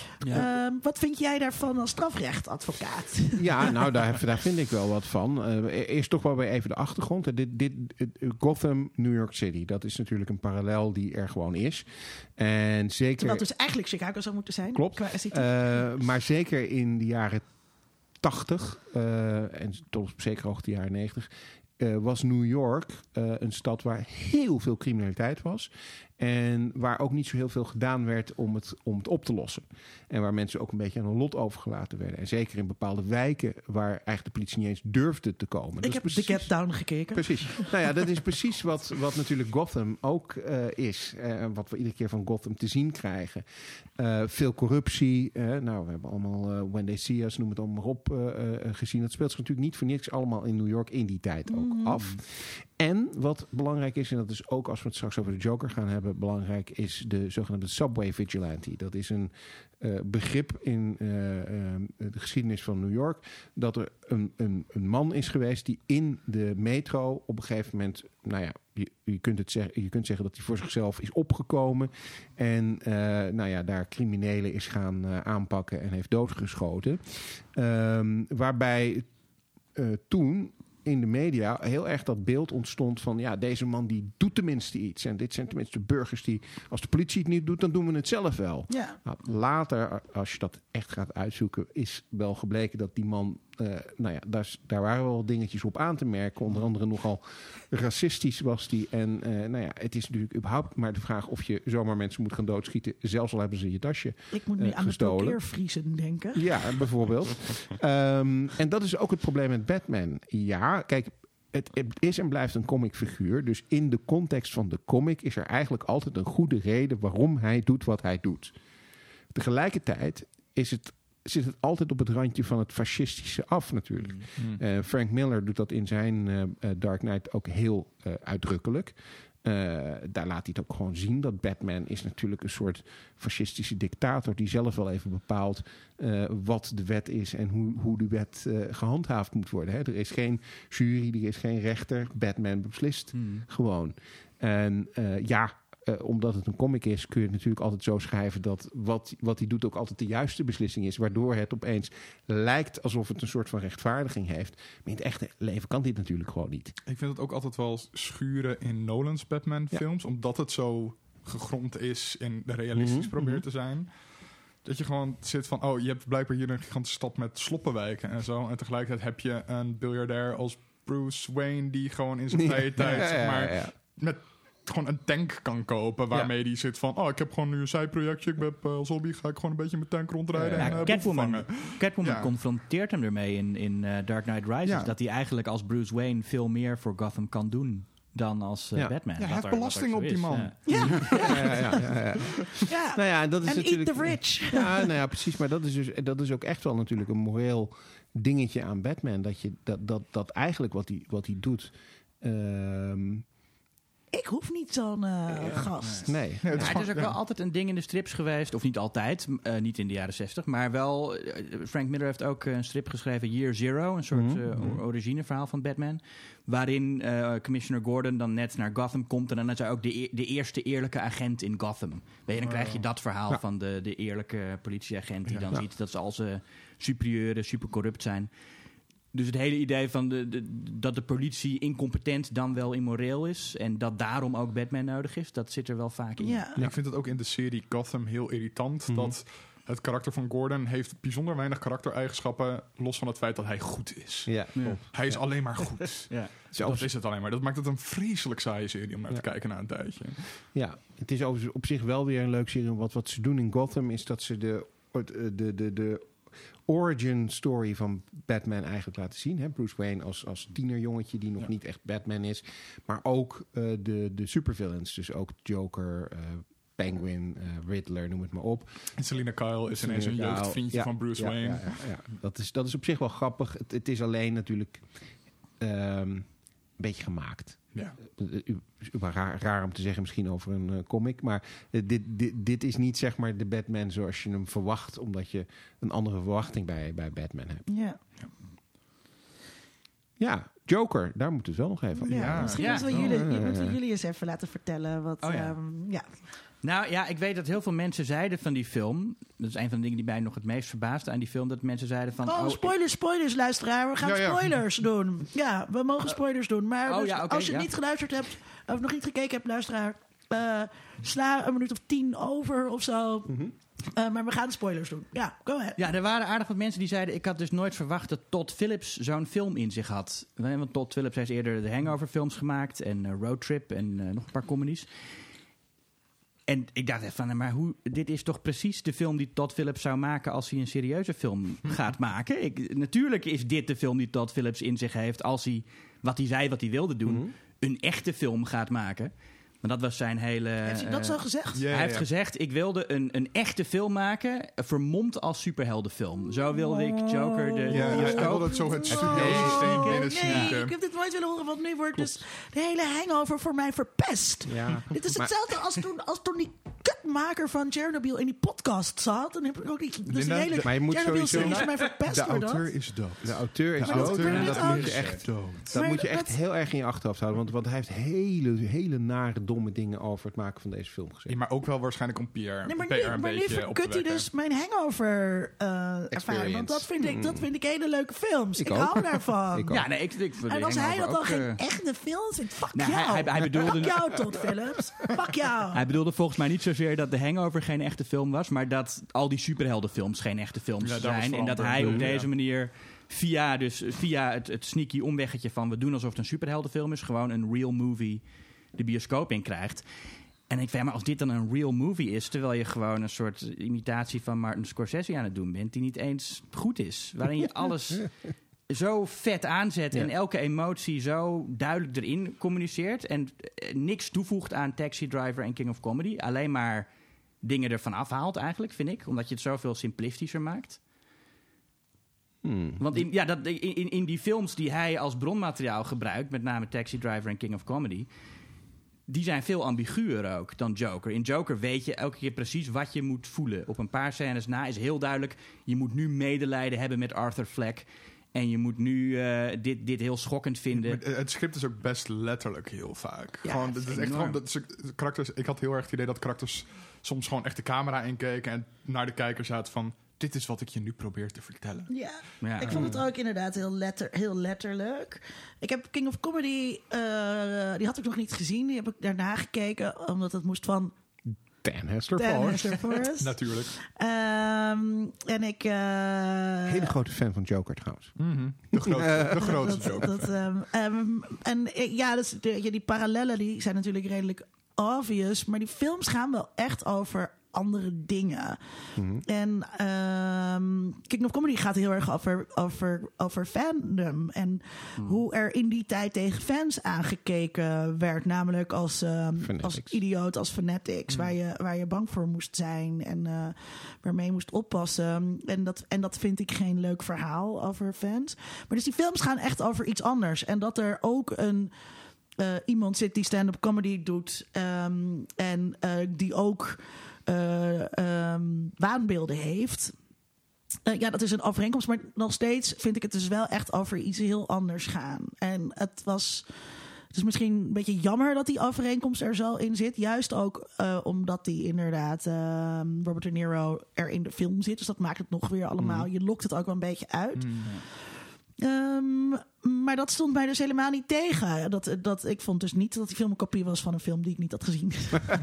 Ja. Um, wat vind jij daarvan als strafrechtadvocaat? Ja, nou, daar, daar vind ik wel wat van. Uh, eerst toch wel weer even de achtergrond. Uh, dit, dit, uh, Gotham, New York City. Dat is natuurlijk een parallel die er gewoon is. En zeker... Terwijl het dus eigenlijk Chicago zou moeten zijn. Klopt. Uh, maar zeker in de jaren tachtig uh, en tot op zekere hoogte de jaren negentig... Uh, was New York uh, een stad waar heel veel criminaliteit was. En waar ook niet zo heel veel gedaan werd om het, om het op te lossen. En waar mensen ook een beetje aan hun lot overgelaten werden. En zeker in bepaalde wijken waar eigenlijk de politie niet eens durfde te komen. Dat Ik is heb precies, The Get Down gekeken. Precies. Nou ja, dat is precies wat, wat natuurlijk Gotham ook uh, is. Uh, wat we iedere keer van Gotham te zien krijgen. Uh, veel corruptie. Uh, nou, we hebben allemaal uh, When They See Us, noem het allemaal maar op, uh, uh, gezien. Dat speelt zich natuurlijk niet voor niks allemaal in New York in die tijd ook Mm. af. En wat belangrijk is, en dat is ook als we het straks over de Joker gaan hebben, belangrijk is de zogenaamde subway vigilante. Dat is een uh, begrip in uh, uh, de geschiedenis van New York, dat er een, een, een man is geweest die in de metro op een gegeven moment, nou ja, je, je, kunt, het zeggen, je kunt zeggen dat hij voor zichzelf is opgekomen en uh, nou ja, daar criminelen is gaan uh, aanpakken en heeft doodgeschoten. Um, waarbij uh, toen in de media heel erg dat beeld ontstond van, ja, deze man die doet tenminste iets. En dit zijn tenminste burgers die, als de politie het niet doet, dan doen we het zelf wel. Ja. Nou, later, als je dat echt gaat uitzoeken, is wel gebleken dat die man, uh, nou ja, daar, daar waren wel dingetjes op aan te merken. Onder andere nogal racistisch was die. En uh, nou ja, het is natuurlijk überhaupt maar de vraag of je zomaar mensen moet gaan doodschieten, zelfs al hebben ze je tasje Ik moet nu uh, aan gestolen. de Tokeervriezen denken. Ja, bijvoorbeeld. um, en dat is ook het probleem met Batman. Ja, kijk, het, het is en blijft een comicfiguur. Dus in de context van de comic is er eigenlijk altijd een goede reden waarom hij doet wat hij doet. Tegelijkertijd is het, zit het altijd op het randje van het fascistische af natuurlijk. Mm. Uh, Frank Miller doet dat in zijn uh, Dark Knight ook heel uh, uitdrukkelijk. Uh, daar laat hij het ook gewoon zien. Dat Batman is natuurlijk een soort fascistische dictator die zelf wel even bepaalt uh, wat de wet is en hoe, hoe de wet uh, gehandhaafd moet worden. Hè. Er is geen jury, er is geen rechter. Batman beslist Hmm. gewoon. En uh, ja, uh, omdat het een comic is, kun je het natuurlijk altijd zo schrijven dat wat, wat hij doet ook altijd de juiste beslissing is. Waardoor het opeens lijkt alsof het een soort van rechtvaardiging heeft. Maar in het echte leven kan dit natuurlijk gewoon niet. Ik vind het ook altijd wel schuren in Nolan's Batman-films, ja. Omdat het zo gegrond is en realistisch Mm-hmm. probeert te zijn. Dat je gewoon zit van, oh, je hebt blijkbaar hier een gigantische stad met sloppenwijken en zo. En tegelijkertijd heb je een biljardair als Bruce Wayne die gewoon in zijn vrije Ja, tijd, ja, ja, zeg maar, ja, ja. met gewoon een tank kan kopen waarmee Ja. die zit van, oh, ik heb gewoon nu een zijprojectje, ik ben uh, als hobby, ga ik gewoon een beetje mijn tank rondrijden Ja, en Ja, uh, Catwoman, boeven vangen. Catwoman Ja. confronteert hem ermee in, in uh, Dark Knight Rises. Ja. Dat hij eigenlijk als Bruce Wayne veel meer voor Gotham kan doen dan als uh, Ja. Batman. Ja, hij Wat heeft er- wat belasting er op zo die is, man. ja. Ja, Ja, ja, ja, ja. ja. Nou ja, dat is En eat natuurlijk. the rich. Ja, nou ja, precies. Maar dat is dus dat is ook echt wel natuurlijk een moreel dingetje aan Batman. Dat je dat dat, dat eigenlijk wat hij wat hij doet. Um, Ik hoef niet zo'n uh, gast. nee. Ja, het Ja, is het gewoon- is ook ja. wel altijd een ding in de strips geweest, of niet altijd, uh, niet in de jaren zestig, maar wel, uh, Frank Miller heeft ook een strip geschreven, Year Zero, een soort Mhm. uh, o- origineverhaal van Batman, waarin uh, Commissioner Gordon dan net naar Gotham komt en dan is hij ook de, e- de eerste eerlijke agent in Gotham. Weet je, dan krijg je dat verhaal Ja. van de, de eerlijke politieagent die Ja. dan Ja. ziet dat ze al zijn superieuren super corrupt zijn. Dus het hele idee van de, de, dat de politie incompetent dan wel immoreel is en dat daarom ook Batman nodig is, dat zit er wel vaak in. Ja. Ik vind het ook in de serie Gotham heel irritant Mhm. dat het karakter van Gordon heeft bijzonder weinig karaktereigenschappen, los van het feit dat hij goed is. Ja, Ja. klopt. Hij is alleen maar goed. Ja. Zelfs- Dat is het alleen maar. Dat maakt het een vreselijk saaie serie om naar Ja. te kijken na een tijdje. Ja, het is overigens op zich wel weer een leuk serie. Wat, wat ze doen in Gotham is dat ze de, de, de, de, de origin story van Batman eigenlijk laten zien. Hè? Bruce Wayne als, als tienerjongetje die nog Ja. niet echt Batman is. Maar ook uh, de, de supervillains. Dus ook Joker, uh, Penguin, uh, Riddler, noem het maar op. En Selina Kyle is ineens een Ja, jeugdvriendje ja, van Bruce ja, Wayne. Ja, ja, ja. Dat, is, dat is op zich wel grappig. Het, het is alleen natuurlijk um, een beetje gemaakt. Ja. Uh, raar, raar om te zeggen misschien over een uh, comic. Maar uh, dit, dit, dit is niet zeg maar de Batman zoals je hem verwacht. Omdat je een andere verwachting bij, bij Batman hebt. Ja. Ja, Joker. Daar moeten we het wel nog even over. Ja, Ja. misschien Ja. moeten, we jullie, Oh, ja, ja, moeten we ja. jullie eens even laten vertellen wat. Oh, ja. ehm, ja. Nou ja, ik weet dat heel veel mensen zeiden van die film. Dat is een van de dingen die mij nog het meest verbaasde aan die film. Dat mensen zeiden van... Oh, spoilers, spoilers, luisteraar. We gaan Ja, ja. spoilers doen. Ja, we mogen spoilers doen. Maar oh, dus ja, oké, als je ja. niet geluisterd hebt, of nog niet gekeken hebt, luisteraar, uh, sla een minuut of tien over of zo. Mm-hmm. Uh, maar we gaan spoilers doen. Ja, go ahead. Ja, er waren aardig wat mensen die zeiden... ik had dus nooit verwacht dat Todd Phillips zo'n film in zich had. Want Todd Phillips heeft eerder de Hangover films gemaakt... en uh, Road Trip en uh, nog een paar comedies. En ik dacht even van, maar hoe, dit is toch precies de film die Todd Phillips zou maken als hij een serieuze film gaat maken. Ik, natuurlijk is dit de film die Todd Phillips in zich heeft als hij, wat hij zei, wat hij wilde doen, mm-hmm. een echte film gaat maken. Maar dat was zijn hele... Heeft hij dat uh, zo gezegd? Yeah, hij heeft yeah. gezegd, ik wilde een, een echte film maken, vermomd als superheldenfilm. Zo wilde ik Joker de Ja, hij wilde het zo het superheldensysteem binnen sneaken. Nee, ik heb dit nooit willen horen, want nu wordt dus de hele hangover voor mij verpest. Ja. Dit is Maar- hetzelfde als toen, als toen die kutmaker van Chernobyl in die podcast zat. Dan heb ik ook niet... Dus Linda, de hele de- maar je moet Chernobyl sowieso- serie is voor mij verpest De door dat. auteur is dood. De auteur is De dood. auteur En is dat dood. moet je echt, dood. dat Maar moet je echt dat- heel erg in je achterhoofd houden. Want, want hij heeft hele, hele nare, domme dingen over het maken van deze film gezegd. Ja, maar ook wel waarschijnlijk om P R, Nee, maar P R nu, een maar nu beetje op te verkut hij wekken. dus mijn hangover eh ervaring. Experience. Want dat vind, ik, dat vind ik hele leuke films. Ik Ik, ook. hou daarvan. Ik ook. Ja, nee, ik, ik En als hij dat dan ook, geen uh, echte film vindt, fuck Nou, jou. hij- hij- hij bedoelde- Fuck jou, Todd Phillips. Fuck jou. Hij bedoelde volgens mij niet zozeer dat The Hangover geen echte film was, maar dat al die superheldenfilms geen echte films Ja, dat was zijn. En dat vooral hij de- op deze ja. manier via, dus, via het, het sneaky omweggetje van we doen alsof het een superheldenfilm is, gewoon een real movie de bioscoop in krijgt. En ik weet maar als dit dan een real movie is, terwijl je gewoon een soort imitatie van Martin Scorsese aan het doen bent, die niet eens goed is. Waarin je alles zo vet aanzet en Ja. elke emotie zo duidelijk erin communiceert. En eh, niks toevoegt aan Taxi Driver en King of Comedy. Alleen maar dingen ervan afhaalt eigenlijk, vind ik. Omdat je het zoveel simplistischer maakt. Hmm. Want in, ja, dat, in, in, in die films die hij als bronmateriaal gebruikt, met name Taxi Driver en King of Comedy, die zijn veel ambiguurder ook dan Joker. In Joker weet je elke keer precies wat je moet voelen. Op een paar scènes na is heel duidelijk, je moet nu medelijden hebben met Arthur Fleck. En je moet nu uh, dit, dit heel schokkend vinden. Maar het script is ook best letterlijk heel vaak. Ja, gewoon, het het is is echt enorm. gewoon, dat is, karakters, ik had heel erg het idee dat karakters soms gewoon echt de camera inkeken en naar de kijker zaten van, dit is wat ik je nu probeer te vertellen. Ja. Ja. Ik vond het ook inderdaad heel, letter, heel letterlijk. Ik heb King of Comedy, uh, die had ik nog niet gezien. Die heb ik daarna gekeken, omdat het moest van Dan Hester Dan Forrest. Hester Forrest. Natuurlijk. Um, en ik... Uh, Hele grote fan van Joker trouwens. Mm-hmm. De, grootste, de grootste dat, joke. dat, um, um, en uh, ja, dus de, ja, die parallellen die zijn natuurlijk redelijk obvious. Maar die films gaan wel echt over andere dingen. Mm-hmm. En um, King of Comedy gaat heel erg over, over, over fandom. En Mm. hoe er in die tijd tegen fans aangekeken werd. Namelijk als, um, als idioot, als fanatics. Mm. Waar, je, waar je bang voor moest zijn. En uh, waarmee je moest oppassen. En dat, en dat vind ik geen leuk verhaal over fans. Maar dus die films gaan echt over iets anders. En dat er ook een... Uh, iemand zit die stand-up comedy doet. Um, en uh, die ook... Uh, um, waanbeelden heeft. Uh, ja, dat is een overeenkomst. Maar nog steeds vind ik het dus wel echt over iets heel anders gaan. En het was... Het is misschien een beetje jammer dat die overeenkomst er zo in zit. Juist ook uh, omdat die inderdaad uh, Robert De Niro er in de film zit. Dus dat maakt het nog weer allemaal... Mm. Je lokt het ook wel een beetje uit. Mm. Um, maar dat stond mij dus helemaal niet tegen. Dat, dat, ik vond dus niet dat die film een kopie was van een film die ik niet had gezien.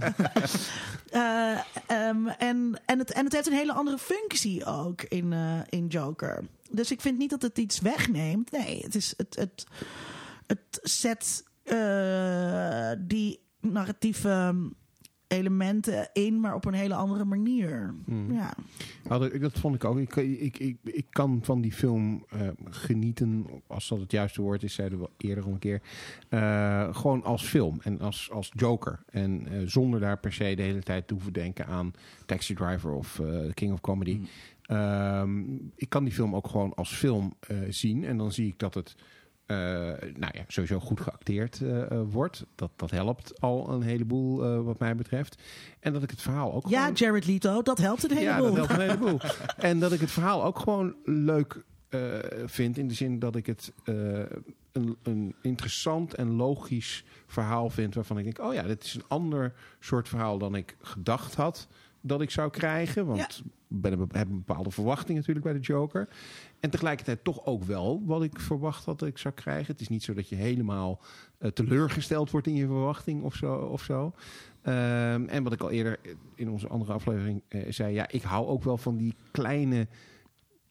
uh, um, en, en, het, en het heeft een hele andere functie ook in, uh, in Joker. Dus ik vind niet dat het iets wegneemt. Nee, het, is, het, het, het zet uh, die narratieve elementen in, maar op een hele andere manier. Hmm. Ja. Nou, dat vond ik ook. Ik, ik, ik, ik kan van die film uh, genieten, als dat het juiste woord is, zeiden we eerder al een keer. Uh, gewoon als film en als, als Joker. En uh, zonder daar per se de hele tijd te hoeven denken aan Taxi Driver of uh, King of Comedy. Hmm. Um, ik kan die film ook gewoon als film uh, zien. En dan zie ik dat het Uh, nou ja, sowieso goed geacteerd uh, uh, wordt. Dat, dat helpt al een heleboel uh, wat mij betreft. En dat ik het verhaal ook ja, gewoon... Jared Leto, dat helpt een heleboel. Ja, dat helpt een heleboel. En dat ik het verhaal ook gewoon leuk uh, vind. In de zin dat ik het uh, een, een interessant en logisch verhaal vind. Waarvan ik denk, oh ja, dit is een ander soort verhaal dan ik gedacht had dat ik zou krijgen. Want ja. ben een, heb een bepaalde verwachting natuurlijk bij de Joker. En tegelijkertijd toch ook wel wat ik verwacht had dat ik zou krijgen. Het is niet zo dat je helemaal uh, teleurgesteld wordt in je verwachting of zo. Of zo. Um, en wat ik al eerder in onze andere aflevering uh, zei. Ja, ik hou ook wel van die kleine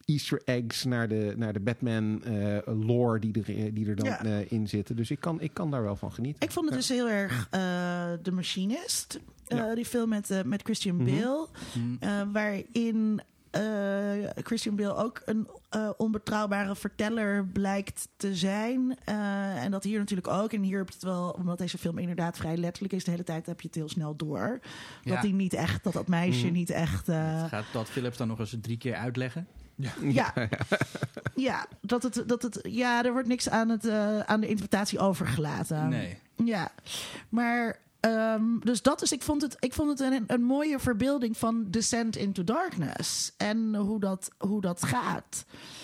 Easter eggs naar de, naar de Batman uh, lore die er, die er dan ja. uh, in zitten. Dus ik kan, ik kan daar wel van genieten. Ik vond het ja. dus heel erg uh, The Machinist. Uh, ja. Die film met, uh, met Christian mm-hmm. Bale. Mm-hmm. Uh, waarin uh, Christian Bale ook een uh, onbetrouwbare verteller blijkt te zijn. Uh, en dat hier natuurlijk ook. En hier heb je het wel, omdat deze film inderdaad vrij letterlijk is, de hele tijd heb je het heel snel door. Ja. Dat hij niet echt, dat dat meisje mm-hmm. niet echt... Uh, Gaat Todd Phillips dan nog eens drie keer uitleggen? Ja, ja. ja, dat het, dat het, ja, er wordt niks aan, het, uh, aan de interpretatie overgelaten. Nee. Ja, maar um, dus dat is, ik vond het, ik vond het een, een mooie verbeelding van Descent into Darkness en hoe dat, hoe dat gaat.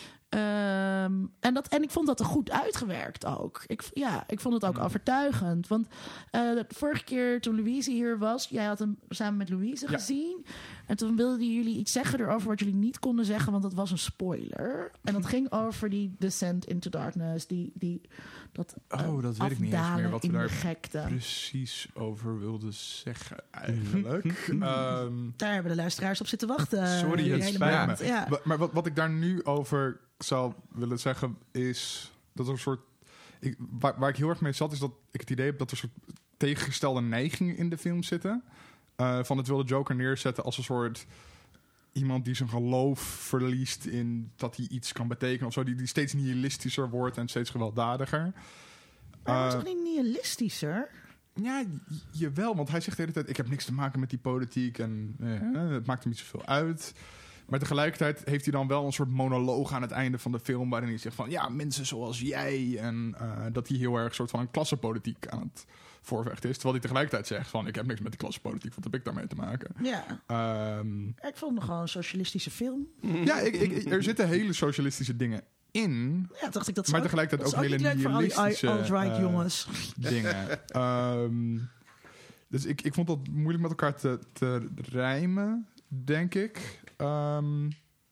Um, en, dat, en ik vond dat er goed uitgewerkt ook. Ik, ja, ik vond het ook overtuigend. Want uh, de vorige keer toen Louise hier was, jij had hem samen met Louise ja. gezien. En toen wilden jullie iets zeggen erover wat jullie niet konden zeggen, want dat was een spoiler. En dat ging over die Descent into Darkness. Die, die, dat uh, oh, dat weet ik niet eens meer wat we daar gekte. precies over wilden zeggen eigenlijk. um, daar hebben de luisteraars op zitten wachten. Sorry, het spijt me. Ja. Maar, maar wat, wat ik daar nu over zou willen zeggen is dat er een soort... Ik, waar, waar ik heel erg mee zat is dat ik het idee heb dat er een soort tegengestelde neigingen in de film zitten. Uh, van het wil de Joker neerzetten als een soort iemand die zijn geloof verliest in dat hij iets kan betekenen of zo. Die, die steeds nihilistischer wordt en steeds gewelddadiger. Maar uh, toch niet nihilistischer? Ja, jawel, want hij zegt de hele tijd, ik heb niks te maken met die politiek en eh, huh? het maakt hem niet zoveel uit. Maar tegelijkertijd heeft hij dan wel een soort monoloog aan het einde van de film waarin hij zegt van ja, mensen zoals jij en uh, dat hij heel erg soort van een klassenpolitiek aan het voorvechten is. Terwijl hij tegelijkertijd zegt van ik heb niks met die klassenpolitiek, wat heb ik daarmee te maken? Ja. Um, ik vond het gewoon een socialistische film. Ja, ik, ik, er zitten hele socialistische dingen in. Ja, dacht ik dat maar ook, tegelijkertijd dat ook hele nihilistische alt-right uh, jongens. dingen. um, dus ik, ik vond dat moeilijk met elkaar te, te rijmen, denk ik. Um,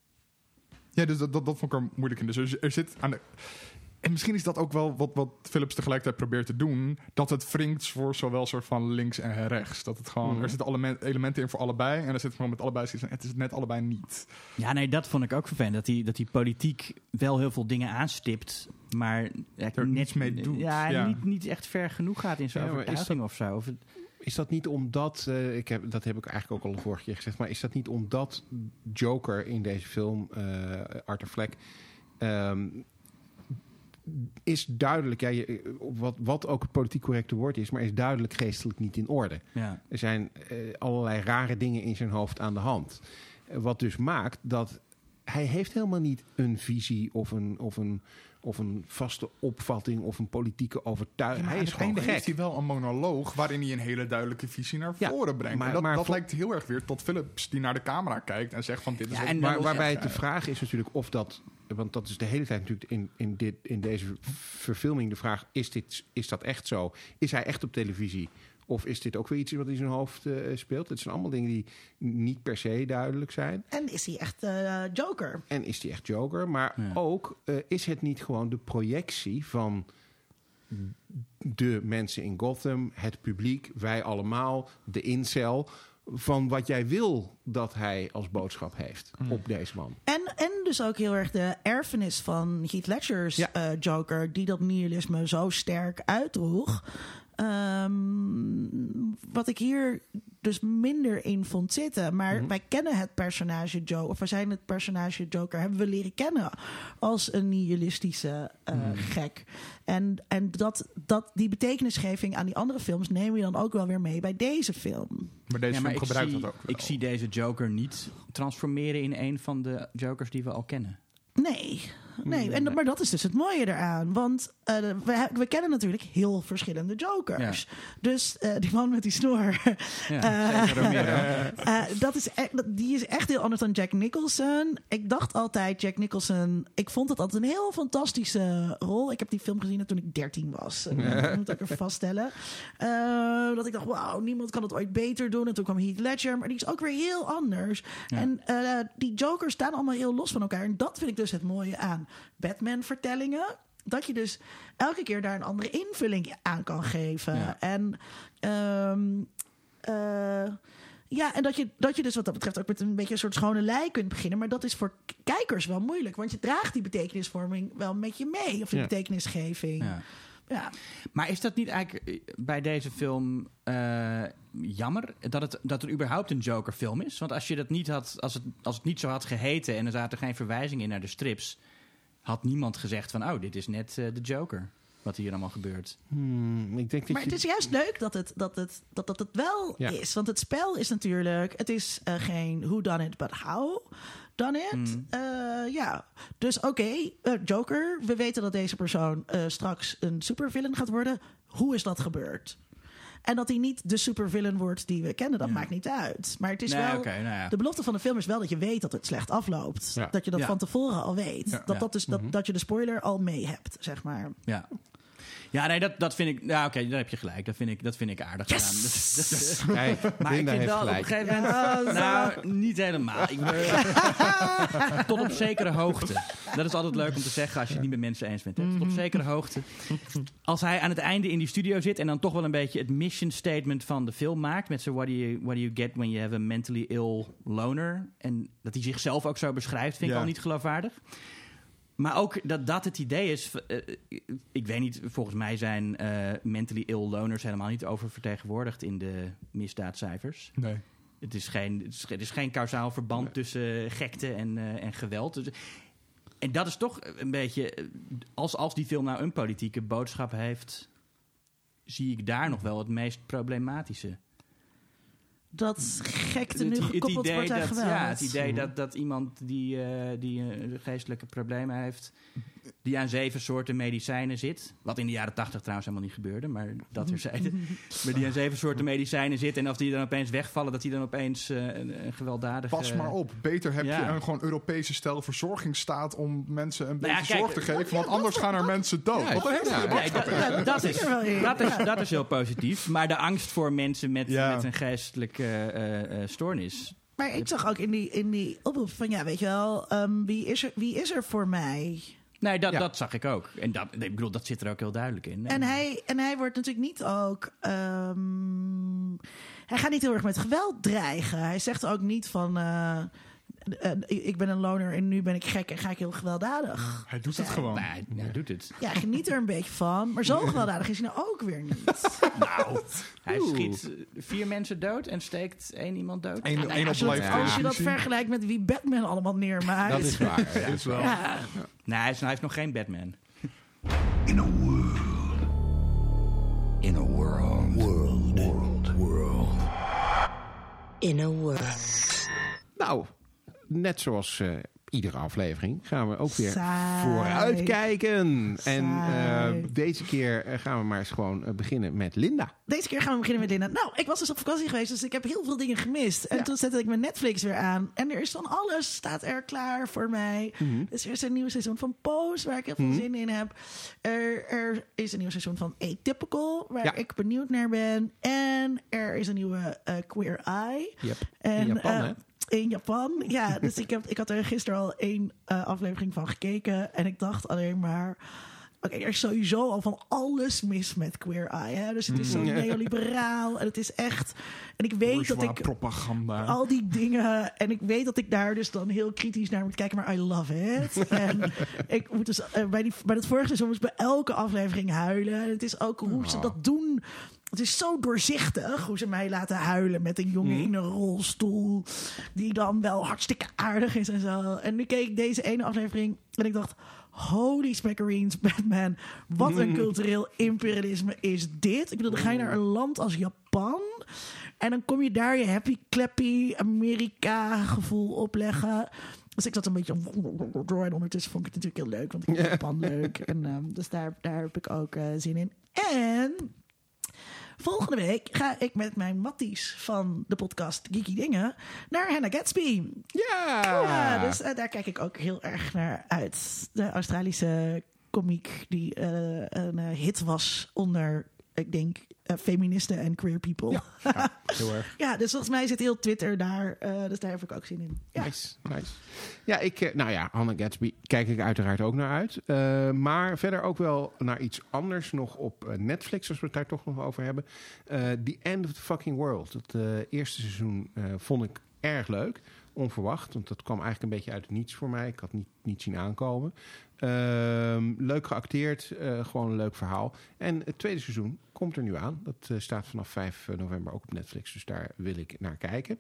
ja, dus dat, dat, dat vond ik er moeilijk in. Dus er, er zit aan de... En misschien is dat ook wel wat, wat Phillips tegelijkertijd probeert te doen. Dat het wringt voor zowel soort van links en rechts. Dat het gewoon, mm. Er zitten alle elementen in voor allebei. En er zit gewoon met allebei zoiets van, het is net allebei niet. Ja, nee, dat vond ik ook vervelend. Dat die, dat die politiek wel heel veel dingen aanstipt. Maar er niets mee doet. Ja, ja. Niet, niet echt ver genoeg gaat in zijn ja, overtuiging of zo. Of het, Is dat niet omdat, uh, ik heb, dat heb ik eigenlijk ook al de vorige keer gezegd, maar is dat niet omdat Joker in deze film, uh, Arthur Fleck, um, is duidelijk, ja, je, wat, wat ook het politiek correcte woord is, maar is duidelijk geestelijk niet in orde. Ja. Er zijn uh, allerlei rare dingen in zijn hoofd aan de hand. Uh, wat dus maakt dat hij heeft helemaal niet een visie of een, of een, of een vaste opvatting of een politieke overtuiging. Ja, hij is gewoon gek. Heeft hij wel een monoloog waarin hij een hele duidelijke visie naar ja, voren brengt. Maar, en dat maar dat vol- lijkt heel erg weer tot Phillips die naar de camera kijkt en zegt van dit is ja, ook... en maar, waarbij ja, het de vraag is natuurlijk of dat, want dat is de hele tijd natuurlijk in, in, dit, in deze verfilming de vraag, is, dit, is dat echt zo? Is hij echt op televisie? Of is dit ook weer iets wat in zijn hoofd uh, speelt? Het zijn allemaal dingen die niet per se duidelijk zijn. En is hij echt uh, Joker? En is hij echt Joker? Maar ja. ook uh, is het niet gewoon de projectie van de mensen in Gotham, het publiek, wij allemaal, de incel, van wat jij wil dat hij als boodschap heeft mm. op deze man. En, en dus ook heel erg de erfenis van Heath Ledger's ja. uh, Joker, die dat nihilisme zo sterk uitdroeg. Um, wat ik hier dus minder in vond zitten. Maar mm-hmm. wij kennen het personage Joker, of we zijn het personage Joker, hebben we leren kennen als een nihilistische uh, mm. gek. En, en dat, dat, die betekenisgeving aan die andere films neem je dan ook wel weer mee bij deze film. Maar deze ja, maar film gebruikt zie, dat ook wel. Ik zie deze Joker niet transformeren in een van de Jokers die we al kennen. Nee, nee. En, maar dat is dus het mooie eraan. Want uh, we, we kennen natuurlijk heel verschillende Jokers. Ja. Dus uh, die man met die snor. Ja, uh, Romero. Uh, dat is e- die is echt heel anders dan Jack Nicholson. Ik dacht altijd, Jack Nicholson... Ik vond het altijd een heel fantastische rol. Ik heb die film gezien toen ik dertien was. Ja. Dat moet ik even vaststellen. Uh, dat ik dacht, wauw, niemand kan het ooit beter doen. En toen kwam Heath Ledger. Maar die is ook weer heel anders. Ja. En uh, die Jokers staan allemaal heel los van elkaar. En dat vind ik dus het mooie aan Batman-vertellingen. Dat je dus elke keer daar een andere invulling aan kan geven. Ja. En um, uh, Ja, en dat je, dat je dus wat dat betreft ook met een beetje een soort schone lei kunt beginnen. Maar dat is voor k- kijkers wel moeilijk. Want je draagt die betekenisvorming wel met je mee. Of die Ja. betekenisgeving. Ja. Ja. Maar is dat niet eigenlijk bij deze film uh, jammer dat het, dat er überhaupt een Joker-film is? Want als je dat niet had, als het, als het niet zo had geheten en er zaten geen verwijzingen in naar de strips, had niemand gezegd van, oh, dit is net uh, de Joker. Wat hier allemaal gebeurt. Hmm, ik denk dat Maar je... het is juist leuk dat het, dat het, dat, dat het wel Ja. is. Want het spel is natuurlijk... Het is uh, geen who done it, but how done it. Mm. Uh, ja, dus oké, okay, uh, Joker. We weten dat deze persoon uh, straks een supervillain gaat worden. Hoe is dat gebeurd? En dat hij niet de supervillain wordt die we kennen, dat Ja. maakt niet uit. Maar het is Nee, wel... okay, nou ja. De belofte van de film is wel dat je weet dat het slecht afloopt. Ja. Dat je dat Ja. van tevoren al weet. Ja. Dat, Ja. dat, dus, dat, Mhm. dat je de spoiler al mee hebt, zeg maar. Ja. Ja, nee, dat, dat vind ik... Ja, oké, okay, daar heb je gelijk. Dat vind ik, dat vind ik aardig Yes! gedaan. Dus, dus, Kijk, maar ik Linda vind heeft wel op gelijk. een gegeven moment... Ja, nou, niet helemaal. Ik ben, tot op zekere hoogte. Dat is altijd leuk om te zeggen als je het niet met mensen eens bent. Hè? Tot op zekere hoogte. Als hij aan het einde in die studio zit en dan toch wel een beetje het mission statement van de film maakt. Met zo, what do you, what do you get when you have a mentally ill loner? En dat hij zichzelf ook zo beschrijft, vind ik Ja. al niet geloofwaardig. Maar ook dat dat het idee is... Uh, ik weet niet, volgens mij zijn uh, mentally ill loners helemaal niet oververtegenwoordigd in de misdaadcijfers. Nee. Het is geen, het is, het is geen kausaal verband Nee. tussen gekte en, uh, en geweld. Dus, en dat is toch een beetje... Als, als die film nou een politieke boodschap heeft... zie ik daar nog wel het meest problematische. Dat gekte Het- nu het gekoppeld idee wordt aan dat, geweld. Ja, het idee dat, dat iemand die, uh, die uh, geestelijke problemen heeft... die aan zeven soorten medicijnen zit... wat in de jaren tachtig trouwens helemaal niet gebeurde... maar dat terzijde. Maar die aan zeven soorten medicijnen zit... en of die dan opeens wegvallen... dat die dan opeens uh, een, een gewelddadige... Pas maar op. Beter heb Ja. je een gewoon Europese stijl verzorgingsstaat... om mensen een Nou ja, beetje kijk, zorg te geven. ja, Want dat- anders gaan er mensen dood. Ja, Wat een hele ja, goede Nee, boodschap. dat, dat, dat, is, zit er wel in. dat, is, dat is heel positief. Maar de angst voor mensen met, Ja. met een geestelijke uh, uh, stoornis... Maar ik zag ook in die, in die oproep van... ja, weet je wel, um, wie, is er, wie is er voor mij? Nee, dat, Ja. dat zag ik ook. En dat, ik bedoel, dat zit er ook heel duidelijk in. En hij, en hij wordt natuurlijk niet ook... Um, hij gaat niet heel erg met geweld dreigen. Hij zegt ook niet van... Uh, uh, ik ben een loner en nu ben ik gek en ga ik heel gewelddadig. Hij doet het zijn. gewoon. Nee, hij, hij doet het. Ja, hij geniet er een beetje van. Maar zo gewelddadig is hij nou ook weer niet. Nou, hij Oeh. schiet uh, vier mensen dood en steekt één iemand dood. Eén Nou ja, één als, je dat, opblijft als je dat visie. vergelijkt met wie Batman allemaal neermaakt. Dat is waar. Ja. Is wel. Ja, Nee, hij is, hij is nog geen Batman. In a world. In a world. World. World. World. In a world. Nou, net zoals uh, iedere aflevering gaan we ook weer Saai. vooruitkijken. En uh, Saai. deze keer uh, gaan we maar eens gewoon uh, beginnen met Linda. Deze keer gaan we beginnen met Linda. Nou, ik was dus op vakantie geweest, dus ik heb heel veel dingen gemist. En Ja. toen zette ik mijn Netflix weer aan. En er is van alles, staat er klaar voor mij. Mm-hmm. Dus er is een nieuw seizoen van Pose, waar ik heel veel Mhm. zin in heb. Er, er is een nieuw seizoen van Atypical, waar Ja. ik benieuwd naar ben. En er is een nieuwe uh, Queer Eye. Yep. En, In Japan, uh, hè? In Japan, ja. Dus ik, heb, ik had er gisteren al één uh, aflevering van gekeken. En ik dacht alleen maar... Oké, okay, er is sowieso al van alles mis met Queer Eye. Hè? Dus het is zo Mm. neoliberaal. En het is echt... En ik weet dat ik... propaganda. Al die dingen. En ik weet dat ik daar dus dan heel kritisch naar moet kijken. Maar I love it. En ik moet dus... Uh, bij, die, bij dat vorige seizoen moest ik bij elke aflevering huilen. En het is ook hoe ze dat doen... Het is zo doorzichtig hoe ze mij laten huilen met een jongen Mm. in een rolstoel. Die dan wel hartstikke aardig is en zo. En nu keek ik deze ene aflevering en ik dacht... Holy smackareens, Batman. Wat een cultureel imperialisme is dit. Ik bedoel, dan ga je naar een land als Japan... en dan kom je daar je happy clappy Amerika gevoel opleggen... Dus ik zat een beetje... En ondertussen vond ik het natuurlijk heel leuk. Want ik vind Japan leuk. En, um, dus daar, daar heb ik ook uh, zin in. En... Volgende week ga ik met mijn matties van de podcast Geeky Dingen naar Hannah Gatsby. Ja! Ja, dus uh, daar kijk ik ook heel erg naar uit. De Australische komiek die uh, een uh, hit was onder ik denk, uh, feministen en queer people. Ja, Ja, heel erg. Ja, dus volgens mij zit heel Twitter daar. Uh, dus daar heb ik ook zin in. Ja. Nice, nice. Ja, ik, uh, nou ja, Hannah Gatsby kijk ik uiteraard ook naar uit. Uh, maar verder ook wel naar iets anders nog op uh, Netflix, als we het daar toch nog over hebben. Uh, The End of the Fucking World. Het uh, eerste seizoen uh, vond ik erg leuk. Onverwacht, want dat kwam eigenlijk een beetje uit het niets voor mij. Ik had niet, niet zien aankomen. Uh, leuk geacteerd, uh, gewoon een leuk verhaal. En het tweede seizoen komt er nu aan. Dat uh, staat vanaf vijf november ook op Netflix, dus daar wil ik naar kijken.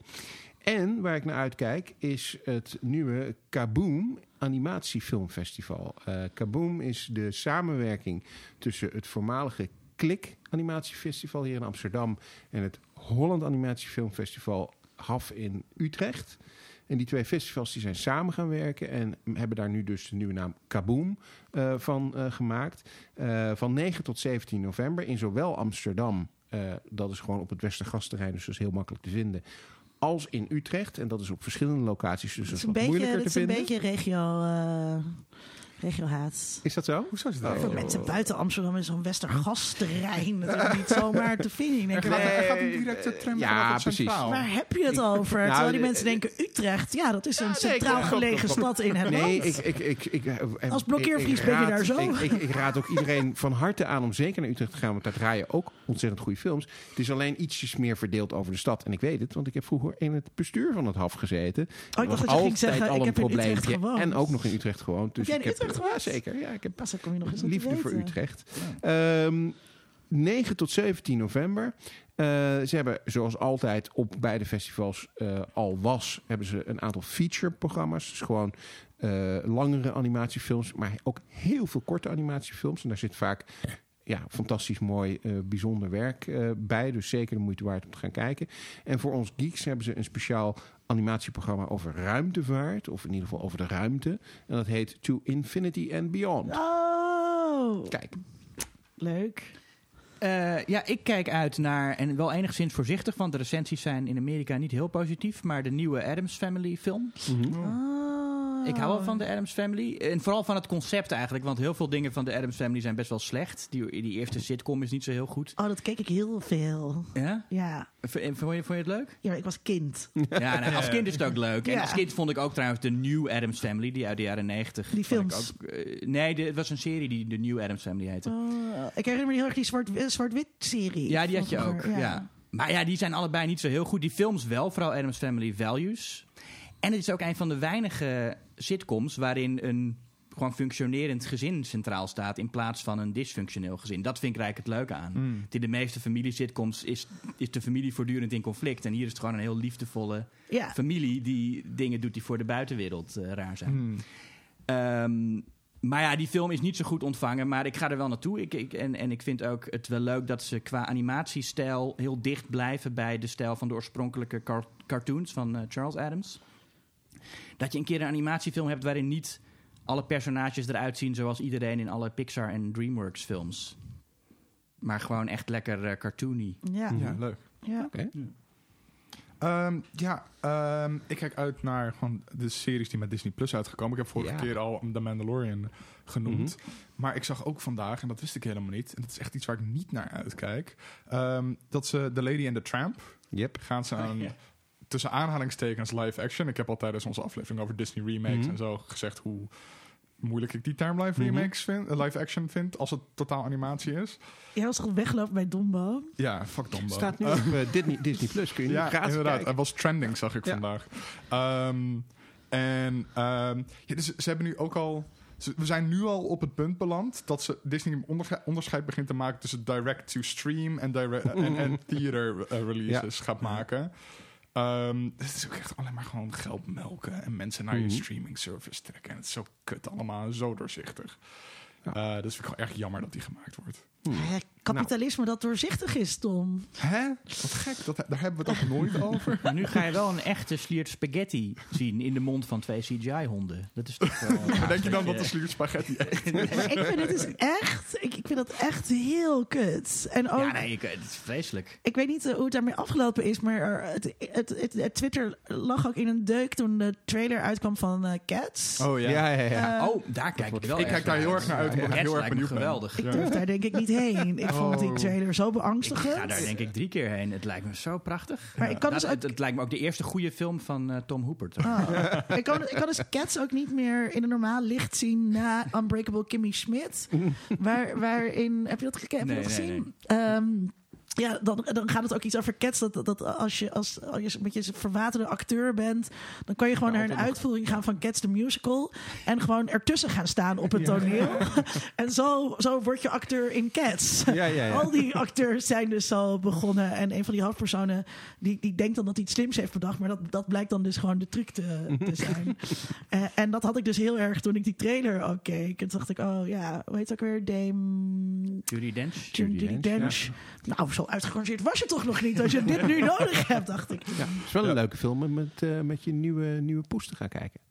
En waar ik naar uitkijk is het nieuwe Kaboom animatiefilmfestival. Uh, Kaboom is de samenwerking tussen het voormalige Klik animatiefestival hier in Amsterdam en het Holland Animatiefilmfestival H A F in Utrecht. En die twee festivals die zijn samen gaan werken en hebben daar nu dus de nieuwe naam Kaboom uh, van uh, gemaakt. Uh, van negen tot zeventien november in zowel Amsterdam, uh, dat is gewoon op het Westergasterrein, dus dat is heel makkelijk te vinden, als in Utrecht. En dat is op verschillende locaties, dus dat is, dat is wat een moeilijker beetje, te dat is vinden. een beetje regio... Uh... regiohaat. Is dat zo? Hoezo is het Oh. Voor mensen buiten Amsterdam is zo'n Westergasterrein. Dat is niet zomaar te vinden. Ik denk, Er waar, gaat, er gaat een directe tram ja, vanaf het precies. centraal. waar heb je het over? Nou, Terwijl die de- mensen denken Utrecht. Ja, dat is een nee, centraal klopt, klopt, gelegen klopt, klopt. stad in het Nee, land. ik, ik, ik, ik, ik- Als ik- blokkeervries ik ben je raad- daar zo. Ik, ik, ik raad ook iedereen van harte aan om zeker naar Utrecht te gaan, want daar draaien ook ontzettend goede films. Het is alleen ietsjes meer verdeeld over de stad. En ik weet het, want ik heb vroeger in het bestuur van het H A F gezeten. dacht dat je ging zeggen, ik heb in Utrecht gewoond. En ook nog in Utrecht gewoond. Dus jij in ik heb, Utrecht gewoond? Ja, zeker. Ja, ik heb Pas, dan kom je nog eens wat te liefde voor weten. Utrecht. Ehm, negen tot zeventien november. Uh, ze hebben zoals altijd op beide festivals uh, al was, hebben ze een aantal feature-programma's. Dus gewoon uh, langere animatiefilms, maar ook heel veel korte animatiefilms. En daar zit vaak ja, fantastisch mooi, uh, bijzonder werk uh, bij. Dus zeker de moeite waard om te gaan kijken. En voor ons geeks hebben ze een speciaal animatieprogramma over ruimtevaart. Of in ieder geval over de ruimte. En dat heet To Infinity and Beyond. Oh, Kijk. leuk. Uh, ja, ik kijk uit naar, en wel enigszins voorzichtig, want de recensies zijn in Amerika niet heel positief, maar de nieuwe Addams Family film. Mm-hmm. Oh. Ik hou wel van de Addams Family. En vooral van het concept eigenlijk, want heel veel dingen van de Addams Family zijn best wel slecht. Die, die eerste sitcom is niet zo heel goed. Oh, dat keek ik heel veel. Ja? Ja, V- en Vond je, vond je het leuk? ja ik was kind. Ja, nou, als kind is het ook leuk. En Ja. als kind vond ik ook trouwens de New Addams Family, die uit de jaren negentig. Die vond ik films? ook, uh, nee, de, het was een serie die de New Addams Family heette. Oh, ik herinner me heel erg die zwart, zwart-wit serie. Ja, die had je van ook. vroeger, Ja. Maar ja, die zijn allebei niet zo heel goed. Die films wel, vooral Addams Family Values. En het is ook een van de weinige sitcoms waarin een gewoon functionerend gezin centraal staat in plaats van een dysfunctioneel gezin. Dat vind ik eigenlijk het leuke aan. Mm. In de meeste familiesitcoms is, is de familie voortdurend in conflict. En hier is het gewoon een heel liefdevolle Ja. familie die dingen doet die voor de buitenwereld uh, raar zijn. Mm. Um, maar ja, die film is niet zo goed ontvangen, maar ik ga er wel naartoe. Ik, ik, en, en ik vind ook het wel leuk dat ze qua animatiestijl heel dicht blijven bij de stijl van de oorspronkelijke car- cartoons van uh, Charles Addams. Dat je een keer een animatiefilm hebt waarin niet alle personages eruit zien zoals iedereen in alle Pixar en DreamWorks films. Maar gewoon echt lekker uh, cartoony. Ja. Ja, leuk. Ja. Oké. Um, ja, um, ik kijk uit naar gewoon de series die met Disney Plus uitgekomen. Ik heb vorige Ja. keer al The Mandalorian genoemd. Mhm. Maar ik zag ook vandaag, en dat wist ik helemaal niet, en dat is echt iets waar ik niet naar uitkijk, um, dat ze The Lady and the Tramp Yep. gaan ze aan, Ja. tussen aanhalingstekens live action. Ik heb al tijdens onze aflevering over Disney remakes Mhm. en zo gezegd hoe moeilijk ik die term live Mhm. remakes vind, uh, live action vind, als het totaal animatie is. Jij was al weggelopen bij Dumbo. Ja, fuck Dumbo. Staat nu op uh, Disney, Disney Plus. Kun je nu Ja, gratis inderdaad. kijken. Het was trending, zag ik Ja. vandaag. Um, en um, ja, dus ze hebben nu ook al... ze- We zijn nu al op het punt beland dat ze Disney een ondersche- onderscheid begint te maken tussen direct-to-stream en, direct, en, en theater uh, releases gaat maken. Um, het is ook echt alleen maar gewoon geld melken en mensen naar Mhm. je streaming service trekken. En het is zo kut allemaal en zo doorzichtig. Ja. Uh, dus vind ik gewoon echt jammer dat die gemaakt wordt. Hmm. Ja, kapitalisme dat doorzichtig is, Tom. Hè? Wat gek, dat, daar hebben we het ook nooit over. Maar nu ga je wel een echte sliert spaghetti zien in de mond van twee C G I-honden. Dat is toch wel... Maar denk je dan dat de sluurt spaghetti eet? Maar ik vind het dus echt... Ik, ik vind dat echt heel kut. En ook... Ja, nee, ik, het is vreselijk. Ik weet niet uh, hoe het daarmee afgelopen is, maar er- het, het, het, het Twitter lag ook in een deuk toen de trailer uitkwam van uh, Cats. Oh Ja, ja, ja. Eh, oh, daar kijk ik wel Ik erg kijk daar naar heel erg naar uit, omdat ik Cats heel erg lijkt me benieuwd ben. geweldig. Ik Ja. durf daar denk ik niet heen. Ik vond die Oh. trailer zo Ik beangstigend. ga daar denk ik drie keer heen. Het lijkt me zo prachtig. Maar ik kan Nou, dus het, ook- het lijkt me ook de eerste goede film van uh, Tom Hooper. toch? Oh. ik, kan, ik kan dus Cats ook niet meer in een normaal licht zien na Unbreakable Kimmy Schmidt. Waar, waarin, heb je dat, geke- heb je Nee, dat nee, gezien? Ehm, ja, dan, dan gaat het ook iets over Cats. Dat, dat als je als, als je een beetje een verwaterde acteur bent, dan kan je gewoon Ja, naar een altijd nog. uitvoering gaan van Cats the Musical. En gewoon ertussen gaan staan op het toneel. En zo, zo word je acteur in Cats. Ja, ja, ja. Al die acteurs zijn dus zo begonnen. En een van die hoofdpersonen die, die denkt dan dat hij iets slims heeft bedacht. Maar dat, dat blijkt dan dus gewoon de truc te, te zijn. uh, en dat had ik dus heel erg toen ik die trailer ook keek. En toen dacht ik, oh ja, hoe heet het ook weer? Dame... Judi Dench. Judi Judy Dench, Dench. Nou, zo uitgerangeerd was je toch nog niet als je dit nu nodig hebt, dacht ik. Ja, het is wel een leuke film om met, uh, met je nieuwe, nieuwe poes te gaan kijken.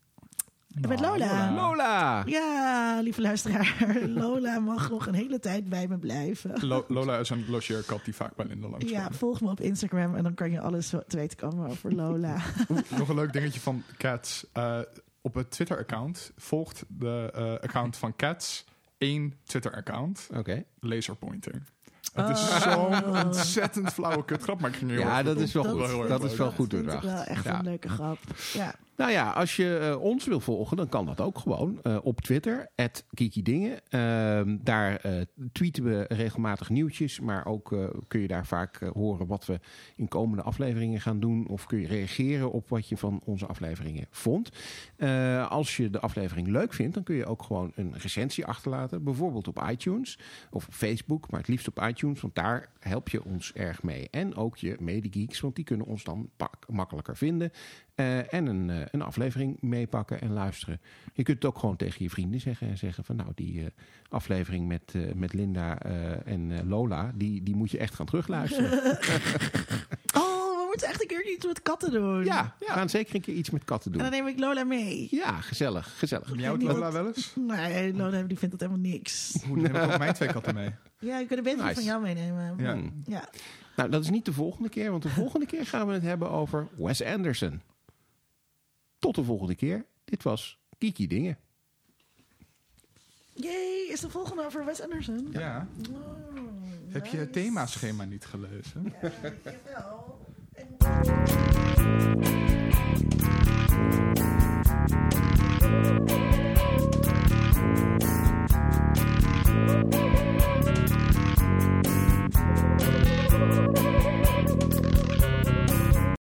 Met Lola. Lola! Ja, lieve luisteraar. Lola mag nog een hele tijd bij me blijven. Lo- Lola is een logeerkat die vaak bij Linda langs Ja, volg me op Instagram en dan kan je alles te weten komen over Lola. Nog een leuk dingetje van Cats. Uh, op het Twitter-account volgt de uh, account van Cats één Twitter-account. Oké. Okay. Laserpointer. Het is Oh. zo'n ontzettend flauwe kutgrap, maar ik ging heel Ja, erg dat goed is wel op. goed. Heel erg Dat leuk. is wel goed Dat vind ik doordacht. wel echt Ja. een leuke grap. Ja. Nou ja, als je uh, ons wil volgen, dan kan dat ook gewoon uh, op Twitter, at kikidingen. Uh, daar uh, tweeten we regelmatig nieuwtjes, maar ook uh, kun je daar vaak uh, horen wat we in komende afleveringen gaan doen. Of kun je reageren op wat je van onze afleveringen vond. Uh, als je de aflevering leuk vindt, dan kun je ook gewoon een recensie achterlaten. Bijvoorbeeld op iTunes of op Facebook, maar het liefst op iTunes, want daar help je ons erg mee. En ook je medegeeks, want die kunnen ons dan pak- makkelijker vinden. Uh, en een, uh, een aflevering meepakken en luisteren. Je kunt het ook gewoon tegen je vrienden zeggen. En zeggen van nou, die uh, aflevering met, uh, met Linda uh, en uh, Lola, die, die moet je echt gaan terugluisteren. Oh, we moeten echt een keer iets met katten doen. Ja, we gaan zeker een keer iets met katten En doen. dan neem ik Lola mee. Ja, gezellig, gezellig. Miauwt Lola wel eens? Nee, Lola die vindt dat helemaal niks. Hoe neem ik ook mijn twee katten mee? Ja, je kunt er beter Nice. van jou meenemen. Ja. Hmm. Ja. Nou, dat is niet de volgende keer, want de volgende keer gaan we het hebben over Wes Anderson. Tot de volgende keer. Dit was Kiki Dingen. Jee, is de volgende over Wes Anderson? Ja. Oh, Heb je het nice. themaschema niet gelezen? Ja, jawel. En-